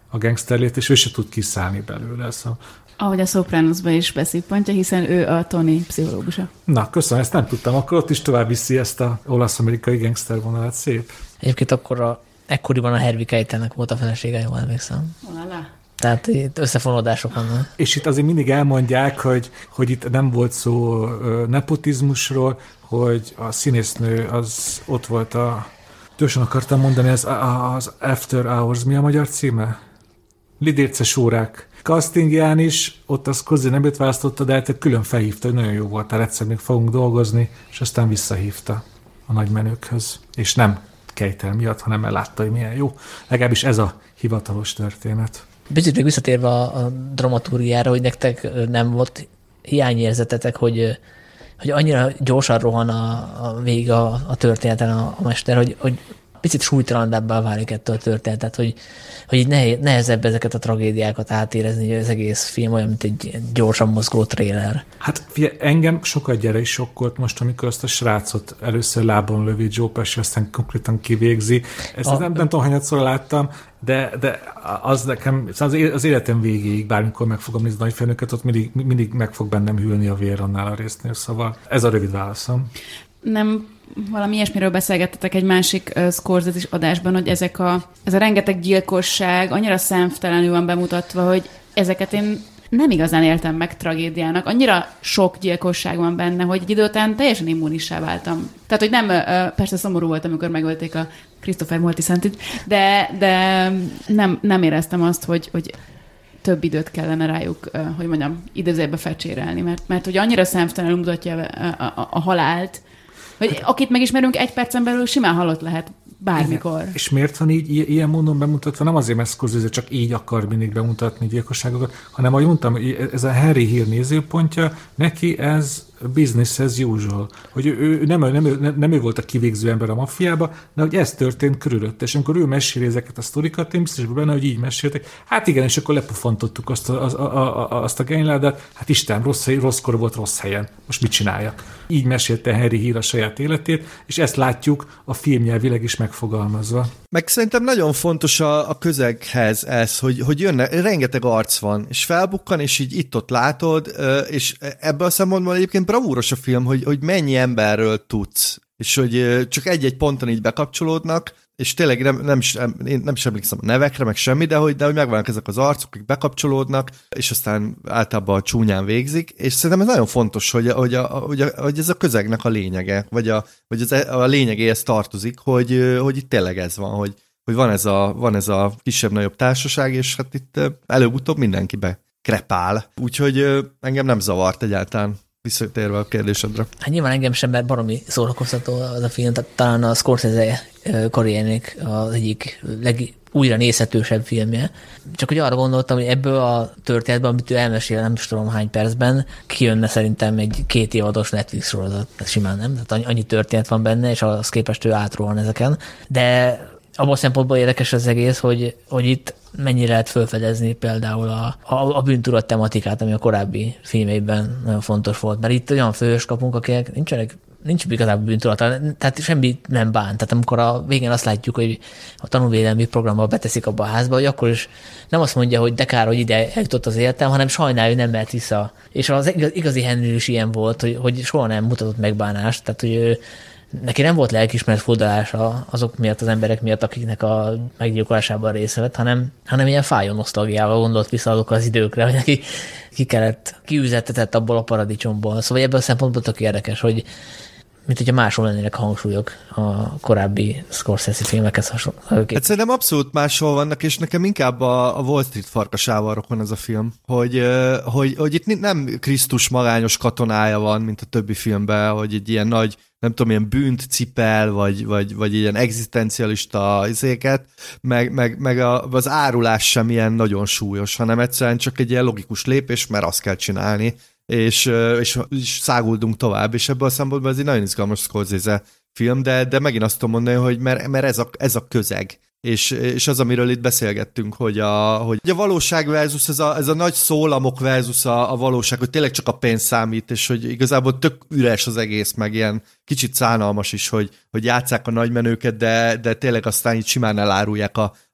a gangsterlét, és ő se tud kiszállni belőle. Szóval... Ahogy a Sopranosban is beszippantja, hiszen ő a Tony pszichológusa. Na, köszönöm, ezt nem tudtam. Akkor ott is tovább viszi ezt a olasz-amerikai gangster vonalat. Szép. Egyébként akkor a, ekkoriban a Harvey Keitelnek volt a felesége, jól emlékszem. Olala. Tehát itt összefonódások vannak. És itt azért mindig elmondják, hogy, hogy itt nem volt szó nepotizmusról, hogy a színésznő az ott volt a... Gyorsan akartam mondani, az, az After Hours, mi a magyar címe? Lidérces órák. Castingján is, ott az Scorsese nem őt választotta, de hát külön felhívta, hogy nagyon jó voltál, egyszer még fogunk dolgozni, és aztán visszahívta a nagymenőkhöz. És nem Keitel miatt, hanem mert látta, hogy milyen jó. Legalábbis ez a hivatalos történet. Biztos még visszatérve a, a dramaturgiára, hogy nektek nem volt hiányérzetetek, hogy, hogy annyira gyorsan rohan a, a végig a, a történeten a, a mester, hogy, hogy picit súlytalandábbá válik ettől a történetet, hogy, hogy így nehezebb ezeket a tragédiákat átérezni, hogy az egész film olyan, mint egy gyorsan mozgó tréler. Hát figyelj, engem sokat gyere is sokkolt most, amikor azt a srácot először lábon lövi Joe Pesci, aztán konkrétan kivégzi. Ezt a, nem, nem tudom, hányadszor láttam, de, de az nekem, az életem végéig, bármikor meg fogom nézni nagyfilmeket, ott mindig, mindig meg fog bennem hűlni a vér annál a résznél, szóval ez a rövid válaszom. Nem valami ilyesmiről beszélgettetek egy másik uh, Scorsese adásban, hogy ezek a, ez a rengeteg gyilkosság annyira szemtelenül van bemutatva, hogy ezeket én nem igazán éltem meg tragédiának. Annyira sok gyilkosság van benne, hogy egy idő után teljesen immunissá váltam. Tehát, hogy nem, uh, persze szomorú volt, amikor megölték a Christopher Moltisantit, de, de nem, nem éreztem azt, hogy, hogy több időt kellene rájuk, uh, hogy mondjam, idézőjelbe fecsérelni, mert, mert hogy annyira szemtelenül mutatja a, a, a halált, hogy akit megismerünk, egy percen belül simán halott lehet bármikor. Igen. És miért van így ilyen módon bemutatva? Nem azért, mert Scorsese csak így akar mindig bemutatni gyilkosságokat, hanem ahogy mondtam, ez a Harry Hill nézőpontja, neki ez business as usual. Hogy ő, ő nem, nem, nem, nem ő volt a kivégző ember a maffiába, de hogy ez történt körülött. És amikor ő meséli ezeket a sztorikat, én biztos benne, hogy így meséltek. Hát igen, és akkor lepufantottuk azt a, a, a, a, azt a gényládát. Hát Isten, rossz, rosszkor volt rossz helyen. Most mit csináljak? Így mesélte Harry Hill a saját életét, és ezt látjuk a filmnyelvileg is megfogalmazva. Meg szerintem nagyon fontos a, a közeghez ez, hogy, hogy jönne, rengeteg arc van, és felbukkan, és így itt-ott látod, és ebből a szempontból egyébként bravúros a film, hogy, hogy mennyi emberről tudsz, és hogy csak egy-egy ponton így bekapcsolódnak, és tényleg nem, nem, is, én nem is emlékszem a nevekre, meg semmi, de hogy, de hogy megvannak ezek az arcok, akik bekapcsolódnak, és aztán általában csúnyán végzik, és szerintem ez nagyon fontos, hogy, hogy, a, hogy, a, hogy ez a közegnek a lényege, vagy a, vagy az, a lényegéhez tartozik, hogy, hogy itt tényleg ez van, hogy, hogy van, ez a, van ez a kisebb-nagyobb társaság, és hát itt előbb-utóbb mindenki bekrepál. Úgyhogy engem nem zavart egyáltalán. Visszatérve a kérdésedre. Hát nyilván engem sem, mert baromi szórakoztató az a film, tehát talán a Scorsese karriernek az egyik legújra nézhetősebb filmje. Csak hogy arra gondoltam, hogy ebből a történetben, amit ő elmesél, nem is tudom hány percben, kijönne szerintem egy két évados Netflix sorozat. Ez simán nem, tehát annyi történet van benne, és az képest ő átrohan ezeken. De abban a szempontból érdekes az egész, hogy, hogy itt mennyire lehet felfedezni például a, a, a bűntudat tematikát, ami a korábbi filmeiben nagyon fontos volt. Mert itt olyan főhős kapunk, akinek nincsenek, nincs igazából bűntudata, tehát semmi nem bán. Tehát amikor a végén azt látjuk, hogy a tanúvédelmi programba beteszik abba a házba, hogy akkor is nem azt mondja, hogy de kár, hogy ide eljutott az életem, hanem sajnálja, hogy nem mehet vissza. És az igazi Henry is ilyen volt, hogy, hogy soha nem mutatott megbánást, tehát hogy ő neki nem volt lelkiismeret fordulása azok miatt, az emberek miatt, akiknek a meggyilkolásában része vett, hanem, hanem ilyen fájó nosztalgiával gondolt vissza azokra az időkre, hogy neki ki kellett, kiüzettetett abból a paradicsomból. Szóval ebből a szempontból tök érdekes, hogy mint hogyha máshol lennének a hangsúlyok a korábbi Scorsese filmekhez hasonlóan. Hát szerintem abszolút máshol vannak, és nekem inkább a, a Wall Street farkasával rokon ez a film, hogy, hogy, hogy itt nem Krisztus magányos katonája van, mint a többi filmben, hogy egy ilyen nagy, nem tudom, ilyen bűnt cipel, vagy, vagy, vagy ilyen egzisztencialista izéket, meg, meg, meg a, az árulás sem ilyen nagyon súlyos, hanem egyszerűen csak egy ilyen logikus lépés, mert azt kell csinálni, és, és, és száguldunk tovább, és ebből a szempontból ez egy nagyon izgalmas Scorsese film, de, de megint azt tudom mondani, hogy mert, mert ez, a, ez a közeg, és, és az, amiről itt beszélgettünk, hogy a, hogy a valóság versus ez a, ez a nagy szólamok versus a, a valóság, hogy tényleg csak a pénz számít, és hogy igazából tök üres az egész, meg ilyen kicsit szánalmas is, hogy, hogy játsszák a nagymenőket, de, de tényleg aztán így simán elárulják a,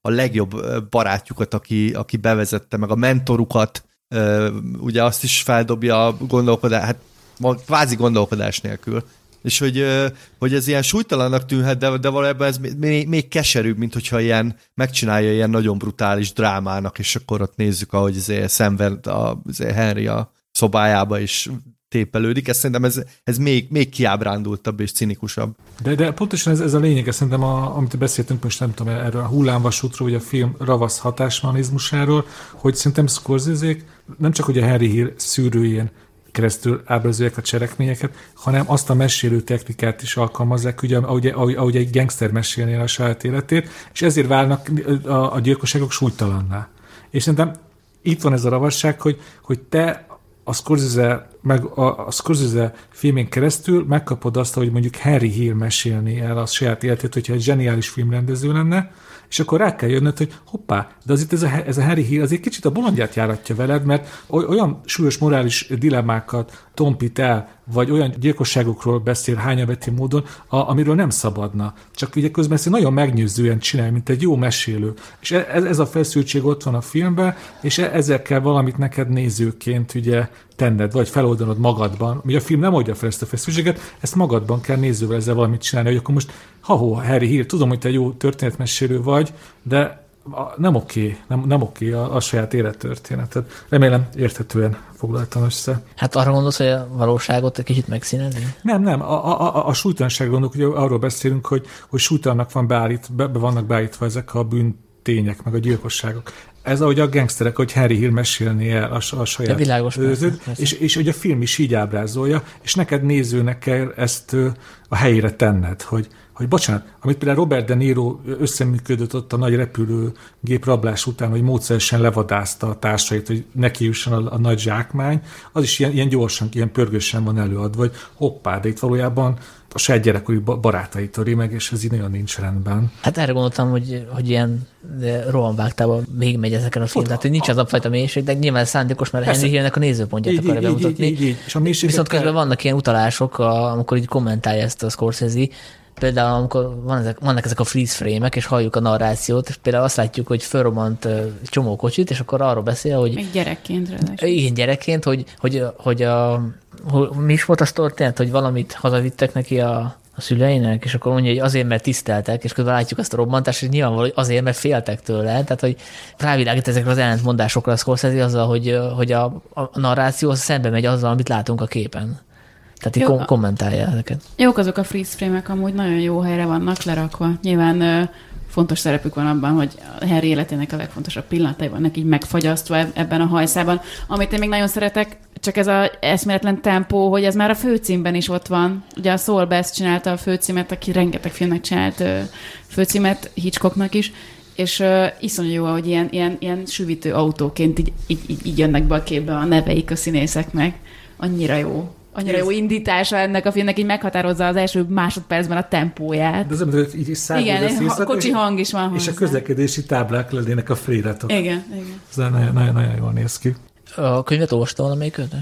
a legjobb barátjukat, aki, aki bevezette, meg a mentorukat, ugye azt is feldobja a gondolkodás, hát kvázi gondolkodás nélkül. És hogy, hogy ez ilyen súlytalannak tűnhet, de, de valójában ez még, még keserűbb, mint hogyha ilyen megcsinálja ilyen nagyon brutális drámának, és akkor ott nézzük, ahogy azért szenved a, azért Henry a szobájába is tépelődik. Ez szerintem ez, ez még, még kiábrándultabb és cinikusabb. De, de pontosan ez, ez a lényeg, szerintem, a, amit beszéltünk most, nem tudom, erről a hullámvasútról, vagy a film ravasz hatásmechanizmusáról, hogy szerintem Scorsese-ék nem csak hogy a Harry Hill szűrőjén keresztül ábrázolják a cselekményeket, hanem azt a mesélő technikát is alkalmazzák, ugye, ahogy, ahogy, ahogy egy gangster mesélnél a saját életét, és ezért válnak a, a gyilkosságok súlytalanná. És szerintem itt van ez a ravasság, hogy, hogy te a Scorsese, meg a, a Scorsese filmén keresztül megkapod azt, hogy mondjuk Henry Hill mesélni el a saját életét, hogyha egy zseniális filmrendező lenne, és akkor rá kell jönnöd, hogy hoppá, de az itt ez a, ez a Harry Hill azért kicsit a bolondját járatja veled, mert olyan súlyos morális dilemmákat tompít el, vagy olyan gyilkosságokról beszél hányabeti módon, a, amiről nem szabadna. Csak ugye közben ezt nagyon megnyőzően csinál, mint egy jó mesélő. És ez, ez a feszültség ott van a filmben, és ezzel kell valamit neked nézőként ugye tenned, vagy feloldanod magadban. Ugye a film nem oldja fel ezt a feszültséget, ezt magadban kell nézővel ezzel valamit csinálni, hogy akkor most ha-hó, Harry Hill, tudom, hogy te jó történetmesélő vagy, de nem oké, nem, nem oké a, a saját élettörténeted. Remélem érthetően foglaltam össze. Hát arra gondolsz, hogy a valóságot egy kicsit megszínezni? Nem, nem. A, a, a, a súlytalanság gondolok, hogy arról beszélünk, hogy, hogy súlytalannak van beállít, be, be vannak beállítva ezek a bűntények, meg a gyilkosságok. Ez ahogy a gangsterek, hogy Harry Hill mesélni el a, a saját világos, őződ, persze, persze. És, és hogy a film is így ábrázolja, és neked nézőnek kell ezt a helyére tenned, hogy hogy bocsánat, amit például Robert De Niro összeműködött ott a nagy repülőgép rablás után, hogy módszeresen levadázta a társait, hogy neki jusson a, a nagy zsákmány, az is ilyen, ilyen gyorsan, ilyen pörgősen van előadva, vagy hoppá, de itt valójában a saját gyerekkori barátait töri meg, és ez így nagyon nincs rendben. Hát erre gondoltam, hogy, hogy ilyen rohanvágtában végigmegy ezeken a film, tehát hogy nincs az a fajta mélység, de nyilván szándékos, mert Henry Hillnek a nézőpontját akarja bemutatni. Így, így, így. És a viszont közben kell... vannak ilyen utalások, amikor így kommentálja ezt a Scorsese. Például amikor van ezek, vannak ezek a freeze frame-ek, és halljuk a narrációt, és például azt látjuk, hogy fölrobbant egy csomó kocsit, és akkor arról beszél, hogy... Még gyerekként ráadásul. Igen, gyerekként, hogy, hogy, hogy a... Hogy, mi is volt az történet, hogy valamit hazavittek neki a, a szüleinek, és akkor mondja, hogy azért, mert tiszteltek, és közben látjuk azt a robbantást, és nyilvánvaló, hogy azért, mert féltek tőle. Tehát, hogy rávilágít ezekre az ellentmondásokra a Scorsese azzal, hogy, hogy a, a narráció szembe megy azzal, amit látunk a képen. Tehát így kom- kommentálja ezeket. Jók azok a freeze frame-ek, amúgy nagyon jó helyre vannak lerakva. Nyilván ö, fontos szerepük van abban, hogy a Harry életének a legfontosabb pillanatai vannak így megfagyasztva ebben a hajszában. Amit én még nagyon szeretek, csak ez az eszméletlen tempó, hogy ez már a főcímben is ott van. Ugye a Saul Bass csinálta a főcímet, aki rengeteg filmnek csinált ö, főcímet, Hitchcocknak is, és uh, iszonyú jó, hogy ilyen, ilyen, ilyen süvítő autóként így, így, így, így jönnek be a képbe a neveik a színészeknek. Annyira jó. Annyira jó indítása ennek a filmnek, így meghatározza az első másodpercben a tempóját. De az ember, hogy így szállít. Igen, a kocsi hang is van hozzá. És a közlekedési táblák lennének a feliiratok. Igen, igen. Ez nagyon, nagyon, nagyon jól néz ki. A könyvet olvasta valamelyikőt?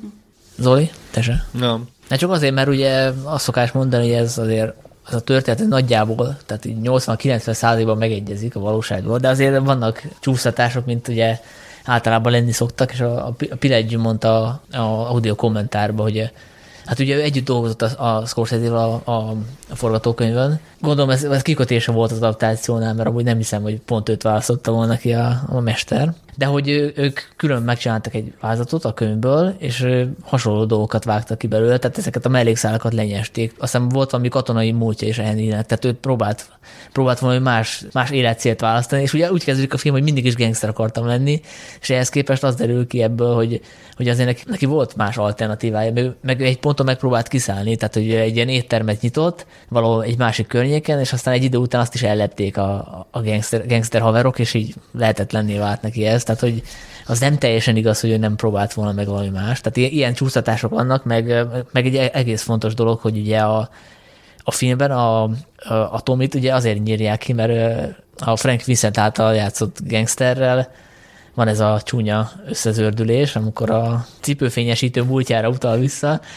Zoli, te se? Nem. Hát csak azért, mert ugye azt szokás mondani, hogy ez azért az a történet nagyjából, tehát így nyolcvan-kilencven százalékban megegyezik a valóságból, de azért vannak csúsztatások, mint ugye általában lenni szoktak, és a, a Pileggi mondta a, a audio kommentárban, hogy hát ugye együtt dolgozott a, a Scorsese-vel a, a, a forgatókönyvön. Gondolom, ez, ez kikötése volt az adaptációnál, mert amúgy nem hiszem, hogy pont őt választotta volna ki a, a mester. De hogy ő, ők külön megcsináltak egy vázatot a könyvből, és hasonló dolgokat vágtak ki belőle, tehát ezeket a mellékszálakat lenyesték. Aztán volt valami katonai múltja is Henrynek, tehát ő próbált, próbált valami más, más életcélt választani, és ugye úgy kezdődik a film, hogy mindig is gangster akartam lenni, és ehhez képest az derül ki ebből, hogy, hogy azért neki, neki volt más alternatívája, meg, meg egy ponton megpróbált kiszállni, tehát hogy egy ilyen éttermet nyitott valahol egy másik környéken, és aztán egy idő után azt is ellepték a, a gangster, gangster haverok, és így lehetetlenné vált neki ez. Tehát, hogy az nem teljesen igaz, hogy ő nem próbált volna meg valami más. Tehát ilyen, ilyen csúsztatások vannak, meg, meg egy egész fontos dolog, hogy ugye a, a filmben a, a, a Tomit ugye azért nyírják ki, mert a Frank Vincent által játszott gangsterrel van ez a csúnya összezördülés, amikor a cipőfényesítő múltjára utal vissza,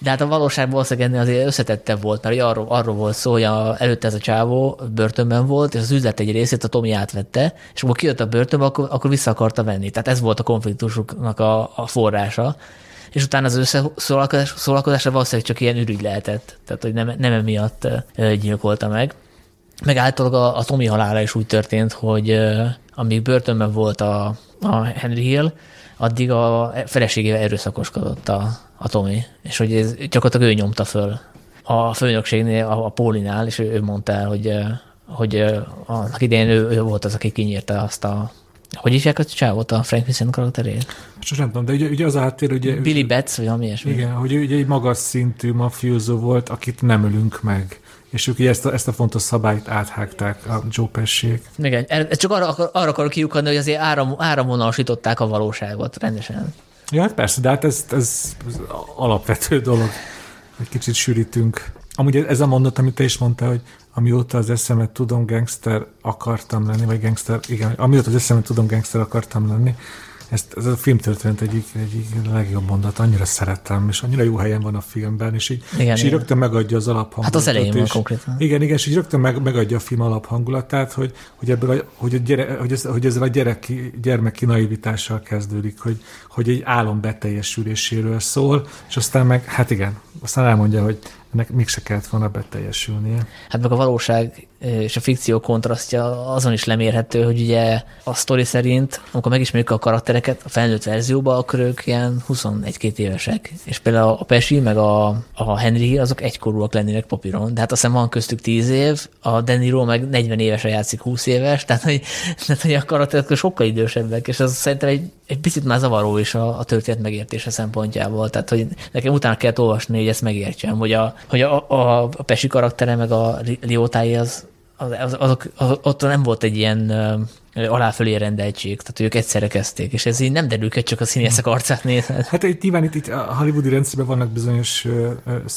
De hát a valóságban valószínűleg ennél azért összetettebb volt, mert arról, arról volt szó, hogy a, előtte ez a csávó börtönben volt, és az üzlet egy részét a Tomi átvette, és amikor kijött a börtönbe, akkor, akkor vissza akarta venni. Tehát ez volt a konfliktusuknak a, a forrása. És utána az összeszólalkozásra valószínűleg csak ilyen ürügy lehetett, tehát hogy nem, nem emiatt gyilkolta meg. Meg általában a, a Tomi halála is úgy történt, hogy amíg börtönben volt a, a Henry Hill, addig a feleségével erőszakoskodott a, a Tomi, és hogy ez gyakorlatilag ő nyomta föl a főnökségnél, a, a Pólinál, és ő, ő mondta el, hogy, hogy annak idején ő, ő volt az, aki kinyírta azt a, hogy hívják a csávot, a Frank Vincent karakterét? Most nem tudom, de ugye, ugye az a háttér, ugye... Billy Betts, vagy ami ilyesmi. Igen, hogy ugye egy magas szintű mafiózó volt, akit nem ölünk meg. És ők ezt a, ezt a fontos szabályt áthágták a Joe Pesciék. Igen, ez csak arra, arra akarok kiukadni, hogy azért áram, áramvonalasították a valóságot rendesen. Ja, hát persze, de hát ez, ez, ez alapvető dolog. Egy kicsit sűrítünk. Amúgy ez a mondat, amit te is mondtál, hogy amióta az eszemet tudom, gangster akartam lenni, vagy gangster, igen, amióta az eszemet tudom, gangster akartam lenni, ezt, ez a filmtörténet egyik, egyik legjobb mondat, annyira szeretem, és annyira jó helyen van a filmben, és így, igen, és így rögtön megadja az alaphangulatot. Hát az elején van konkrétan. Igen, igen, és így rögtön meg, megadja a film alaphangulatát, hogy, hogy, ebből a, hogy, a gyere, hogy, ez, hogy ezzel a gyereki, gyermeki naivitással kezdődik, hogy, hogy egy álom beteljesüléséről szól, és aztán meg, hát igen, aztán elmondja, hogy ennek mégse kellett volna beteljesülnie. Hát meg a valóság és a fikció kontrasztja azon is lemérhető, hogy ugye a sztori szerint, amikor megismerjük a karaktereket a felnőtt verzióban, akkor ők ilyen huszonegy-két évesek. És például a Pesci meg a, a Henry azok egykorúak lennének papíron, de hát azt hiszem van köztük tíz év, a De Niro meg negyven évesen játszik húsz éves, tehát hogy, tehát, hogy a karakterek sokkal idősebbek, és az szerintem egy, egy picit már zavaró is a, a történet megértése szempontjából. Tehát, hogy nekem utána kellett olvasni, hogy ezt megértsem, hogy a, hogy a, a, a Pesci karaktere meg a Liotái az Az, az, azok, az, ott nem volt egy ilyen uh, aláfölé rendeltség, tehát ők egyszerre kezdték, és ez így nem derül ki, csak a színészek arcát nézed. Hát itt nyilván itt, itt a hollywoodi rendszerben vannak bizonyos uh,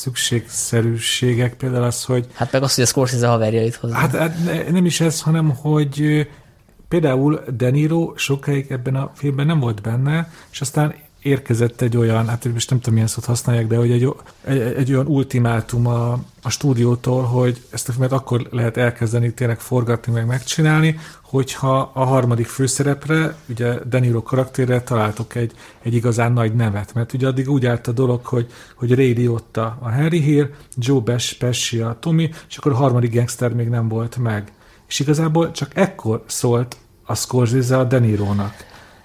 szükségszerűségek, például az, hogy... Hát meg az, hogy a Scorsese haverjait hozzá. Hát, hát nem is ez, hanem, hogy uh, például De Niro sokáig ebben a filmben nem volt benne, és aztán érkezett egy olyan, hát most nem tudom, milyen szót használják, de hogy egy, egy, egy olyan ultimátum a, a stúdiótól, hogy ezt a filmet akkor lehet elkezdeni tényleg forgatni, meg megcsinálni, hogyha a harmadik főszerepre, ugye De Niro karakterre találtok egy, egy igazán nagy nevet, mert ugye addig úgy állt a dolog, hogy, hogy Ray Liotta a Henry Hill, Joe Pesci a Tommy, és akkor a harmadik gangster még nem volt meg. És igazából csak ekkor szólt a Scorsese a De Nirónak.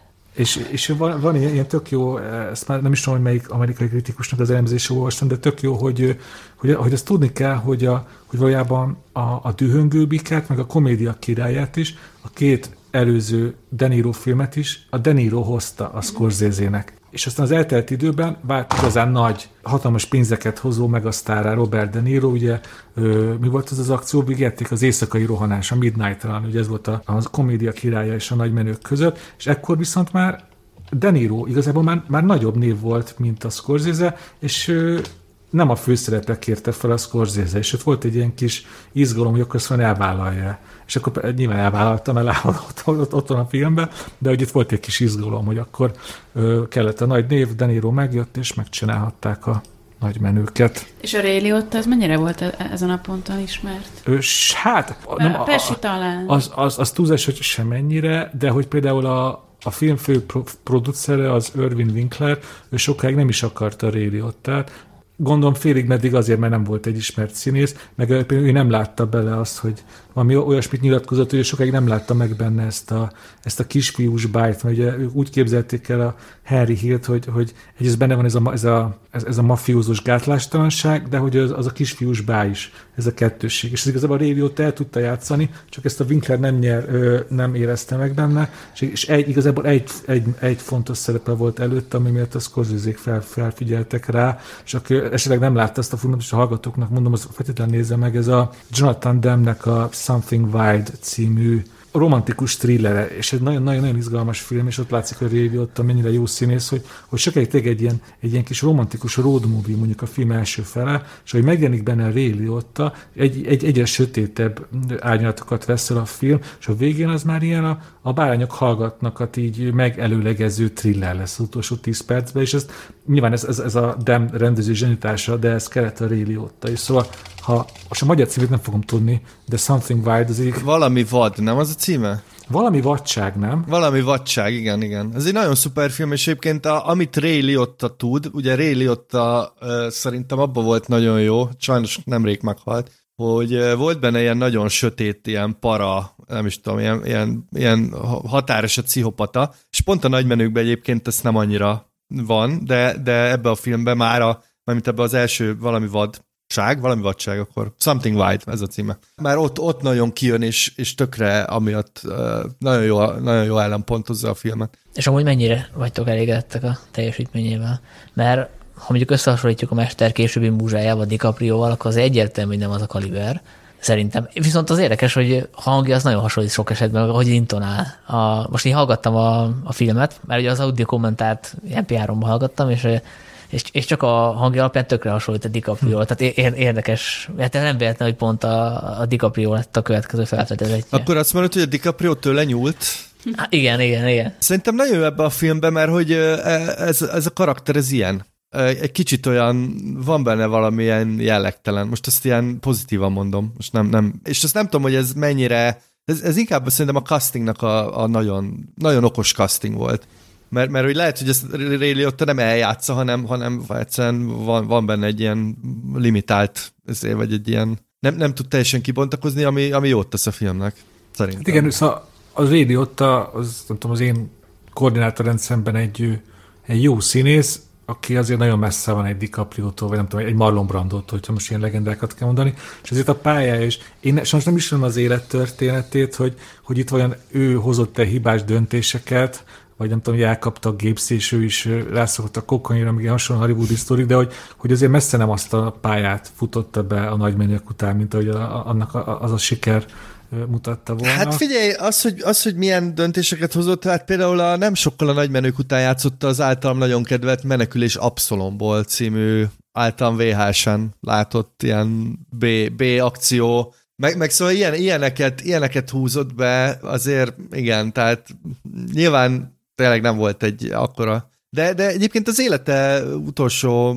És, és van, van ilyen, ilyen tök jó, ezt már nem is tudom, hogy melyik amerikai kritikusnak az elemzése olvastam, de tök jó, hogy, hogy, hogy azt tudni kell, hogy, a, hogy valójában a, a Dühöngőbikát, meg a Komédia királyát is, a két előző De Niro filmet is a De Niro hozta a Scorsese-nek. És aztán az eltelt időben vált igazán nagy, hatalmas pénzeket hozó megasztárá Robert De Niro, ugye ö, mi volt az az akció, vigyették az éjszakai rohanás, a Midnight Run, ugye ez volt a, a Komédia királya és a nagymenők között, és ekkor viszont már De Niro igazából már, már nagyobb név volt, mint a Scorsese, és ö, nem a főszerepre kérte fel a Scorsese, és ott volt egy ilyen kis izgalom, hogy akkor azt mondja, elvállalja. És akkor nyilván elvállaltam, elvállaltam ott, ott van a filmben, de hogy itt volt egy kis izgalom, hogy akkor ö, kellett a nagy név, De Niro megjött, és megcsinálhatták a nagy menőket. És a Ray Liotta az mennyire volt ezen a ponton ismert? Ö, hát... Nem, a Pesci talán. Az, az, az túlzás, hogy semennyire, de hogy például a A film fő producere, az Irving Winkler, ő sokáig nem is akarta Ray Liottát. Gondolom félig meddig azért, mert nem volt egy ismert színész, meg ő nem látta bele azt, hogy valami olyasmit nyilatkozott, hogy ő sokáig nem látta meg benne ezt a, ezt a kisfiús bájt, mert ugye ők úgy képzelték el a Henry Hillt, hogy, hogy egyrészt benne van ez a, ez a, ez, ez a mafiózós gátlástalanság, de hogy az, az a kisfiús báj is, ez a kettősség. És ez igazából a Ray Liotta el tudta játszani, csak ezt a Winkler nem, nyer, nem érezte meg benne, és egy, igazából egy, egy, egy fontos szerepe volt előtt, ami miatt a Scorsese-ék fel, felfigyeltek rá, és aki esetleg nem látta ezt a filmet, és a hallgatóknak mondom, az feltétlenül nézze meg, ez a Jonathan Demme-nek a Something Wild című romantikus thrillere, és egy nagyon-nagyon izgalmas film, és ott látszik, hogy Ray Liotta mennyire jó színész, hogy, hogy sokáig tényleg egy ilyen, egy ilyen kis romantikus road movie, mondjuk a film első fele, és hogy megjelenik benne Ray Liotta, egy, egy egyre sötétebb árnyalatokat veszel a film, és a végén az már ilyen a, a bárányok hallgatnakat így megelőlegező thriller lesz az utolsó tíz percben, és ez nyilván ez, ez, ez a Dem rendező zsenitása, de ez kellett a Ray Liotta, és szóval ha most a magyar címét nem fogom tudni, de Something Wild az így... Valami vad, nem az a címe? Valami vadság, nem? Valami vadság, igen, igen. Ez egy nagyon szuper film, és egyébként a, amit Ray Liotta tud, ugye Ray Liotta uh, szerintem abban volt nagyon jó, sajnos nemrég meghalt, hogy uh, volt benne ilyen nagyon sötét, ilyen para, nem is tudom, ilyen, ilyen, ilyen határos a pszichopata, és pont a nagymenőkben egyébként ez nem annyira van, de, de ebbe a filmben már a, mint ebbe az első valami vad, valami vadság, akkor Something Wild, ez a címe. Már ott, ott nagyon kijön, és, és tökre amiatt uh, nagyon, jó, nagyon jó ellenpontozza a filmet. És amúgy mennyire vagytok elégedettek a teljesítményével? Mert ha mondjuk összehasonlítjuk a mester későbbi múzsájával, DiCaprioval, akkor az egyértelmű, hogy nem az a kaliber. Szerintem. Viszont az érdekes, hogy hangja az nagyon hasonlít sok esetben, hogy intonál. A, most én hallgattam a, a filmet, mert ugye az audio kommentárt em pé három-ban hallgattam, és És, és csak a hangja alapján tökre hasonlít a DiCaprio. Tehát érdekes, hát nem véletlen, hogy pont a, a DiCaprio lett a következő felfedezetje. Akkor azt mondod, hogy a DiCaprio tőle nyúlt? Há, igen, igen, igen. Szerintem nagyon jó ebbe a filmben, mert hogy ez, ez a karakter, ez ilyen. Egy kicsit olyan, van benne valamilyen jellegtelen. Most ezt ilyen pozitívan mondom. Most nem, nem. És azt nem tudom, hogy ez mennyire, ez, ez inkább szerintem a castingnak a, a nagyon, nagyon okos casting volt. Mert, mert hogy lehet, hogy ezt Ray Liotta nem eljátsza, hanem, hanem egyszerűen van, van benne egy ilyen limitált, ezért, vagy egy ilyen, nem, nem tud teljesen kibontakozni, ami, ami jót tesz a filmnek, szerintem. Hát igen, szóval az Ray Liotta, az, nem tudom, az én koordinátorrendszeremben egy, egy jó színész, aki azért nagyon messze van egy DiCaprio-tól, vagy nem tudom, egy Marlon Brandótól, hogyha most ilyen legendákat kell mondani, és azért a pályája is, én sajnos nem ismerem az élettörténetét, hogy, hogy itt vajon ő hozott-e hibás döntéseket, vagy nem tudom, hogy elkapta a gépsz, és ő is rászokott a kokainra, meg ilyen hasonló hollywoodi sztorik, de hogy, hogy azért messze nem azt a pályát futotta be a nagymenők után, mint ahogy a, a, annak a, az a siker mutatta volna. Hát figyelj, az hogy, az, hogy milyen döntéseket hozott, hát például a, nem sokkal a nagymenők után játszotta az általam nagyon kedvelt Menekülés Abszolomból című általam vé há es-en látott ilyen B, B akció, Meg, meg szóval ilyen, ilyeneket, ilyeneket húzott be, azért igen, tehát nyilván tényleg nem volt egy akkora. De, de egyébként az élete utolsó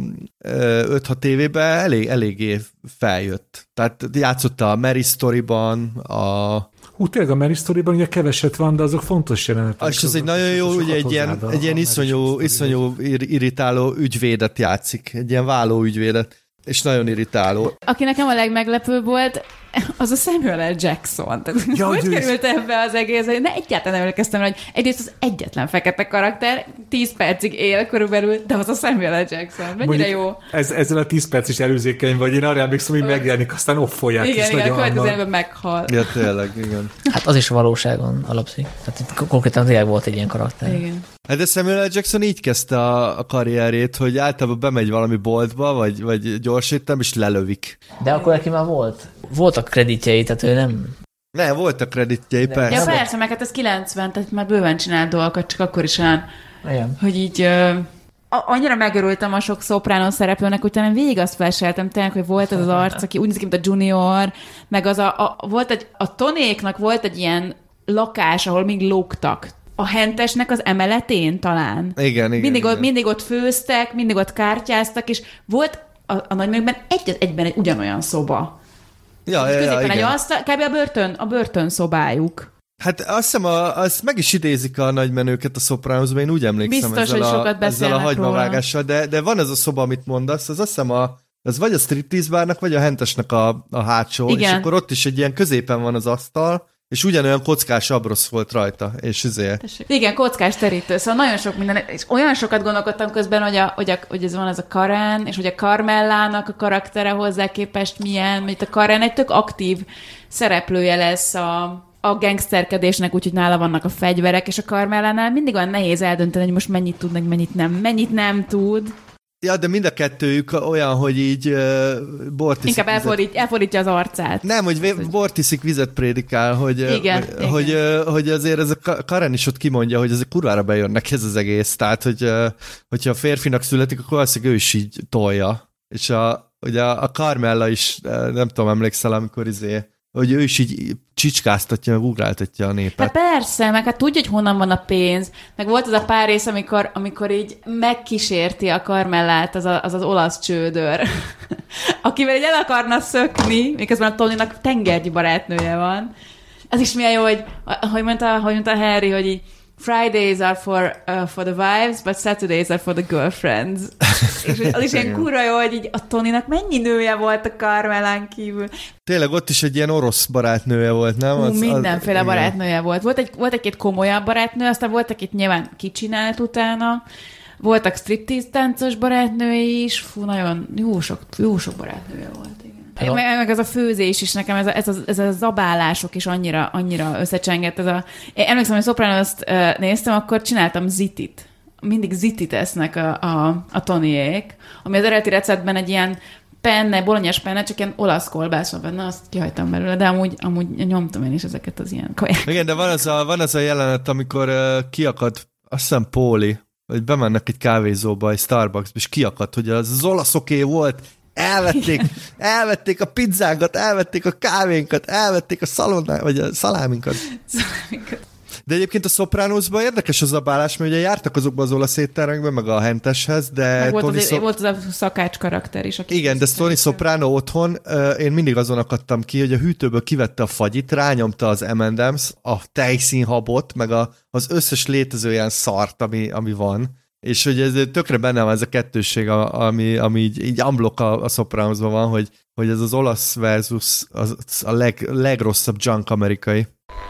öt-hat évében elég, eléggé feljött. Tehát játszotta a Mary Storyban, a... Hú, tényleg a Mary Storyban ugye keveset van, de azok fontos jelenetek. És az egy nagyon jó, ugye egy ilyen, egy ilyen iszonyú, iszonyú irritáló ügyvédet játszik, egy ilyen váló ügyvédet. És nagyon irritáló. Aki nekem a legmeglepőbb volt, az a Samuel L. Jackson. Tehát ja, hogy került ebbe az egész, hogy ne egyáltalán nem emlékeztem, hogy egyrészt az egyetlen fekete karakter, tíz percig él körülbelül, de az a Samuel L. Jackson. Mennyire mondjuk jó. Ez, ezzel a tíz perc is előzékeny vagy, én arra emlékszem, hogy megjelenik, aztán offolják. Igen, igen, a következőben meghal. Ja, tényleg, igen. Hát az is valóságon alapszik. Tehát itt konkrétan tényleg volt egy ilyen karakter. Igen. Hát de Samuel L. Jackson így kezdte a, a karrierét, hogy általában bemegy valami boltba, vagy, vagy gyorsítem, és lelövik. De akkor neki már volt. Voltak kreditjei, tehát ő nem... Nem, voltak kreditjei, persze. Ja, persze, meg hát ez kilencven, tehát már bőven csinált dolgokat, csak akkor is olyan, igen. Hogy így... Uh, annyira megörültem a sok szopránon szereplőnek, hogy talán végig azt flasheltem tényleg, hogy volt ez az arc, aki úgy néz ki, mint a Junior, meg az a, a, volt egy, a Tonéknak volt egy ilyen lakás, ahol még lógtak. A hentesnek az emeletén talán. Igen, igen. Mindig, igen. Ott, mindig ott főztek, mindig ott kártyáztak, és volt a, a nagymegyben egy egyben egy ugyanolyan szoba. Ja, ja, ja, egy asztal, kb. a börtön, a börtön szobájuk. Hát azt hiszem, a, azt meg is idézik a nagymenőket a Sopranosban, én úgy emlékszem. Biztos, ezzel hogy a, sokat ezzel a hagymavágással, róla. de, de van ez a szoba, amit mondasz, az azt hiszem a, az vagy a striptease bárnak, vagy a hentesnek a, a hátsó, igen. És akkor ott is egy ilyen középen van az asztal, és ugyanolyan kockás abrosz volt rajta, és ezért. Igen, kockás terítő, szóval nagyon sok minden, és olyan sokat gondolkodtam közben, hogy, a, hogy, a, hogy ez van ez a Karen, és hogy a Carmellának a karaktere hozzá képest milyen, mert a Karen egy tök aktív szereplője lesz a, a gangsterkedésnek, úgyhogy nála vannak a fegyverek, és a Carmellánál mindig olyan nehéz eldönteni, hogy most mennyit tud, meg mennyit nem, mennyit nem tud. Ja, de mind a kettőjük olyan, hogy így uh, bort iszik. Inkább elfordít, elfordítja az arcát. Nem, hogy vé- bort iszik, vizet prédikál, hogy, igen, hogy, igen. Hogy, hogy azért ez a Karen is ott kimondja, hogy ez a kurvára bejön neki ez az egész. Tehát, hogy, hogyha a férfinak születik, akkor valószínűleg ő is így tolja. És a, ugye a Carmella is, nem tudom, emlékszel, amikor izé, hogy ő is így csicskáztatja, meg ugráltatja a népet. Hát persze, meg hát tudja, hogy honnan van a pénz. Meg volt az a pár rész, amikor, amikor így megkísérti a Carmellát az a, az, az olasz csődör, akivel így el akarna szökni, miközben a Tonynak tengergyi barátnője van. Ez is milyen jó, hogy, hogy mondta, hogy mondta Harry, hogy így Fridays are for, uh, for the wives, but Saturdays are for the girlfriends. És az is ilyen kurva jó, hogy így a Tonynak mennyi nője volt a Carmellán kívül. Tényleg ott is egy ilyen orosz barátnője volt, nem? Az, az, mindenféle az, barátnője volt. Volt egy, volt egy-két komolyabb barátnő, aztán volt egy nyilván kicsinált utána. Voltak striptease táncos barátnői is. Fú, nagyon jó sok, jó sok barátnője volt. Igen. Meg, meg ez a főzés is nekem, ez a, ez a, ez a zabálások is annyira, annyira összecsengett. Ez a, én emlékszem, hogy Sopranost uh, néztem, akkor csináltam zitit. Mindig zitit esznek a, a, a Tonyék, ami az eredeti receptben egy ilyen penne, bolonyás penne, csak ilyen olasz kolbász van benne, azt kihagytam belőle, de amúgy, amúgy nyomtam én is ezeket az ilyen kajákat. Igen, de van az a, van az a jelenet, amikor uh, kiakad, azt hiszem Póli, hogy bemennek egy kávézóba, egy Starbucksba, és kiakad, hogy az, az olaszoké volt, elvették, elvették a pizzánkat, elvették a kávénkat, elvették a szalonnát, vagy a szaláminkat. Szaláminkat. De egyébként a Sopranosban érdekes az abálás, mert ugye jártak azokban az olasz éttermekben, meg a henteshez, de... Meg volt, Tony az, Szop... volt az a szakács karakter is. Igen, de Tony Soprano otthon, én mindig azon akadtam ki, hogy a hűtőből kivette a fagyit, rányomta az em and em's, a tejszínhabot, meg a, az összes létező ilyen szart, ami, ami van. És hogy ez tökre benne van ez a kettősség, ami, ami így, így unblock a, a Sopranosban van, hogy, hogy ez az olasz versus az, a leg, legrosszabb junk amerikai.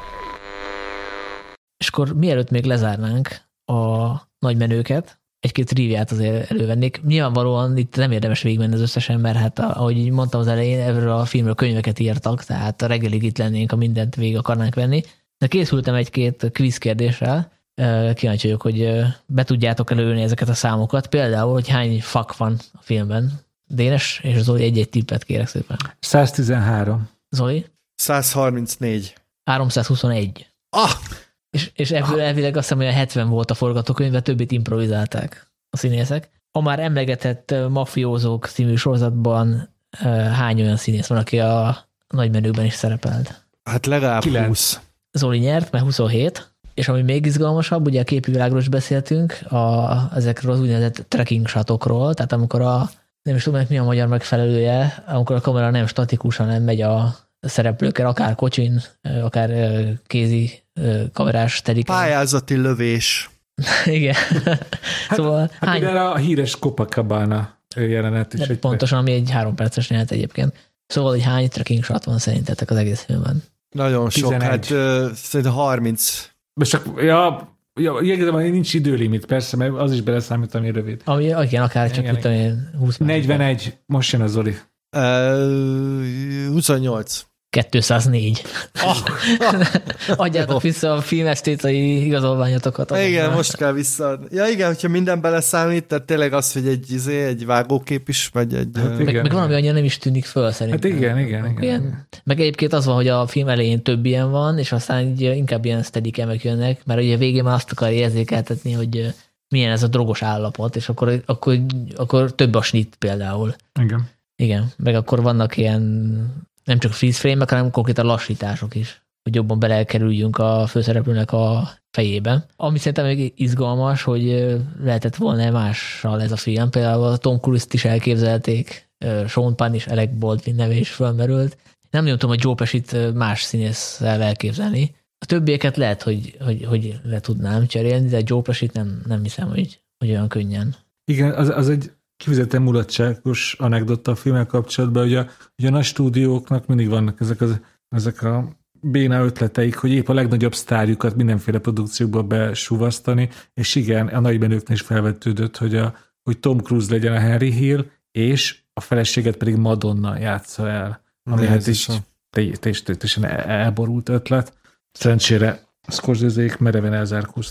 És akkor mielőtt még lezárnánk a nagy menőket, egy-két triviát azért elővennék. Nyilvánvalóan itt nem érdemes végigmenni az összesen, mert hát ahogy így mondtam az elején, erről a filmről könyveket írtak, tehát a reggelig itt lennénk, ha mindent végig akarnánk venni. De készültem egy-két quiz kérdéssel, kíváncsi vagyok, hogy be tudjátok előni ezeket a számokat. Például, hogy hány fuck van a filmben. Dénes és Zoli, egy-egy tippet kérek szépen. száztizenhárom. Zoli? százharmincnégy. háromszázhuszonegy. Ah! És, és ebből elvileg azt hiszem, hogy a hetven volt a forgatókönyv, többit improvizálták a színészek. A már emlegetett Mafiózók című sorozatban hány olyan színész van, aki a nagy menőben is szerepelt? Hát legalább húsz. Zoli nyert, mert huszonhét. És ami még izgalmasabb, ugye a képi világról is beszéltünk, a, ezekről az úgynevezett tracking shotokról, tehát amikor a, nem is tudom, mi a magyar megfelelője, amikor a kamera nem statikusan nem megy a szereplőkkel, akár kocsin, akár kézi kamerás tedik. Pályázati lövés. Igen. Hát, szóval hát hány... a híres Copacabana jelenet is. Egy pontosan, ami egy három perces jelenet egyébként. Szóval, hogy hány tracking shot van szerintetek az egész filmben? Nagyon sok, tizenegy. Hát uh, szerintem harminc. Most csak, ja, ja, igazából nincs időlimit, persze, mert az is beleszámít, ami rövid. Ami, igen, akár csak igen, igen. húsz negyvenegy, most jön a Zoli. Uh, huszonnyolc. kétszáznégy. Oh. Adjátok vissza a filmesztétai igazolványotokat. Igen, már. Most kell vissza. Ja igen, hogyha minden beleszámít, tehát tényleg az, hogy egy, izé, egy vágókép is, vagy egy... Hát meg, meg valami annyira nem is tűnik föl szerintem. Hát igen, igen, igen, igen. Meg egyébként az van, hogy a film elején több ilyen van, és aztán így inkább ilyen steadicamek jönnek, mert ugye végén már azt akarja érzékeltetni, hogy milyen ez a drogos állapot, és akkor, akkor, akkor több a snit például. Igen. Igen, meg akkor vannak ilyen nem csak freeze frame-ek, hanem konkrétan lassítások is, hogy jobban belekerüljünk a főszereplőnek a fejébe. Ami szerintem még izgalmas, hogy lehetett volna mással ez a film. Például a Tom Cruise-t is elképzelték, Sean Penn is, Alec Baldwin neve is felmerült. Nem nagyon tudom, hogy Joe Pesci-t más színésszel elképzelni. A többieket lehet, hogy, hogy, hogy le tudnám cserélni, de Joe Pesci-t nem, nem hiszem, hogy, hogy olyan könnyen. Igen, az, az egy kifizetten mulatságos anekdota a filmmel kapcsolatban, hogy a, hogy a nagy stúdióknak mindig vannak ezek, az, ezek a béna ötleteik, hogy épp a legnagyobb sztárjukat mindenféle produkciókba besúvasztani, és igen, a nagybenőknél is felvetődött, hogy, a, hogy Tom Cruise legyen a Henry Hill, és a feleséget pedig Madonna játsza el. Ami hát is teljesen elborult ötlet. Szerencsére Scorsese-ék mereven elzárkóztak.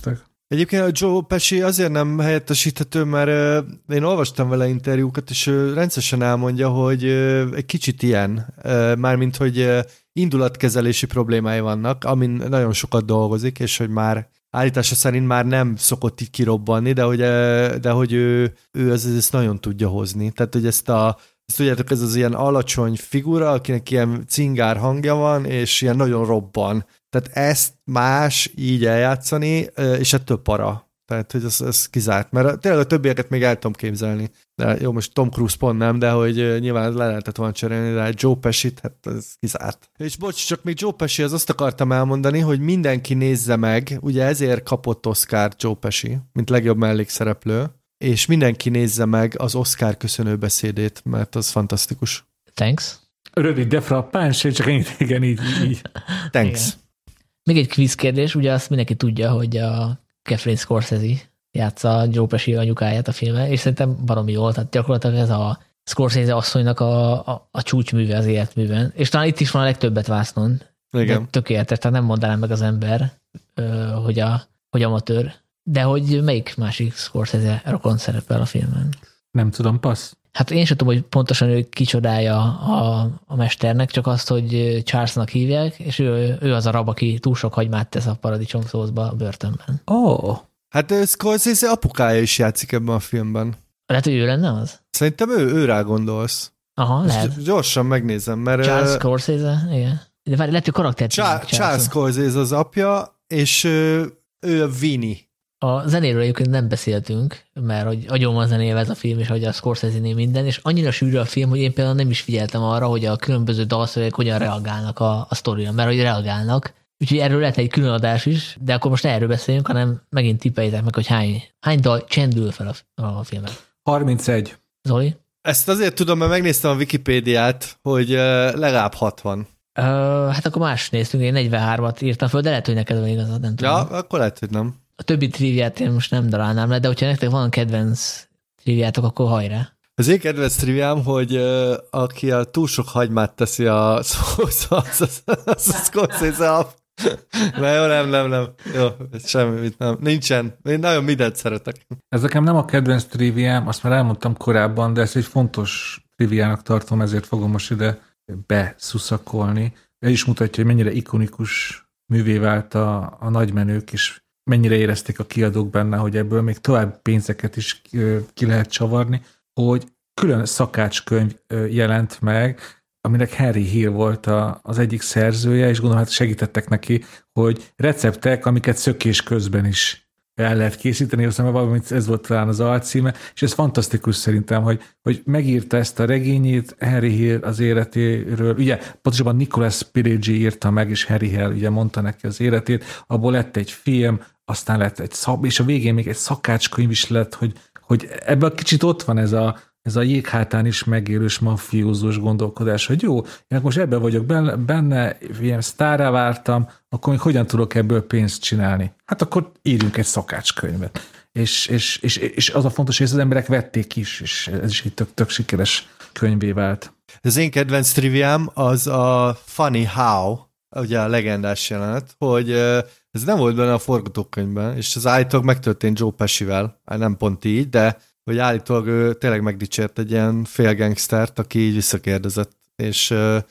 Egyébként a Joe Pesci azért nem helyettesíthető, mert uh, én olvastam vele interjúkat, és ő uh, rendszeresen elmondja, hogy uh, egy kicsit ilyen, uh, mármint, hogy uh, indulatkezelési problémái vannak, amin nagyon sokat dolgozik, és hogy már állítása szerint már nem szokott így kirobbanni, de hogy, uh, de hogy ő, ő ez, ezt nagyon tudja hozni. Tehát, hogy ezt a ezt tudjátok, ez az ilyen alacsony figura, akinek ilyen cingár hangja van, és ilyen nagyon robban. Tehát ezt más így eljátszani, és ettől para. Tehát, hogy ez, ez kizárt. Mert tényleg a többieket még el tudom képzelni. De jó, most Tom Cruise pont nem, de hogy nyilván le lehetett volna cserélni, de Joe Pesci-t, hát ez kizárt. És bocs, csak még Joe Pesci, az azt akartam elmondani, hogy mindenki nézze meg, ugye ezért kapott Oscar Joe Pesci, mint legjobb mellékszereplő, és mindenki nézze meg az Oscar köszönő beszédét, mert az fantasztikus. Thanks. Rövid, de frappáns, csak ennyit, igen, így. így. Thanks. Igen. Még egy quiz kérdés, ugye azt mindenki tudja, hogy a Catherine Scorsese játsza Joe Pesci anyukáját a filmben, és szerintem baromi jól, tehát gyakorlatilag ez a Scorsese asszonynak a, a, a csúcsműve az életműben. És talán itt is van a legtöbbet vásznon. Igen. Tökéletes, tehát nem mondanám meg az ember, hogy, a, hogy amatőr. De hogy melyik másik Scorsese rokon szerepel a filmben? Nem tudom, passz. Hát én sem tudom, hogy pontosan ő kicsodája a, a mesternek, csak azt, hogy Charlesnak hívják, és ő, ő az a rab, aki túl sok hagymát tesz a paradicsomszószba a börtönben. Ó. Oh. Hát Scorsese apukája is játszik ebben a filmben. Lehet, hogy ő lenne az? Szerintem ő, ő rá gondolsz. Aha, lehet. Ezt gyorsan megnézem, mert... Charles Scorsese, igen. De várj, lehet, hogy karaktert... Charles, Charles Scorsese az apja, és ő, ő a Vinny. A zenéről egyébként nem beszéltünk, mert hogy agyon van zenével ez a film, és hogy a Scorsese-nél minden, és annyira sűrű a film, hogy én például nem is figyeltem arra, hogy a különböző dalszövegek hogyan reagálnak a, a sztorira, mert hogy reagálnak. Úgyhogy erről lehet egy külön adás is, de akkor most ne erről beszéljünk, hanem megint tippeljétek meg, hogy hány, hány dal csendül fel a, a filmen. harmincegy. Zoli? Ezt azért tudom, mert megnéztem a Wikipédiát, hogy legalább hatvan. Uh, hát akkor más néztünk, én negyvenhármat írtam föl, de lehet, hogy neked van igazad, nem tudom. Ja, akkor lehet, hogy nem. A többi triviát én most nem darálnám le, de hogyha nektek van kedvenc triviátok, akkor hajrá. Az én kedvenc triviám, hogy uh, aki a túl sok hagymát teszi a szószal, az, az, az a Scorsese ap. Na jó, nem, nem, nem. Jó, semmit nem. Nincsen. Én nagyon mindent szeretek. Ez nekem nem a kedvenc triviám, azt már elmondtam korábban, de ezt egy fontos triviának tartom, ezért fogom most ide beszuszakolni. Ez is mutatja, hogy mennyire ikonikus művé vált a, a nagymenők, és mennyire érezték a kiadók benne, hogy ebből még tovább pénzeket is ki lehet csavarni, hogy külön szakácskönyv jelent meg, aminek Henry Hill volt a, az egyik szerzője, és gondolom, hát segítettek neki, hogy receptek, amiket szökés közben is el lehet készíteni, aztán valamit ez volt talán az alcíme, és ez fantasztikus szerintem, hogy, hogy megírta ezt a regényét Henry Hill az életéről, ugye pontosabban Nicholas Pileggi írta meg, és Henry Hill ugye mondta neki az életét, abból lett egy film, aztán lett egy szab, és a végén még egy szakácskönyv is lett, hogy, hogy ebben kicsit ott van ez a, ez a jéghátán is megélős mafiózós gondolkodás, hogy jó, én most ebben vagyok benne, benne ilyen sztárrá vártam, akkor még hogyan tudok ebből pénzt csinálni? Hát akkor írjunk egy szakácskönyvet. És, és, és, és az a fontos, hogy ezt az emberek vették is, és ez is egy tök, tök sikeres könyvé vált. Az én kedvenc triviám az a Funny How, ugye a legendás jelenet, hogy ez nem volt benne a forgatókönyvben, és az állítólag megtörtént Joe Pescivel, nem pont így, de hogy állítólag ő tényleg megdicsért egy ilyen félgangstert, aki így visszakérdezett. És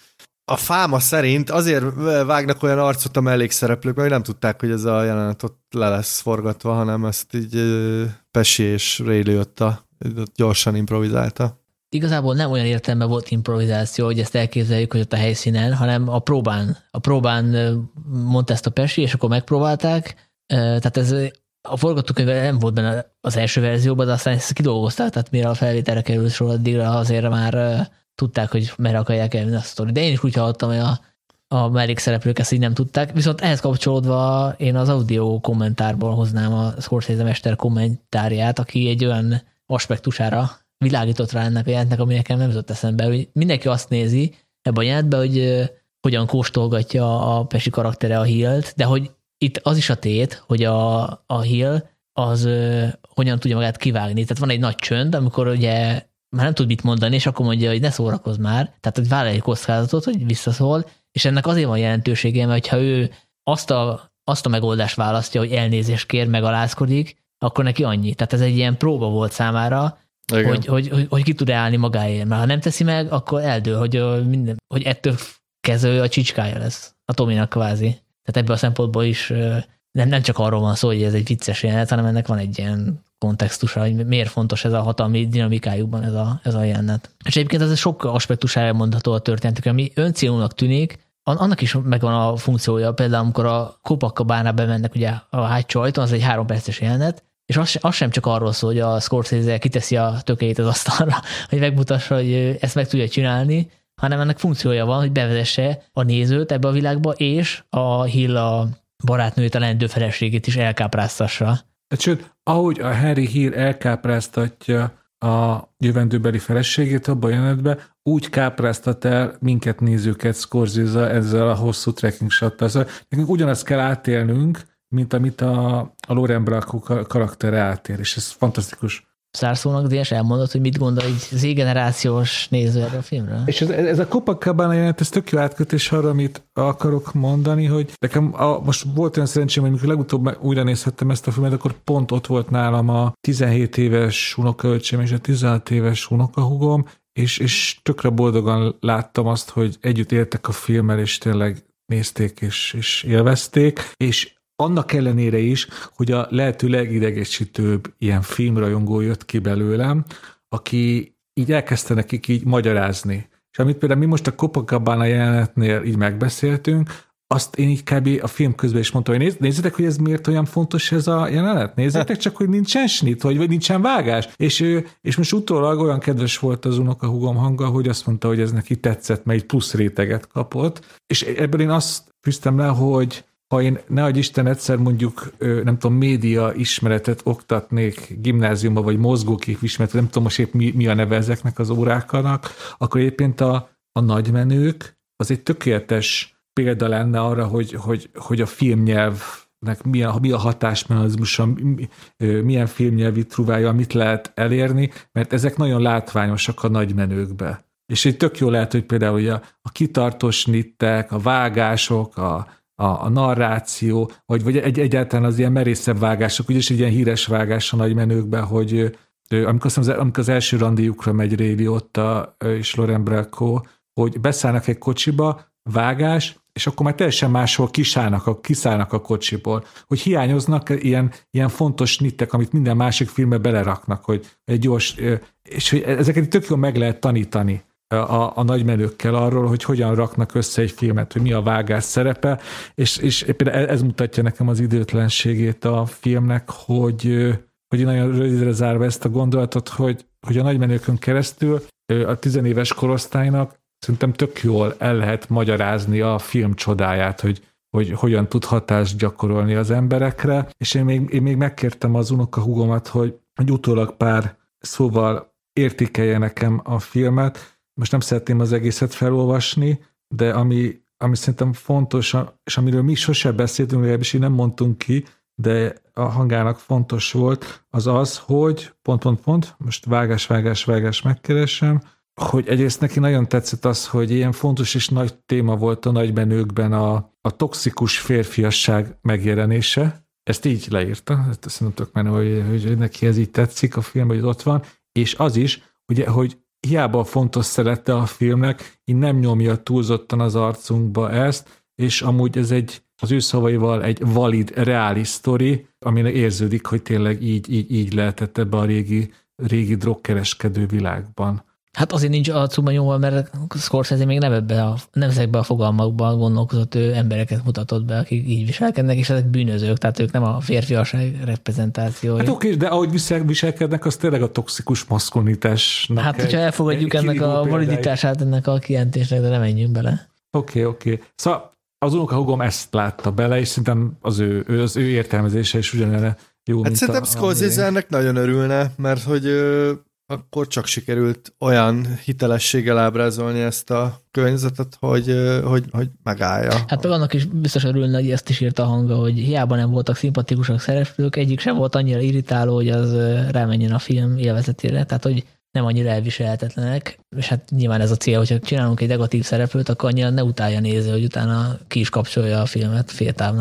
a fáma szerint azért vágnak olyan arcot a mellékszereplők, mert nem tudták, hogy ez a jelenet ott le lesz forgatva, hanem ezt így Pesci és Ray Liotta gyorsan improvizálta. Igazából nem olyan értelme volt improvizáció, hogy ezt elképzeljük, hogy ott a helyszínen, hanem a próbán. A próbán mondta ezt a Pesci, és akkor megpróbálták. Tehát ez a forgatókönyvben nem volt benne az első verzióban, de aztán ezt kidolgozták, tehát mire a felvételre került sor, addigra azért már uh, tudták, hogy merre akarják elvinni a sztori. De én is úgy hallottam, hogy a, a mellékszereplők ezt így nem tudták. Viszont ehhez kapcsolódva én az audio kommentárból hoznám a Scorsese mester kommentárját, aki egy olyan aspektusára világított rá ennek a jelentnek, ami nekem nem jutott eszembe, hogy mindenki azt nézi ebben a jelentben, hogy uh, hogyan kóstolgatja a Pesci karaktere a Hillt, de hogy itt az is a tét, hogy a, a Hill az ö, hogyan tudja magát kivágni. Tehát van egy nagy csönd, amikor ugye már nem tud mit mondani, és akkor mondja, hogy ne szórakozz már. Tehát, hogy vállal egy kockázatot, hogy visszaszól, és ennek azért van jelentősége, mert ha ő azt a azt a megoldást választja, hogy elnézést kér, megalázkodik, akkor neki annyi. Tehát ez egy ilyen próba volt számára, hogy, hogy, hogy, hogy ki tud állni magáért. Mert ha nem teszi meg, akkor eldől, hogy, minden, hogy ettől kezdve a csicskája lesz. A Tominak kvázi. Tehát ebből a szempontból is nem, nem csak arról van szó, hogy ez egy vicces jelenet, hanem ennek van egy ilyen kontextusa, hogy miért fontos ez a hatalmi dinamikájukban ez a, ez a jelenet. És egyébként ez sok aspektusára mondható a történetek, ami öncélúnak tűnik, annak is megvan a funkciója. Például amikor a Copacabana bemennek ugye a hátsó ajtón, az egy három perces jelenet, és az, az sem csak arról szól, hogy a Scorsese kiteszi a tökéjét az asztalra, hogy megmutassa, hogy ezt meg tudja csinálni, hanem ennek funkciója van, hogy bevezesse a nézőt ebbe a világba, és a Hill a barátnőjét, a lendő feleségét is elkápráztassa. Sőt, ahogy a Harry Hill elkápráztatja a jövendőbeli feleségét abban a jelenetben, úgy kápráztat el minket nézőket Scorsese ezzel a hosszú trekking shottal. Szóval nekünk ugyanazt kell átélnünk, mint amit a, a Lauren Bracco karaktere átél, és ez fantasztikus. Szárszónak Dénes elmondott, hogy mit gondol egy Z-generációs néző erről a filmről? És ez, ez a Copacabana jelenet, ez tök jó átkötés arra, amit akarok mondani, hogy nekem a, most volt olyan szerencsém, hogy mikor legutóbb újra nézhettem ezt a filmet, akkor pont ott volt nálam a tizenhét éves unokaöcsém és a tizenhat éves unokahúgom, és, és tökre boldogan láttam azt, hogy együtt éltek a filmmel, és tényleg nézték és, és élvezték, és annak ellenére is, hogy a lehető legidegesítőbb ilyen filmrajongó jött ki belőlem, aki így elkezdte nekik így magyarázni. És amit például mi most a Copacabana jelenetnél így megbeszéltünk, azt én így kb. A film közben is mondtam, hogy nézz, nézzétek, hogy ez miért olyan fontos ez a jelenet? Nézzétek csak, hogy nincsen snit, vagy, vagy nincsen vágás. És, és most utólag olyan kedves volt az unokahúgom hanga, hogy azt mondta, hogy ez neki tetszett, mert egy plusz réteget kapott. És ebből én azt fűztem le, hogy ha én, nehogy Isten, egyszer mondjuk, nem tudom, média ismeretet oktatnék gimnáziumba, vagy mozgókép ismeretet, nem tudom most épp mi, mi a neve ezeknek az óráknak, akkor éppen a, a nagymenők az egy tökéletes példa lenne arra, hogy, hogy, hogy a filmnyelvnek milyen, mi a hatásmechanizmusa, milyen filmnyelvi trúvája, mit lehet elérni, mert ezek nagyon látványosak a nagymenőkbe. És így tök jó lehet, hogy például hogy a, a kitartós nittek, a vágások, a A, a narráció, vagy, vagy egy, egyáltalán az ilyen merészebb vágások, úgyis egy ilyen híres vágás a nagymenőkben, hogy amikor az, amikor az első randijukra megy Ray Liotta és Lauren Bracco, hogy beszállnak egy kocsiba, vágás, és akkor már teljesen máshol kisállnak a, kiszállnak a kocsiból, hogy hiányoznak ilyen, ilyen fontos nittek, amit minden másik filmbe beleraknak, hogy egy gyors, és hogy ezeket tök jól meg lehet tanítani a, a nagymenőkkel arról, hogy hogyan raknak össze egy filmet, hogy mi a vágás szerepe, és, és éppen ez mutatja nekem az időtlenségét a filmnek, hogy, hogy nagyon rövidre zárva ezt a gondolatot, hogy, hogy a nagymenőkön keresztül a tizenéves korosztálynak szerintem tök jól el lehet magyarázni a film csodáját, hogy, hogy hogyan tud hatást gyakorolni az emberekre, és én még, én még megkértem az unokahúgomat, hogy, hogy utólag pár szóval értékelje nekem a filmet. Most nem szeretném az egészet felolvasni, de ami, ami szerintem fontos, és amiről mi sose beszéltünk, legalábbis így nem mondtunk ki, de a hangának fontos volt, az az, hogy pont, pont, pont, most vágás, vágás, vágás megkeresem, hogy egyrészt neki nagyon tetszett az, hogy ilyen fontos és nagy téma volt a nagymenőkben a, a toxikus férfiasság megjelenése. Ezt így leírta, ezt szerintem tök menő, hogy, hogy neki ez így tetszik a film, hogy ott van, és az is, ugye, hogy hiába fontos szerette a filmnek, így nem nyomja túlzottan az arcunkba ezt, és amúgy ez egy, az ő szavaival egy valid, reális sztori, amire érződik, hogy tényleg így, így, így lehetett ebbe a régi, régi drogkereskedő világban. Hát azért nincs arcukban nyomva, mert Scorsese még nem, ebbe a, nem ezekben a fogalmakban gondolkozott, ő embereket mutatott be, akik így viselkednek, és ezek bűnözők, tehát ők nem a férfiasság reprezentációi. Hát oké, de ahogy viselkednek, az tényleg a toxikus maszkulinitásnak. Hát, hogyha elfogadjuk ennek a validitását ennek a kijelentésnek, de nem menjünk bele. Oké, oké. Szóval az unokahúgom ezt látta bele, és szerintem az ő, az ő értelmezése is ugyanilyen jó, hát mint szerintem Scorsese ennek nagyon örülne, mert hogy akkor csak sikerült olyan hitelességgel ábrázolni ezt a környezetet, hogy, hogy, hogy megállja. Hát meg annak is biztos örülne, hogy ezt is írta a hanga, hogy hiába nem voltak szimpatikusak szereplők, egyik sem volt annyira irritáló, hogy az rámenjen a film élvezetére, tehát hogy nem annyira elviselhetetlenek, és hát nyilván ez a cél, hogyha csinálunk egy negatív szereplőt, akkor annyira ne utálja nézni, hogy utána ki is kapcsolja a filmet féltávnál.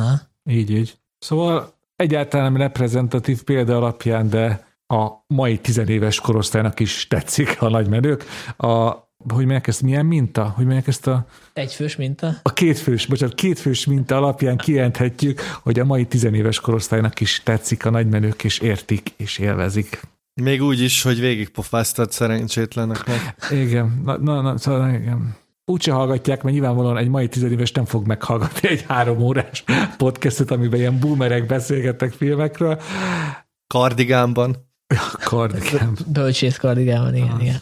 Így, így. Szóval egyáltalán nem reprezentatív példa alapján, de a mai tizenéves korosztálynak is tetszik a nagymenők. A hogy mondják ezt, milyen minta? Hogy mondják ezt a... Egyfős minta? A kétfős, bocsánat, kétfős minta alapján kijelenthetjük, hogy a mai tizenéves korosztálynak is tetszik a nagymenők, és értik, és élvezik. Még úgy is, hogy végigpofáztad szerencsétleneknek. Igen, na, na, na szóval igen. Úgyse hallgatják, mert nyilvánvalóan egy mai tizenéves nem fog meghallgatni egy három órás podcastot, amiben ilyen boomerek beszélgettek filmekről. Kardigánban. Ja, kardigán. Bölcsész kardigánban, igen, igen.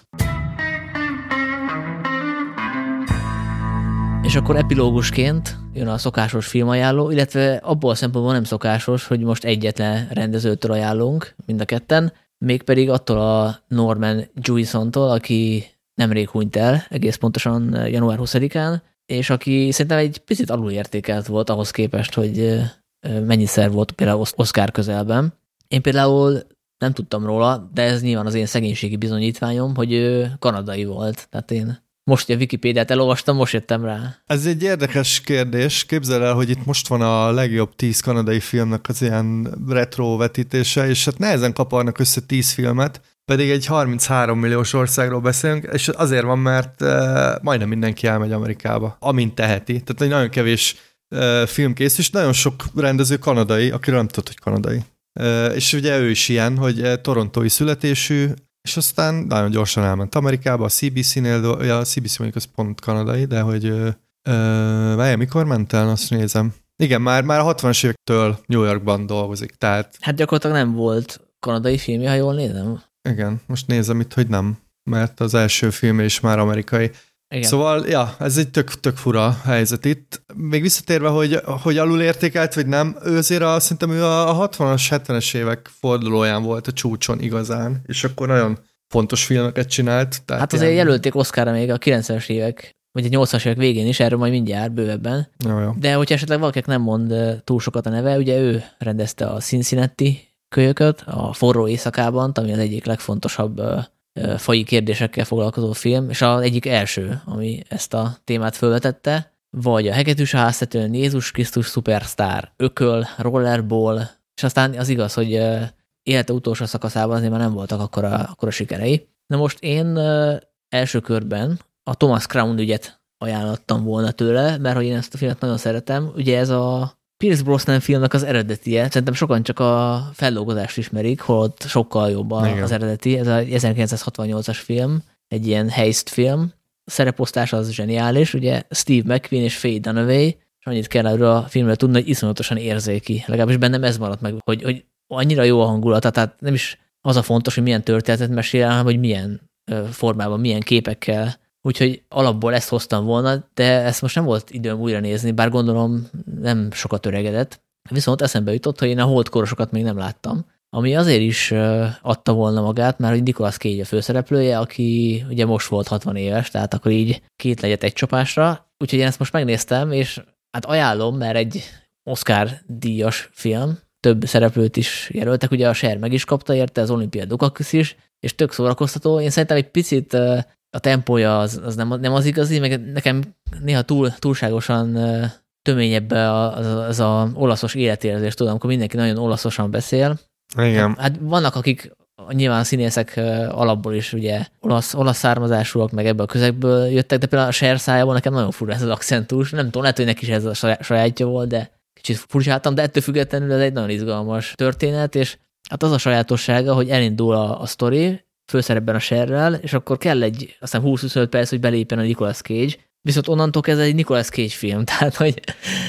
És akkor epilógusként jön a szokásos filmajánló, illetve abból a szempontból nem szokásos, hogy most egyetlen rendezőtől ajánlunk mind a ketten, mégpedig attól a Norman Jewison-tól, aki nemrég hunyt el, egész pontosan január huszadikán, és aki szerintem egy picit alulértékelt volt ahhoz képest, hogy mennyiszer volt például Oscar közelben. Én például nem tudtam róla, de ez nyilván az én szegénységi bizonyítványom, hogy ő kanadai volt, tehát én most a Wikipédiát elolvastam, most jöttem rá. Ez egy érdekes kérdés. Képzeld el, hogy itt most van a legjobb tíz kanadai filmnek az ilyen retro vetítése, és hát nehezen kaparnak össze tíz filmet, pedig egy harminchárom milliós országról beszélünk, és azért van, mert uh, majdnem mindenki elmegy Amerikába, amint teheti. Tehát egy nagyon kevés uh, film készül, és nagyon sok rendező kanadai, akiről nem tudod, hogy kanadai. Uh, és ugye ő is ilyen, hogy uh, torontói születésű, és aztán nagyon gyorsan elment Amerikába, a cé bé cé-nél, ja, a cé bé cé mondjuk az pont kanadai, de hogy ö, ö, várjál, mikor ment el, azt nézem. Igen, már, már a hatvanas évektől New Yorkban dolgozik, tehát... Hát gyakorlatilag nem volt kanadai filmje, ha jól nézem. Igen, most nézem itt, hogy nem, mert az első film is már amerikai. Igen. Szóval, ja, ez egy tök, tök fura helyzet itt. Még visszatérve, hogy, hogy alulértékelt, vagy nem, ő azért a, szerintem ő a hatvanas, hetvenes évek fordulóján volt a csúcson igazán, és akkor nagyon fontos filmeket csinált. Tehát hát azért ilyen... jelölték Oscarra még a kilencvenes évek, vagy a nyolcvanas évek végén is, erről majd mindjárt bővebben. Jó, jó. De hogyha esetleg valakinek nem mond túl sokat a neve, ugye ő rendezte a Cincinnati kölyököt, a Forró éjszakában, ami az egyik legfontosabb faji kérdésekkel foglalkozó film, és az egyik első, ami ezt a témát felvetette, vagy a Hegedűs a háztetőn, Jézus Krisztus Superstar, Ököl, Rollerball, és aztán az igaz, hogy élete utolsó szakaszában azért már nem voltak akkora, akkora sikerei. Na most én első körben a Thomas Crown ügyet ajánlottam volna tőle, mert hogy én ezt a filmet nagyon szeretem. Ugye ez a Pierce Brosnan filmnek az eredetie, szerintem sokan csak a fellógozást ismerik, holott sokkal jobb az eredeti. Ez az ezerkilencszázhatvannyolcas film, egy ilyen heist film. A szereposztás az zseniális, ugye Steve McQueen és Faye Dunaway, és annyit kell erről a filmről tudni, hogy iszonyatosan érzéki. Legalábbis bennem ez maradt meg, hogy, hogy annyira jó a hangulata, tehát nem is az a fontos, hogy milyen történetet mesél, hanem hogy milyen formában, milyen képekkel. Úgyhogy alapból ezt hoztam volna, de ezt most nem volt időm újra nézni, bár gondolom nem sokat öregedett. Viszont eszembe jutott, hogy én a holdkorosokat még nem láttam, ami azért is adta volna magát, mert hogy Nicolas Cage a főszereplője, aki ugye most volt hatvan éves, tehát akkor így két legyet egy csapásra. Úgyhogy én ezt most megnéztem, és hát ajánlom, mert egy Oscar díjas film, több szereplőt is jelöltek, ugye a Cher meg is kapta érte, az Olympia Dukakis is, és tök szórakoztató. Én szerintem egy picit a tempója az, az nem, nem az igazi, meg nekem néha túl, túlságosan töményebb az, az a olaszos életérzés, tudom, amikor mindenki nagyon olaszosan beszél. Igen. Hát vannak, akik nyilván a színészek alapból is ugye olasz, olasz származásúak, meg ebből a közegből jöttek, de például a Cher szájában nekem nagyon fura ez az akcentus. Nem tudom, lehet, hogy neki is ez a sajátja volt, de kicsit furcsáltam, de ettől függetlenül ez egy nagyon izgalmas történet, és hát az a sajátossága, hogy elindul a, a sztori, főszerepben a Cherrel, és akkor kell egy aztán húsz-huszonöt perc, hogy belépjen a Nicolas Cage, viszont onnantól kezdve egy Nicolas Cage film, tehát hogy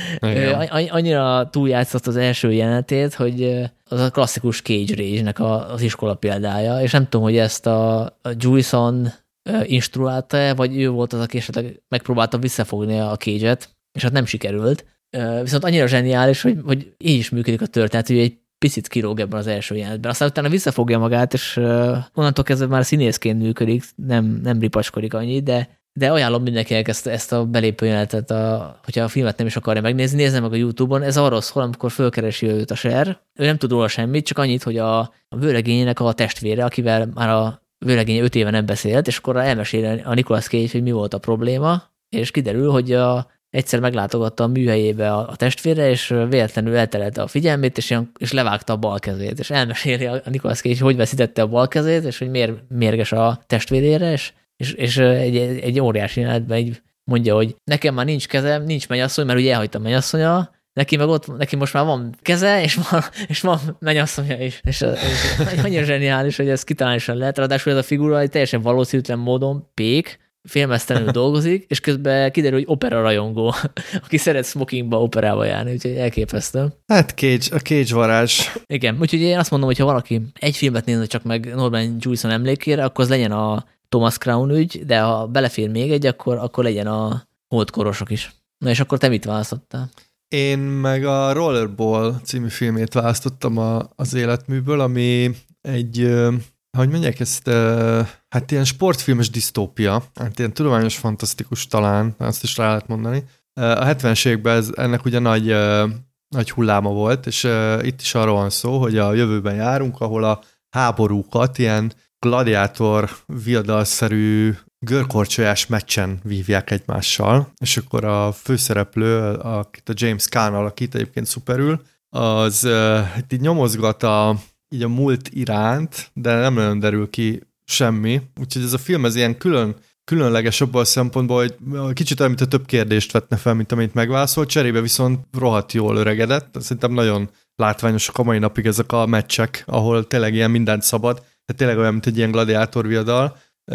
annyira túljátszott az első jelenetét, hogy az a klasszikus Cage Rage-nek az iskola példája, és nem tudom, hogy ezt a, a Jewison instruálta, vagy ő volt az, aki esetleg megpróbálta visszafogni a Cage-et, és hát nem sikerült. Viszont annyira zseniális, hogy, hogy így is működik a történet, hogy egy picit kilóg ebben az első jelenetben. Aztán utána visszafogja magát, és onnantól kezdve már színészként működik, nem, nem ripacskodik annyit, de, de ajánlom mindenkinek ezt, ezt a belépő jelenetet, a, hogyha a filmet nem is akarja megnézni, nézze meg a YouTube-on. Ez arról szól, amikor fölkeresi őt a Cher. Ő nem tud róla semmit, csak annyit, hogy a, a vőlegényének a testvére, akivel már a vőlegénye öt éve nem beszélt, és akkor elmesél a Nicolas Cage, hogy mi volt a probléma, és kiderül, hogy a egyszer meglátogatta a műhelyébe a, a testvére, és véletlenül elterelte a figyelmét, és, ilyen, és levágta a bal kezét, és elmeséli a Nicolas Cage, hogy veszítette a bal kezét, és hogy miért mérges a testvérére, és, és, és egy, egy óriási jelenetben így mondja, hogy nekem már nincs kezem, nincs mennyasszony, mert ugye elhagytam mennyasszonya, neki meg ott, neki most már van keze, és van, és van mennyasszonya is. És, és annyira zseniális, hogy ez kitalálni lehet. Ráadásul ez a figura egy teljesen valószínűtlen módon pék, félmeztelenül dolgozik, és közben kiderül, hogy opera rajongó, aki szeret smokingba operába járni, úgyhogy elképesztő. Hát Cage, a Cage varázs. Igen, úgyhogy én azt mondom, hogy ha valaki egy filmet nézne csak meg Norman Jewison emlékére, akkor az legyen a Thomas Crown ügy, de ha belefér még egy, akkor, akkor legyen a Holdkorosok is. Na és akkor te mit választottál? Én meg a Rollerball című filmét választottam a, az életműből, ami egy, hogy mondják ezt, hát ilyen sportfilmes disztópia, hát ilyen tudományos fantasztikus talán, azt is rá lehet mondani. A hetvenes években ez, ennek ugye nagy, nagy hulláma volt, és itt is arról van szó, hogy a jövőben járunk, ahol a háborúkat ilyen gladiátor viadalszerű görkorcsolyás meccsen vívják egymással, és akkor a főszereplő, akit a James Caan alakít, egyébként szuperül, az uh, így nyomozgat a, így a múlt iránt, de nem nagyon derül ki semmi, úgyhogy ez a film ez ilyen külön, különleges abban a szempontból, hogy kicsit olyan, mint a több kérdést vetne fel, mint amit megválaszolt, cserébe viszont rohadt jól öregedett, szerintem nagyon látványosak a mai napig ezek a meccsek, ahol tényleg ilyen mindent szabad, tehát tényleg olyan, mint egy ilyen gladiátor viadal,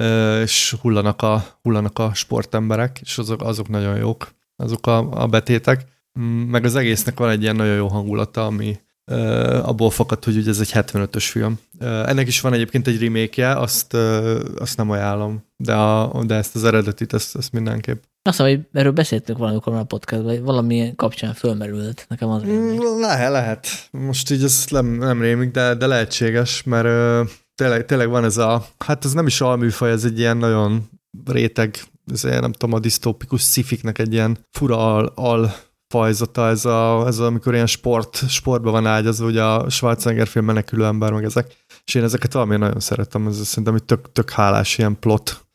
és hullanak a, hullanak a sportemberek, és azok, azok nagyon jók, azok a, a betétek. Meg az egésznek van egy ilyen nagyon jó hangulata, ami uh, abból fakad, hogy ugye ez egy hetvenötös film. Uh, ennek is van egyébként egy remake-je, azt, uh, azt nem ajánlom, de, a, de ezt az eredetit, ezt, ezt mindenképp. Azt mondom, hogy erről beszéltünk valamikor már a podcastban, hogy valami kapcsán fölmerült nekem az rémik. Le, lehet. Most így ez nem, nem rémik, de, de lehetséges, mert uh, Tényleg, tényleg van ez a, hát ez nem is alműfaj, ez egy ilyen nagyon réteg, ez nem tudom, a disztópikus sci-fiknek egy ilyen fura al, alfajzata, ez, a, ez a, amikor ilyen sport, sportban van ágyazva, ugye a Schwarzenegger film Menekülő ember, meg ezek, és én ezeket valamiért nagyon szeretem, ez szerintem egy tök, tök hálás ilyen plot,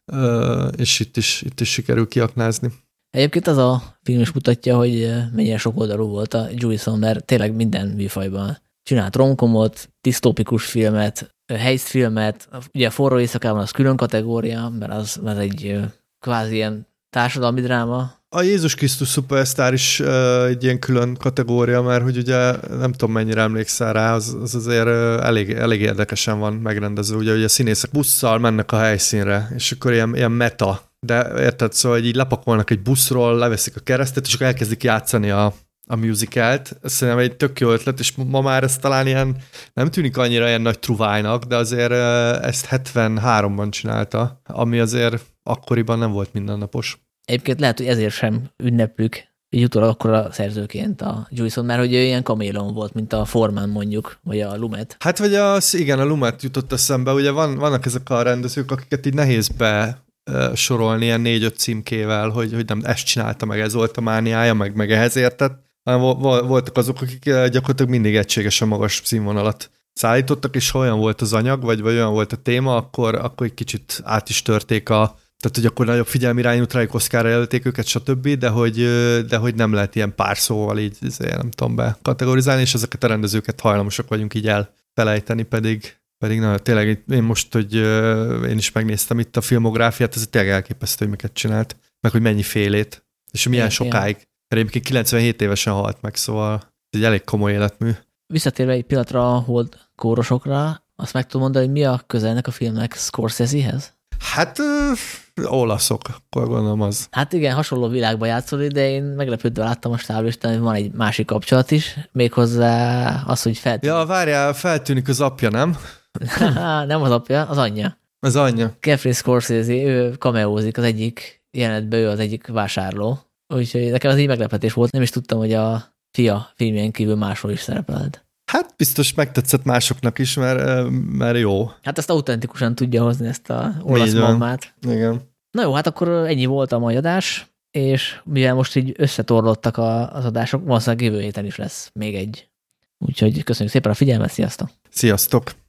és itt is, itt is sikerül kiaknázni. Egyébként az a film is mutatja, hogy mennyire sok oldalú volt a Jewison, mert tényleg minden műfajban csinált romkomot, disztópikus filmet, heist filmet, ugye a Forró éjszakában az külön kategória, mert az, az egy kvázi ilyen társadalmi dráma. A Jézus Krisztus Superstar is uh, egy ilyen külön kategória, mert hogy ugye nem tudom mennyire emlékszel rá, az, az azért uh, elég, elég érdekesen van megrendező, ugye, ugye a színészek busszal mennek a helyszínre, és akkor ilyen, ilyen meta, de érted, szóval hogy így lepakolnak egy buszról, leveszik a keresztet, és akkor elkezdik játszani a a musicalt. Szerintem egy tök jó ötlet, és ma már ez talán ilyen, nem tűnik annyira ilyen nagy truvájnak, de azért ezt hetvenháromban csinálta, ami azért akkoriban nem volt mindennapos. Egyébként lehet, hogy ezért sem ünneplük így utólag akkor a szerzőként a Jewison, mert hogy ő ilyen kamélon volt, mint a Forman mondjuk, vagy a Lumet. Hát vagy az, igen, a Lumet jutott eszembe, ugye van, vannak ezek a rendezők, akiket így nehéz be sorolni ilyen négy-öt címkével, hogy, hogy nem ezt csinálta, meg ez volt a mániája, meg, meg ehhez értett. Voltak azok, akik gyakorlatilag mindig egységesen magas színvonalat szállítottak, és ha olyan volt az anyag, vagy, vagy olyan volt a téma, akkor, akkor egy kicsit át is törték a, tehát hogy akkor nagyobb figyelmirányút rájuk, Oscarra jelölték őket, stb., de hogy, de hogy nem lehet ilyen pár szóval így, nem tudom be kategorizálni, és ezeket a rendezőket hajlamosak vagyunk így elfelejteni, pedig, pedig na, tényleg én most, hogy én is megnéztem itt a filmográfiát, ez tényleg elképesztő, hogy miket csinált, meg hogy mennyi félét, és milyen én, sokáig. Én. Mert egyébként kilencvenhét évesen halt meg, szóval ez egy elég komoly életmű. Visszatérve egy pillanatra a Hold kórosokra, azt meg tudom mondani, hogy mi a közelnek a filmnek Scorsesehez? Hát ö, olaszok, akkor gondolom az. Hát igen, hasonló világban játszódik, de én meglepődve láttam a stáblistán, hogy van egy másik kapcsolat is, méghozzá az, hogy feltűnik. Ja, várjál, feltűnik az apja, nem? Nem az apja, az anyja. Az anyja. Catherine Scorsese, ő cameózik az egyik jelenetben, ő az egyik vásárló. Úgyhogy nekem az így meglepetés volt, nem is tudtam, hogy a fia filmjén kívül máshol is szerepelt. Hát biztos megtetszett másoknak is, mert, mert jó. Hát ezt autentikusan tudja hozni, ezt a olasz mammát. Igen. Na jó, hát akkor ennyi volt a mai adás, és mivel most így összetorlottak az adások, valószínűleg jövő héten is lesz még egy. Úgyhogy köszönjük szépen a figyelmet, sziasztok! Sziasztok!